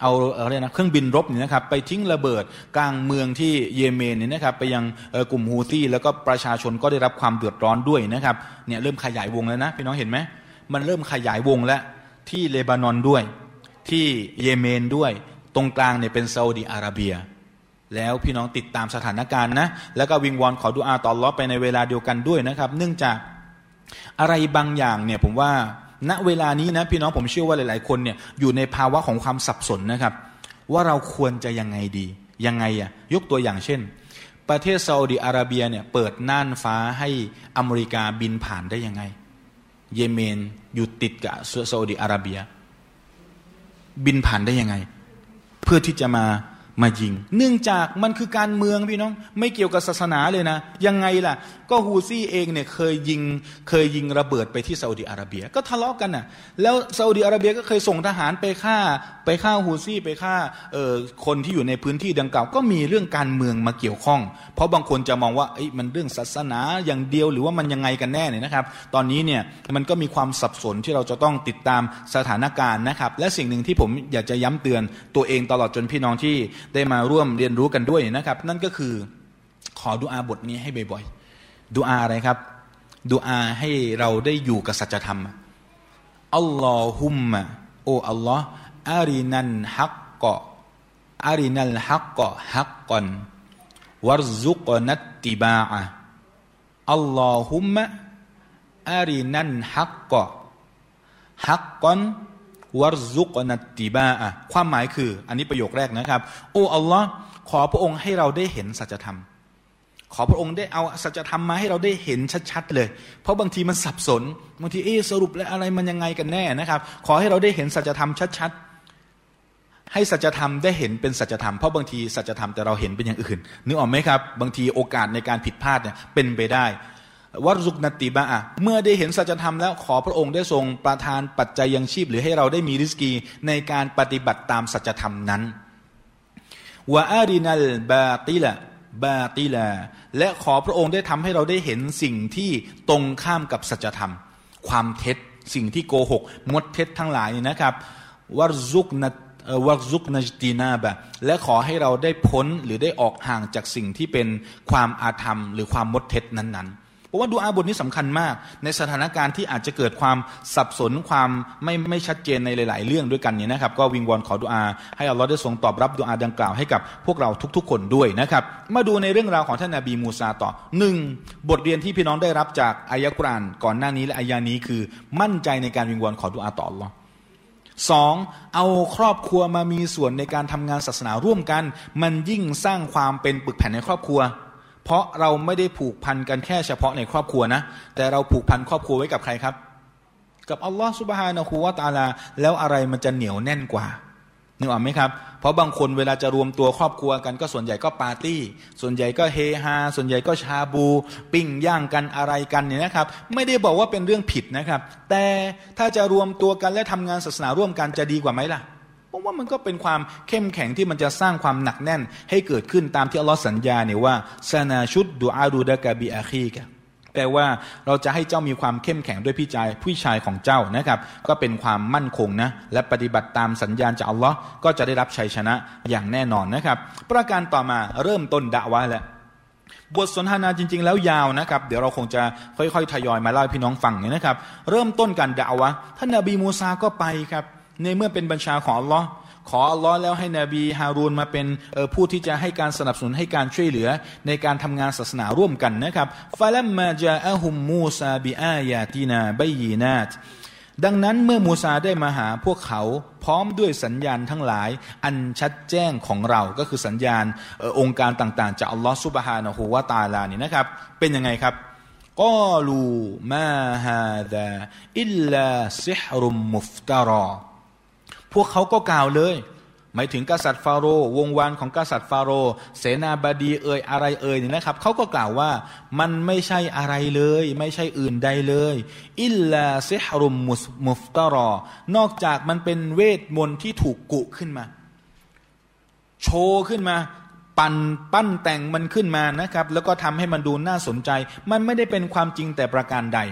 เอาอะไรนะเครื่องบินรบเนี่ยนะครับไปทิ้งระเบิดกลางเมืองที่เยเมนเนี่ยนะครับไปยังกลุ่มฮูตี้แล้วก็ประชาชนก็ได้รับความเดือดร้อนด้วยนะครับเนี่ยเริ่มขยายวงแล้วนะพี่น้องเห็นไหมมันเริ่มขยายวงแล้วที่เลบานอนด้วยที่เยเมนด้วยตรงกลางเนี่ยเป็นซาอุดิอาระเบียแล้วพี่น้องติดตามสถานการณ์นะแล้วก็วิงวอนขอดุอาต่ออัลเลาะห์ไปในเวลาเดียวกันด้วยนะครับเนื่องจากอะไรบางอย่างเนี่ยผมว่าณเวลานี้นะพี่น้องผมเชื่อว่าหลายๆคนเนี่ยอยู่ในภาวะของความสับสนนะครับว่าเราควรจะยังไงดียังไงอ่ะยกตัวอย่างเช่นประเทศซาอุดิอาระเบียเนี่ยเปิดน่านฟ้าให้อเมริกาบินผ่านได้ยังไงเยเมนอยู่ติดกับซาอุดิอาระเบียบินผ่านได้ยังไงเพื่อที่จะมามายิงเนื่องจากมันคือการเมืองพี่น้องไม่เกี่ยวกับศาสนาเลยนะยังไงล่ะก็ฮูซี่เองเนี่ยเคยยิงเคยยิงระเบิดไปที่ซาอุดิอาระเบียก็ทะเลาะกันน่ะแล้วซาอุดิอาระเบียก็เคยส่งทหารไปฆ่าไปฆ่าฮูซี่ไปฆ่าเอ่อคนที่อยู่ในพื้นที่ดังกล่าวก็มีเรื่องการเมืองมาเกี่ยวข้องเพราะบางคนจะมองว่าเอ้ยมันเรื่องศาสนาอย่างเดียวหรือว่ามันยังไงกันแน่เนี่ยนะครับตอนนี้เนี่ยมันก็มีความสับสนที่เราจะต้องติดตามสถานการณ์นะครับและสิ่งหนึ่งที่ผมอยากจะย้ำเตือนตัวเองตลอดจนพี่น้องที่ได้มาร่วมเรียนรู้กันด้วยนะครับนั่นก็คือขอดุอาบทนี้ให้บ่อยๆดุอาอะไรครับดุอาให้เราได้อยู่กับสัจธรรมอัลลอฮุมมะโออัลลอฮ์อารินันฮักกะอารินัลฮักกะฮักกันวัรซุกนัตติบาอะอัลลอฮุมมะอารินันฮักกะฮักกันวัรซุกนัตติบาอะความหมายคืออันนี้ประโยคแรกนะครับโอ้อัลลอฮ์ขอพระองค์ให้เราได้เห็นสัจธรรมขอพระองค์ได้เอาสัจธรรมมาให้เราได้เห็นชัดๆเลยเพราะบางทีมันสับสนบางทีเอ๊ะสรุปแล้วอะไรมันยังไงกันแน่นะครับขอให้เราได้เห็นสัจธรรมชัดๆให้สัจธรรมได้เห็นเป็นสัจธรรมเพราะบางทีสัจธรรมแต่เราเห็นเป็นอย่างอื่นนึกออกไหมครับบางทีโอกาสในการผิดพลาดเนี่ยเป็นไปได้วัรซุกนัตติบาอะเมื่อได้เห็นสัจธรรมแล้วขอพระองค์ได้ทรงประทานปัจจัยยังชีพหรือให้เราได้มีริสกีในการปฏิบัติตามสัจธรรมนั้นวะอารินัลบาติละบาติลาและขอพระองค์ได้ทำให้เราได้เห็นสิ่งที่ตรงข้ามกับสัจธรรมความเท็จสิ่งที่โกหกมดเท็จทั้งหลายนะครับวัรซุกนัตวัรซุกนัจตีนาบะและขอให้เราได้พ้นหรือได้ออกห่างจากสิ่งที่เป็นความอาธรรมหรือความมดเท็จนั้นๆเพราะว่าดุอาบทนี้สำคัญมากในสถานการณ์ที่อาจจะเกิดความสับสนความไม่ไม่ชัดเจนในหลายๆเรื่องด้วยกันเนี่ยนะครับก็วิงวอนขอดุอาให้อัลลอฮ์ได้ทรงตอบรับดุอาดังกล่าวให้กับพวกเราทุกๆคนด้วยนะครับมาดูในเรื่องราวของท่านนบีมูซาต่อหนึ่งบทเรียนที่พี่น้องได้รับจากอายะห์กุรอานก่อนหน้านี้และอายะห์นี้คือมั่นใจในการวิงวอนขอดุอาต่ออัลลอฮ์สองเอาครอบครัวมามีส่วนในการทำงานศาสนาร่วมกันมันยิ่งสร้างความเป็นปึกแผ่นในครอบครัวเพราะเราไม่ได้ผูกพันกันแค่เฉพาะในครอบครัวนะแต่เราผูกพันครอบครัวไว้กับใครครับกับอัลลอฮฺซุบฮานะฮูวะตะอาลาแล้วอะไรมันจะเหนียวแน่นกว่านึกออกไหมครับเพราะบางคนเวลาจะรวมตัวครอบครัวกันก็ส่วนใหญ่ก็ปาร์ตี้ส่วนใหญ่ก็เฮฮาส่วนใหญ่ก็ชาบูปิ้งย่างกันอะไรกันเนี่ยนะครับไม่ได้บอกว่าเป็นเรื่องผิดนะครับแต่ถ้าจะรวมตัวกันและทำงานศาสนาร่วมกันจะดีกว่าไหมล่ะเพราะว่ามันก็เป็นความเข้มแข็งที่มันจะสร้างความหนักแน่นให้เกิดขึ้นตามที่อัลลอฮ์สัญญาเนี่ยว่าซานาชุดดูอาดูดะกะบิอาคีกะแปลว่าเราจะให้เจ้ามีความเข้มแข็งด้วยพี่ชายผู้ชายของเจ้านะครับก็เป็นความมั่นคงนะและปฏิบัติตามสัญญาณจากอัลลอฮ์ก็จะได้รับชัยชนะอย่างแน่นอนนะครับประการต่อมาเริ่มต้นดะวะห์แล้วบทสนทนาจริงๆแล้วยาวนะครับเดี๋ยวเราคงจะค่อยๆทยอยมาเล่าให้พี่น้องฟังเนี่ยนะครับเริ่มต้นการดะวะห์ท่านนบีมูซาก็ไปครับในเมื่อเป็นบัญชาของอัลลอฮ์ขออัลลอฮ์แล้วให้นบีฮารูนมาเป็นผู้ที่จะให้การสนับสนุนให้การช่วยเหลือในการทำงานศาสนาร่วมกันนะครับฟะลัมมาจาอะฮุมมูซาบิอายาตินาบัยยีนาตดังนั้นเมื่อมูซาได้มาหาพวกเขาพร้อมด้วยสัญญาณทั้งหลายอันชัดแจ้งของเราก็คือสัญญาณอองค์การต่างๆจากอัลลอฮ์ซุบฮานะฮูวะตะอาลานี่นะครับเป็นยังไงครับกอลูมาฮาซาอิลลาซิฮรุมมุฟตารอพวกเขาก็กล่าวเลยหมายถึงกษัตริย์ฟาโรห์วงวานของกษัตริย์ฟาโรห์เสนาบดีเอ่ยอะไรเอ่ยเนี่ยนะครับเขาก็กล่าวว่ามันไม่ใช่อะไรเลยไม่ใช่อื่นใดเลยอิลลาซิฮรุมมุฟตารอนอกจากมันเป็นเวทมนต์ที่ถูกกุขึ้นมาโชว์ขึ้นมาปั่นปั้นแต่งมันขึ้นมานะครับแล้วก็ทำให้มันดูน่าสนใจมันไม่ได้เป็นความจริงแต่ประการใด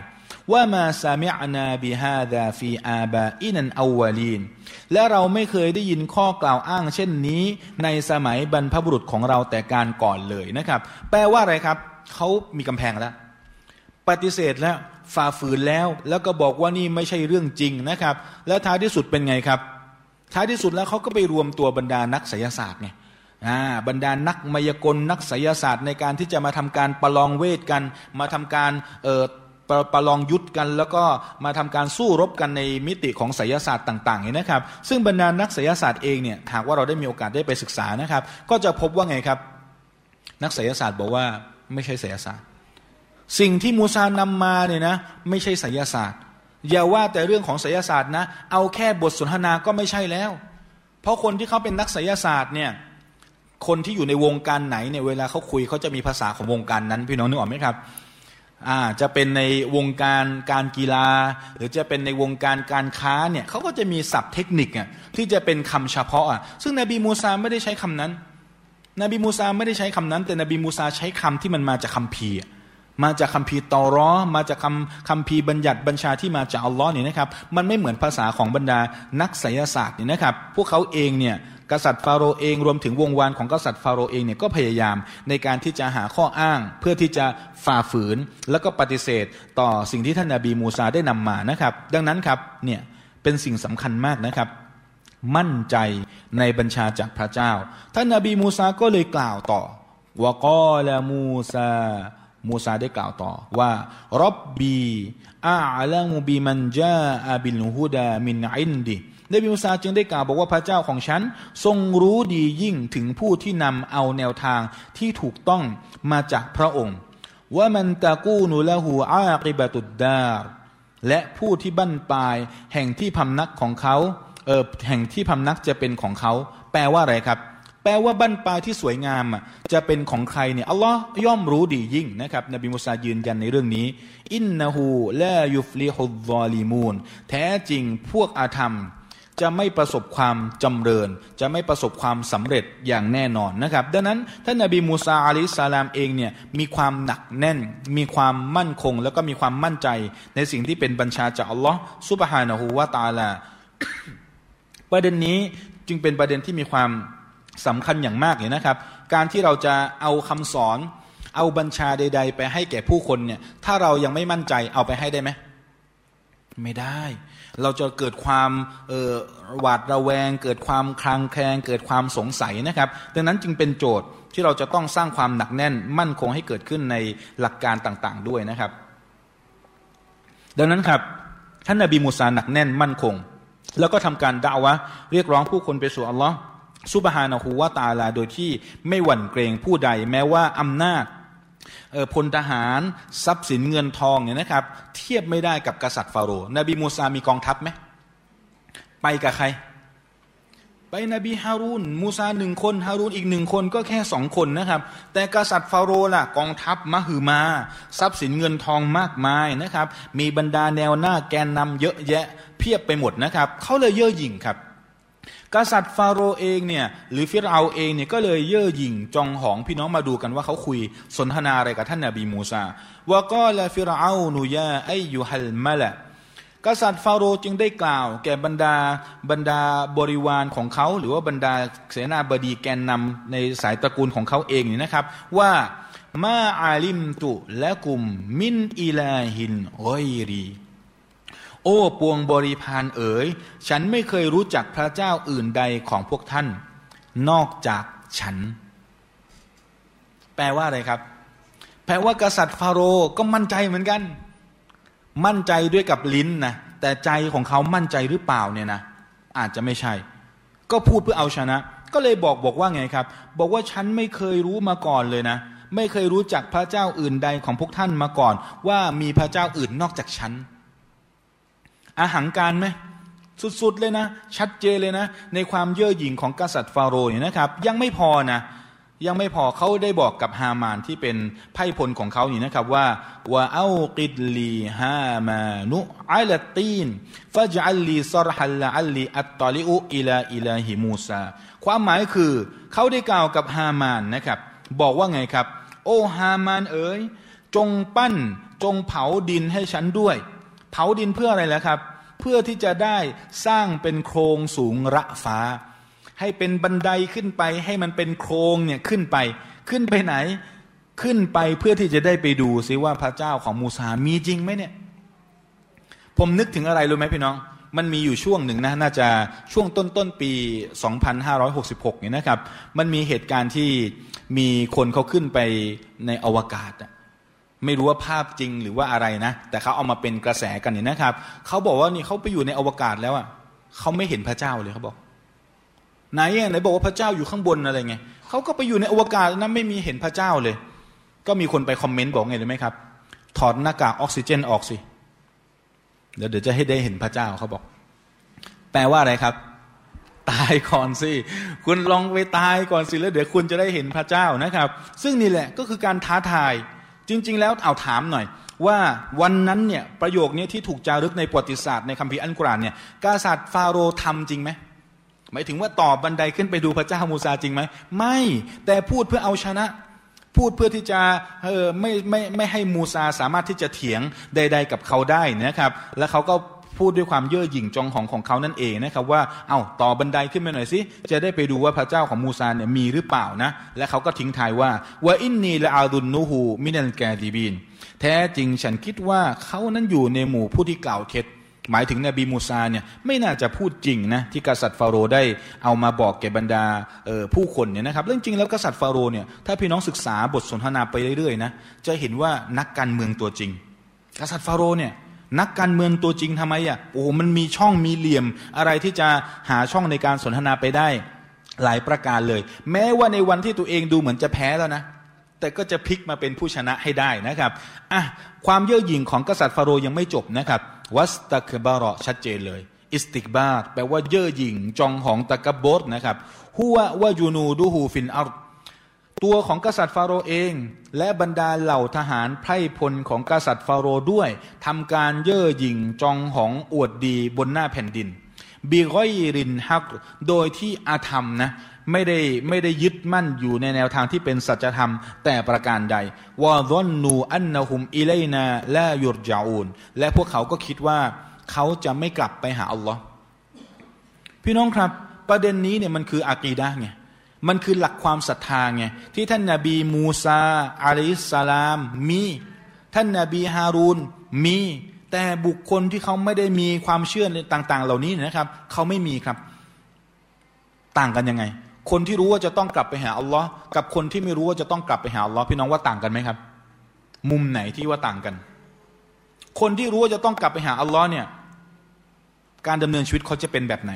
ว่ามาซามิอนาบิฮาดาฟีอาบาอินันอาวลีนและเราไม่เคยได้ยินข้อกล่าวอ้างเช่นนี้ในสมัยบรรพบุรุษของเราแต่การก่อนเลยนะครับแปลว่าอะไรครับเขามีกำแพงแล้วปฏิเสธแล้วฝ่าฝืนแล้วแล้วก็บอกว่านี่ไม่ใช่เรื่องจริงนะครับแล้วท้ายที่สุดเป็นไงครับท้ายที่สุดแล้วเขาก็ไปรวมตัวบรรดานักไสยศาสตร์ไงอ่าบรรดานักมายากลนักไสยศาสตร์ในการที่จะมาทำการประลองเวทกันมาทำการเอ่อประประลองยุทธกันแล้วก็มาทำการสู้รบกันในมิติของไสยศาสตร์ต่างๆเนี่ยนะครับซึ่งบรรดานักไสยศาสตร์เองเนี่ยหากว่าเราได้มีโอกาสได้ไปศึกษานะครับก็จะพบว่าไงครับนักไสยศาสตร์บอกว่าไม่ใช่ไสยศาสตร์สิ่งที่มูซานำมาเนี่ยนะไม่ใช่ไสยศาสตร์อย่าว่าแต่เรื่องของไสยศาสตร์นะเอาแค่บทสนทนาก็ไม่ใช่แล้วเพราะคนที่เขาเป็นนักไสยศาสตร์เนี่ยคนที่อยู่ในวงการไหนเนี่ยเวลาเขาคุยเขาจะมีภาษาของวงการนั้นพี่น้องนึกออกไหมครับอ่าจะเป็นในวงการการกีฬาหรือจะเป็นในวงการการค้าเนี่ยเขาก็จะมีศัพท์เทคนิคอ่ะที่จะเป็นคำเฉพาะอ่ะซึ่งนบีมูซาไม่ได้ใช้คำนั้นนบีมูซาไม่ได้ใช้คำนั้นแต่นบีมูซาใช้คำที่มันมาจากคัมภีร์มาจากคัมภีร์ตอรอมาจากคำคัมภีร์บัญญัติบัญชาที่มาจากอัลลอฮ์เนี่ยนะครับมันไม่เหมือนภาษาของบรรดานักไสยศาสตร์เนี่ยนะครับพวกเขาเองเนี่ยกษัตริย์ฟาโรห์เองรวมถึงวงวานของกษัตริย์ฟาโรห์เองเนี่ยก็พยายามในการที่จะหาข้ออ้างเพื่อที่จะฝ่าฝืนแล้วก็ปฏิเสธต่อสิ่งที่ท่านนบีมูซาได้นำมานะครับดังนั้นครับเนี่ยเป็นสิ่งสำคัญมากนะครับมั่นใจในบัญชาจากพระเจ้าท่านนบีมูซาก็เลยกล่าวต่อวะกอลามูซามูซาได้กล่าวต่อว่าร็อบบีอาลามูบิมันจาอาบิลฮุดามินอินดินบีมูซาจึงได้กล่าวบอกว่าพระเจ้าของฉันทรงรู้ดียิ่งถึงผู้ที่นำเอาแนวทางที่ถูกต้องมาจากพระองค์ว่ามันตะกูนุละหูอากิบะตุดดาร์และผู้ที่บั้นปลายแห่งที่พำนักของเขาเออแห่งที่พำนักจะเป็นของเขาแปลว่าอะไรครับแปลว่าบั้นปลายที่สวยงามอ่ะจะเป็นของใครเนี่ยอัลลอฮ์ย่อมรู้ดียิ่งนะครับนบีมูซายืนยันในเรื่องนี้อินนะฮูลายุฟลิฮุซซอลิมูนแท้จริงพวกอาธรรมจะไม่ประสบความจำเริญจะไม่ประสบความสำเร็จอย่างแน่นอนนะครับดังนั้นท่านนบีมูซาอะลัยฮิสสลามเองเนี่ยมีความหนักแน่นมีความมั่นคงแล้วก็มีความมั่นใจในสิ่งที่เป็นบัญชาจากอัลลอฮ์ซุบฮานะฮูวะตะอาลา ประเด็นนี้จึงเป็นประเด็นที่มีความสำคัญอย่างมากเลยนะครับการที่เราจะเอาคำสอนเอาบัญชาใดๆไปให้แก่ผู้คนเนี่ยถ้าเรายังไม่มั่นใจเอาไปให้ได้ไหมไม่ได้เราจะเกิดความเอ่อหวาดระแวงเกิดความคลางแคลงเกิดความสงสัยนะครับดังนั้นจึงเป็นโจทย์ที่เราจะต้องสร้างความหนักแน่นมั่นคงให้เกิดขึ้นในหลักการต่างๆด้วยนะครับดังนั้นครับท่านนบีมูซาหนักแน่นมั่นคงแล้วก็ทำการดะอ์วะห์เรียกร้องผู้คนไปสู่อัลลอฮ์ซุบฮานะฮูวะตะอาลาโดยที่ไม่หวั่นเกรงผู้ใดแม้ว่าอำนาจพลทหารทรัพย์สินเงินทองเนี่ยนะครับเทียบไม่ได้กับกษัตริย์ฟาโรห์นบีมูซามีกองทัพไหมไปกับใครไปนบีฮารูนมูซาหนึ่งคนฮารูนอีกหนึ่งคนก็แค่สองคนนะครับแต่กษัตริย์ฟาโรห์ล่ะกองทัพมหึมาทรัพย์สินเงินทองมากมายนะครับมีบรรดาแนวหน้าแกนนำเยอะแยะเพียบไปหมดนะครับเขาเลยเย่อหยิ่งครับกษัตริย์ฟาโรห์เองเนี่ยหรือฟิรเอาเองเนี่ยก็เลยเย่อหยิ่งจองหองพี่น้องมาดูกันว่าเขาคุยสนทนาอะไรกับท่านนบีมูซาวะกอละฟิรเอานุยาอัยยูฮัลมะละกษัตริย์ฟาโรห์จึงได้กล่าวแก่บรรดาบรรดาบริวารของเขาหรือว่าบรรดาเสนาบดีแกนนำในสายตระกูลของเขาเองนี่นะครับว่ามาอาลิมตุละกุมมินอิลาฮินกอยรีโอ้ปวงบริพารเอ๋ยฉันไม่เคยรู้จักพระเจ้าอื่นใดของพวกท่านนอกจากฉันแปลว่าอะไรครับแปลว่ากษัตริย์ฟาโรห์ก็มั่นใจเหมือนกันมั่นใจด้วยกับลิ้นนะแต่ใจของเขามั่นใจหรือเปล่าเนี่ยนะอาจจะไม่ใช่ก็พูดเพื่อเอาชนะก็เลยบอกบอกว่าไงครับบอกว่าฉันไม่เคยรู้มาก่อนเลยนะไม่เคยรู้จักพระเจ้าอื่นใดของพวกท่านมาก่อนว่ามีพระเจ้าอื่นนอกจากฉันอาหังการไหมสุดๆเลยนะชัดเจนเลยนะในความเย่อหยิ่งของกษัตริย์ฟาโรห์เนี่ยนะครับยังไม่พอนะยังไม่พอเขาได้บอกกับฮามานที่เป็นไพร่พลของเขานี่นะครับว่าว่าเอากิดลีฮามานุอัลตีนฟะจัลลีซอรฮัลละอัลลีอัตตอลิอุอิลาอิลาฮิมูซาความหมายคือเขาได้กล่าวกับฮามานนะครับบอกว่าไงครับโอ้ฮามานเอ๋ยจงปั้นจงเผาดินให้ฉันด้วยเผาดินเพื่ออะไรล่ะครับเพื่อที่จะได้สร้างเป็นโครงสูงระฟ้าให้เป็นบันไดขึ้นไปให้มันเป็นโครงเนี่ยขึ้นไปขึ้นไปไหนขึ้นไปเพื่อที่จะได้ไปดูซิว่าพระเจ้าของมูซามีจริงไหมเนี่ยผมนึกถึงอะไรรู้ไหมพี่น้องมันมีอยู่ช่วงหนึ่งนะน่าจะช่วงต้นต้นปีสองพันห้าร้อยหกสิบหกเนี่ยนะครับมันมีเหตุการณ์ที่มีคนเขาขึ้นไปในอวกาศอะไม่รู้ว่าภาพจริงหรือว่าอะไรนะแต่เขาเอามาเป็นกระแสกันเนี่ยนะครับเขาบอกว่านี่เขาไปอยู่ในอวกาศแล้วอะเขาไม่เห็นพระเจ้าเลยเขาบอกไหนไหนบอกว่าพระเจ้าอยู่ข้างบนอะไรไงเขาก็ไปอยู่ในอวกาศนั้นไม่มีเห็นพระเจ้าเลยก็มีคนไปคอมเมนต์บอกไงรู้ไหมครับถอดหน้ากากออกซิเจนออกสิเดี๋ยวเดี๋ยวจะให้ได้เห็นพระเจ้าเขาบอกแปลว่าอะไรครับตายก่อนสิคุณลองไปตายก่อนสิแล้วเดี๋ยวคุณจะได้เห็นพระเจ้านะครับซึ่งนี่แหละก็คือการท้าทายจริงๆแล้วเอาถามหน่อยว่าวันนั้นเนี่ยประโยคนี้ที่ถูกจารึกในประวัติศาสตร์ในคัมภีร์อัลกุรอานเนี่ยกษัตริย์ฟาโรห์ทำจริงไหมหมายถึงว่าต่อบันไดขึ้นไปดูพระเจ้ามูซาจริงไหมไม่แต่พูดเพื่อเอาชนะพูดเพื่อที่จะเออไม่ไม่ไม่ให้มูซาสามารถที่จะเถียงใดๆกับเขาได้นะครับแล้วเขาก็พูดด้วยความเย่อหยิ่งจองหองของเขานั่นเองนะครับว่าเอาต่อบันไดขึ้นไปหน่อยสิจะได้ไปดูว่าพระเจ้าของมูซาเนี่ยมีหรือเปล่านะและเขาก็ทิ้งท้ายว่าว่าอินนีละอาดุนนูฮูมินัลกาดิบีนแท้จริงฉันคิดว่าเขานั้นอยู่ในหมู่ผู้ที่กล่าวเท็จหมายถึงนบีมูซาเนี่ยไม่น่าจะพูดจริงนะที่กษัตริย์ฟาโรห์ได้เอามาบอกแก่บรรดาผู้คนเนี่ยนะครับเรื่องจริงแล้วกษัตริย์ฟาโรห์เนี่ยถ้าพี่น้องศึกษาบทสนทนาไปเรื่อยๆนะจะเห็นว่านักการเมืองตัวจริงกษัตริย์ฟาโรห์เนี่ยนักการเมืองตัวจริงทำไมอ่ะโอ้มันมีช่องมีเหลี่ยมอะไรที่จะหาช่องในการสนทนาไปได้หลายประการเลยแม้ว่าในวันที่ตัวเองดูเหมือนจะแพ้แล้วนะแต่ก็จะพลิกมาเป็นผู้ชนะให้ได้นะครับอ่ะความเย่อหยิ่งของกษัตริย์ฟาโรห์ยังไม่จบนะครับวัสตักบาระชัดเจนเลยอิสติกบาร์แปลว่าเย่อหยิ่งจองหองตะกบดนะครับฮัววะยูนูดูฮูฟินอัรตัวของกษัตริย์ฟาโรห์เองและบรรดาเหล่าทหารไพร่พลของกษัตริย์ฟาโรห์ด้วยทำการเย่อหยิ่งจองหองอวดดีบนหน้าแผ่นดินบิกอยรินฮักโดยที่อาธรรมนะไม่ได้ไม่ได้ยึดมั่นอยู่ในแนวทางที่เป็นสัจธรรมแต่ประการใดวะซอนนูอันนะฮุมอิลัยนาลายุรญาอูนและพวกเขาก็คิดว่าเขาจะไม่กลับไปหาอัลลอฮ์พี่น้องครับประเด็นนี้เนี่ยมันคืออากีดะห์ไงมันคือหลักความศรัทธาไงที่ท่านนบีมูซาอะลัยฮิสสลามมีท่านนบีฮารูนมีแต่บุคคลที่เขาไม่ได้มีความเชื่อต่างๆเหล่านี้นะครับเขาไม่มีครับต่างกันยังไงคนที่รู้ว่าจะต้องกลับไปหาอัลลอฮ์กับคนที่ไม่รู้ว่าจะต้องกลับไปหาอัลลอฮ์พี่น้องว่าต่างกันไหมครับมุมไหนที่ว่าต่างกันคนที่รู้ว่าจะต้องกลับไปหาอัลลอฮ์เนี่ยการดำเนินชีวิตเขาจะเป็นแบบไหน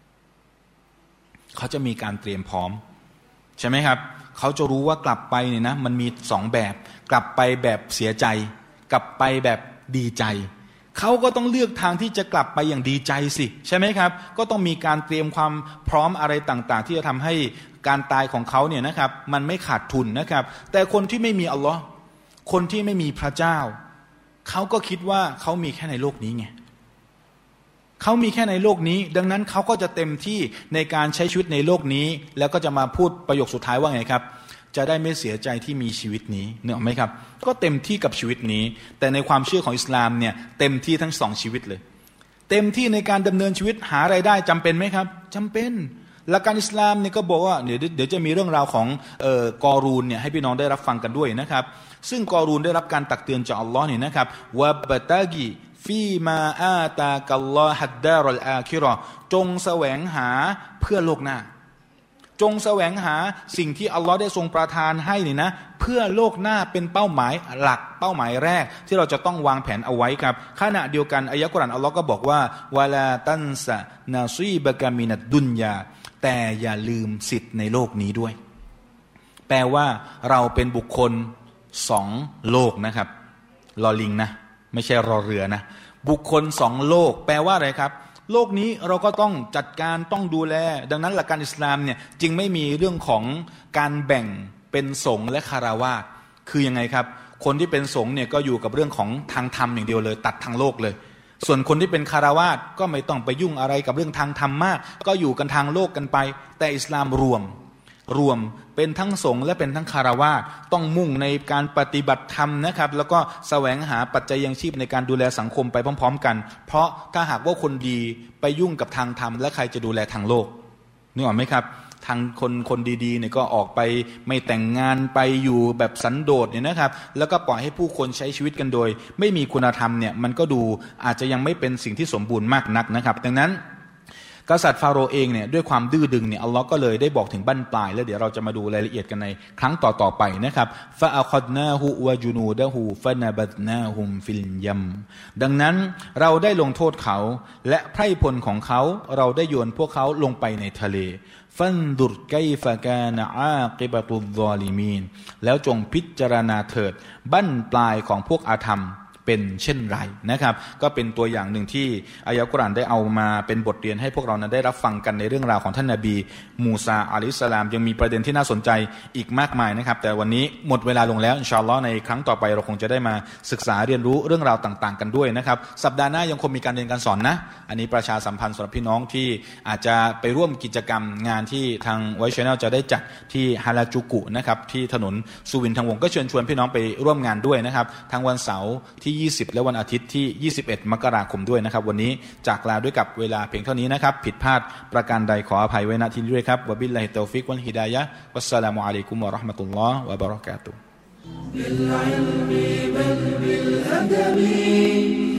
เขาจะมีการเตรียมพร้อมใช่ไหมครับเขาจะรู้ว่ากลับไปเนี่ยนะมันมีสองแบบกลับไปแบบเสียใจกลับไปแบบดีใจเขาก็ต้องเลือกทางที่จะกลับไปอย่างดีใจสิใช่ไหมครับก็ต้องมีการเตรียมความพร้อมอะไรต่างๆที่จะทำให้การตายของเขาเนี่ยนะครับมันไม่ขาดทุนนะครับแต่คนที่ไม่มีอัลลอฮ์คนที่ไม่มีพระเจ้าเขาก็คิดว่าเขามีแค่ในโลกนี้ไงเขามีแค่ในโลกนี้ดังนั้นเขาก็จะเต็มที่ในการใช้ชีวิตในโลกนี้แล้วก็จะมาพูดประโยคสุดท้ายว่าไงครับจะได้ไม่เสียใจที่มีชีวิตนี้เนอะไหมครับก็เต็มที่กับชีวิตนี้แต่ในความเชื่อของอิสลามเนี่ยเต็มที่ทั้งสองชีวิตเลยเต็มที่ในการดำเนินชีวิตหารายได้จำเป็นไหมครับจำเป็นหลักการอิสลามเนี่ยก็บอกว่าเดี๋ยวเดี๋ยวจะมีเรื่องราวของเอ่อกอรูนเนี่ยให้พี่น้องได้รับฟังกันด้วยนะครับซึ่งกอรูนได้รับการตักเตือนจากอัลลอฮ์เนี่ยนะครับวะบะตากีฟีมาอาตากัลลอฮัดดารัลอาคิเราะห์จงแสวงหาเพื่อโลกหน้าจงแสวงหาสิ่งที่อัลลอฮ์ได้ทรงประทานให้นี่นะเพื่อโลกหน้าเป็นเป้าหมายหลักเป้าหมายแรกที่เราจะต้องวางแผนเอาไว้ครับขณะเดียวกันอายะห์กุรอานอัลลอฮ์ก็บอกว่าวะลาตันซะนาซีบะกะมินัดดุนยาแต่อย่าลืมสิทธิ์ในโลกนี้ด้วยแปลว่าเราเป็นบุคคลสองโลกนะครับลอลิงนะไม่ใช่รอเรือนะบุคคลสองโลกแปลว่าอะไรครับโลกนี้เราก็ต้องจัดการต้องดูแลดังนั้นหลักการอิสลามเนี่ยจึงไม่มีเรื่องของการแบ่งเป็นสงฆ์และคารวาสคือยังไงครับคนที่เป็นสงฆ์เนี่ยก็อยู่กับเรื่องของทางธรรมอย่างเดียวเลยตัดทางโลกเลยส่วนคนที่เป็นคารวาสก็ไม่ต้องไปยุ่งอะไรกับเรื่องทางธรรมมากก็อยู่กันทางโลกกันไปแต่อิสลามรวมรวมเป็นทั้งสงฆ์และเป็นทั้งคารวาสต้องมุ่งในการปฏิบัติธรรมนะครับแล้วก็แสวงหาปัจจัยยังชีพในการดูแลสังคมไปพร้อมๆกันเพราะถ้าหากว่าคนดีไปยุ่งกับทางธรรมและใครจะดูแลทางโลกนึกออกไหมครับทางคนคนดีๆเนี่ยก็ออกไปไม่แต่งงานไปอยู่แบบสันโดษเนี่ยนะครับแล้วก็ปล่อยให้ผู้คนใช้ชีวิตกันโดยไม่มีคุณธรรมเนี่ยมันก็ดูอาจจะยังไม่เป็นสิ่งที่สมบูรณ์มากนักนะครับดังนั้นกษัตริย์ฟาโรห์เองเนี่ยด้วยความดื้อดึงเนี่ยอัลลอฮ์ก็เลยได้บอกถึงบั้นปลายแล้วเดี๋ยวเราจะมาดูรายละเอียดกันในครั้งต่อๆไปนะครับฟะอัคดนาฮูวะจุนูดะฮูฟะนะบัดนาฮุมฟิลยัมดังนั้นเราได้ลงโทษเขาและไพร่พลของเขาเราได้โยนพวกเขาลงไปในทะเลฟันดุรไกฟะกานะอากิบะตุซซอลิมีนแล้วจงพิจารณาเถิดบั้นปลายของพวกอาธรรมเป็นเช่นไรนะครับก็เป็นตัวอย่างหนึ่งที่อายะห์กุรอานได้เอามาเป็นบทเรียนให้พวกเรานั้นได้รับฟังกันในเรื่องราวของท่านนบีมูซาอะลัยฮิสสลามยังมีประเด็นที่น่าสนใจอีกมากมายนะครับแต่วันนี้หมดเวลาลงแล้วอินชาอัลลอฮ์ในครั้งต่อไปเราคงจะได้มาศึกษาเรียนรู้เรื่องราวต่างๆกันด้วยนะครับสัปดาห์หน้ายังคงมีการเรียนการสอนนะอันนี้ประชาสัมพันธ์สำหรับพี่น้องที่อาจจะไปร่วมกิจกรรมงานที่ทางไวท์ Channel จะได้จัดที่ฮาราจูกุนะครับที่ถนนสุวินทวงศ์ก็เชิญชวนพี่น้องไปร่วมงานด้วยนะครับทั้งวันเสาร์ที่ยี่สิบและวันอาทิตย์ที่ยี่สิบเอ็ดมกราคมด้วยนะครับวันนี้จากลาด้วยกับเวลาเพียงเท่านี้นะครับผิดพลาดประการใดขออภัยไว้ณที่นี้ด้วยครับวะบิลลาฮิตตอฟิกวัลฮิดายะฮ์วัสสลามุอะลัยกุมวะเราะห์มะตุลลอฮ์วะบะเราะกาตุฮ์ بالعلم بل بالأدب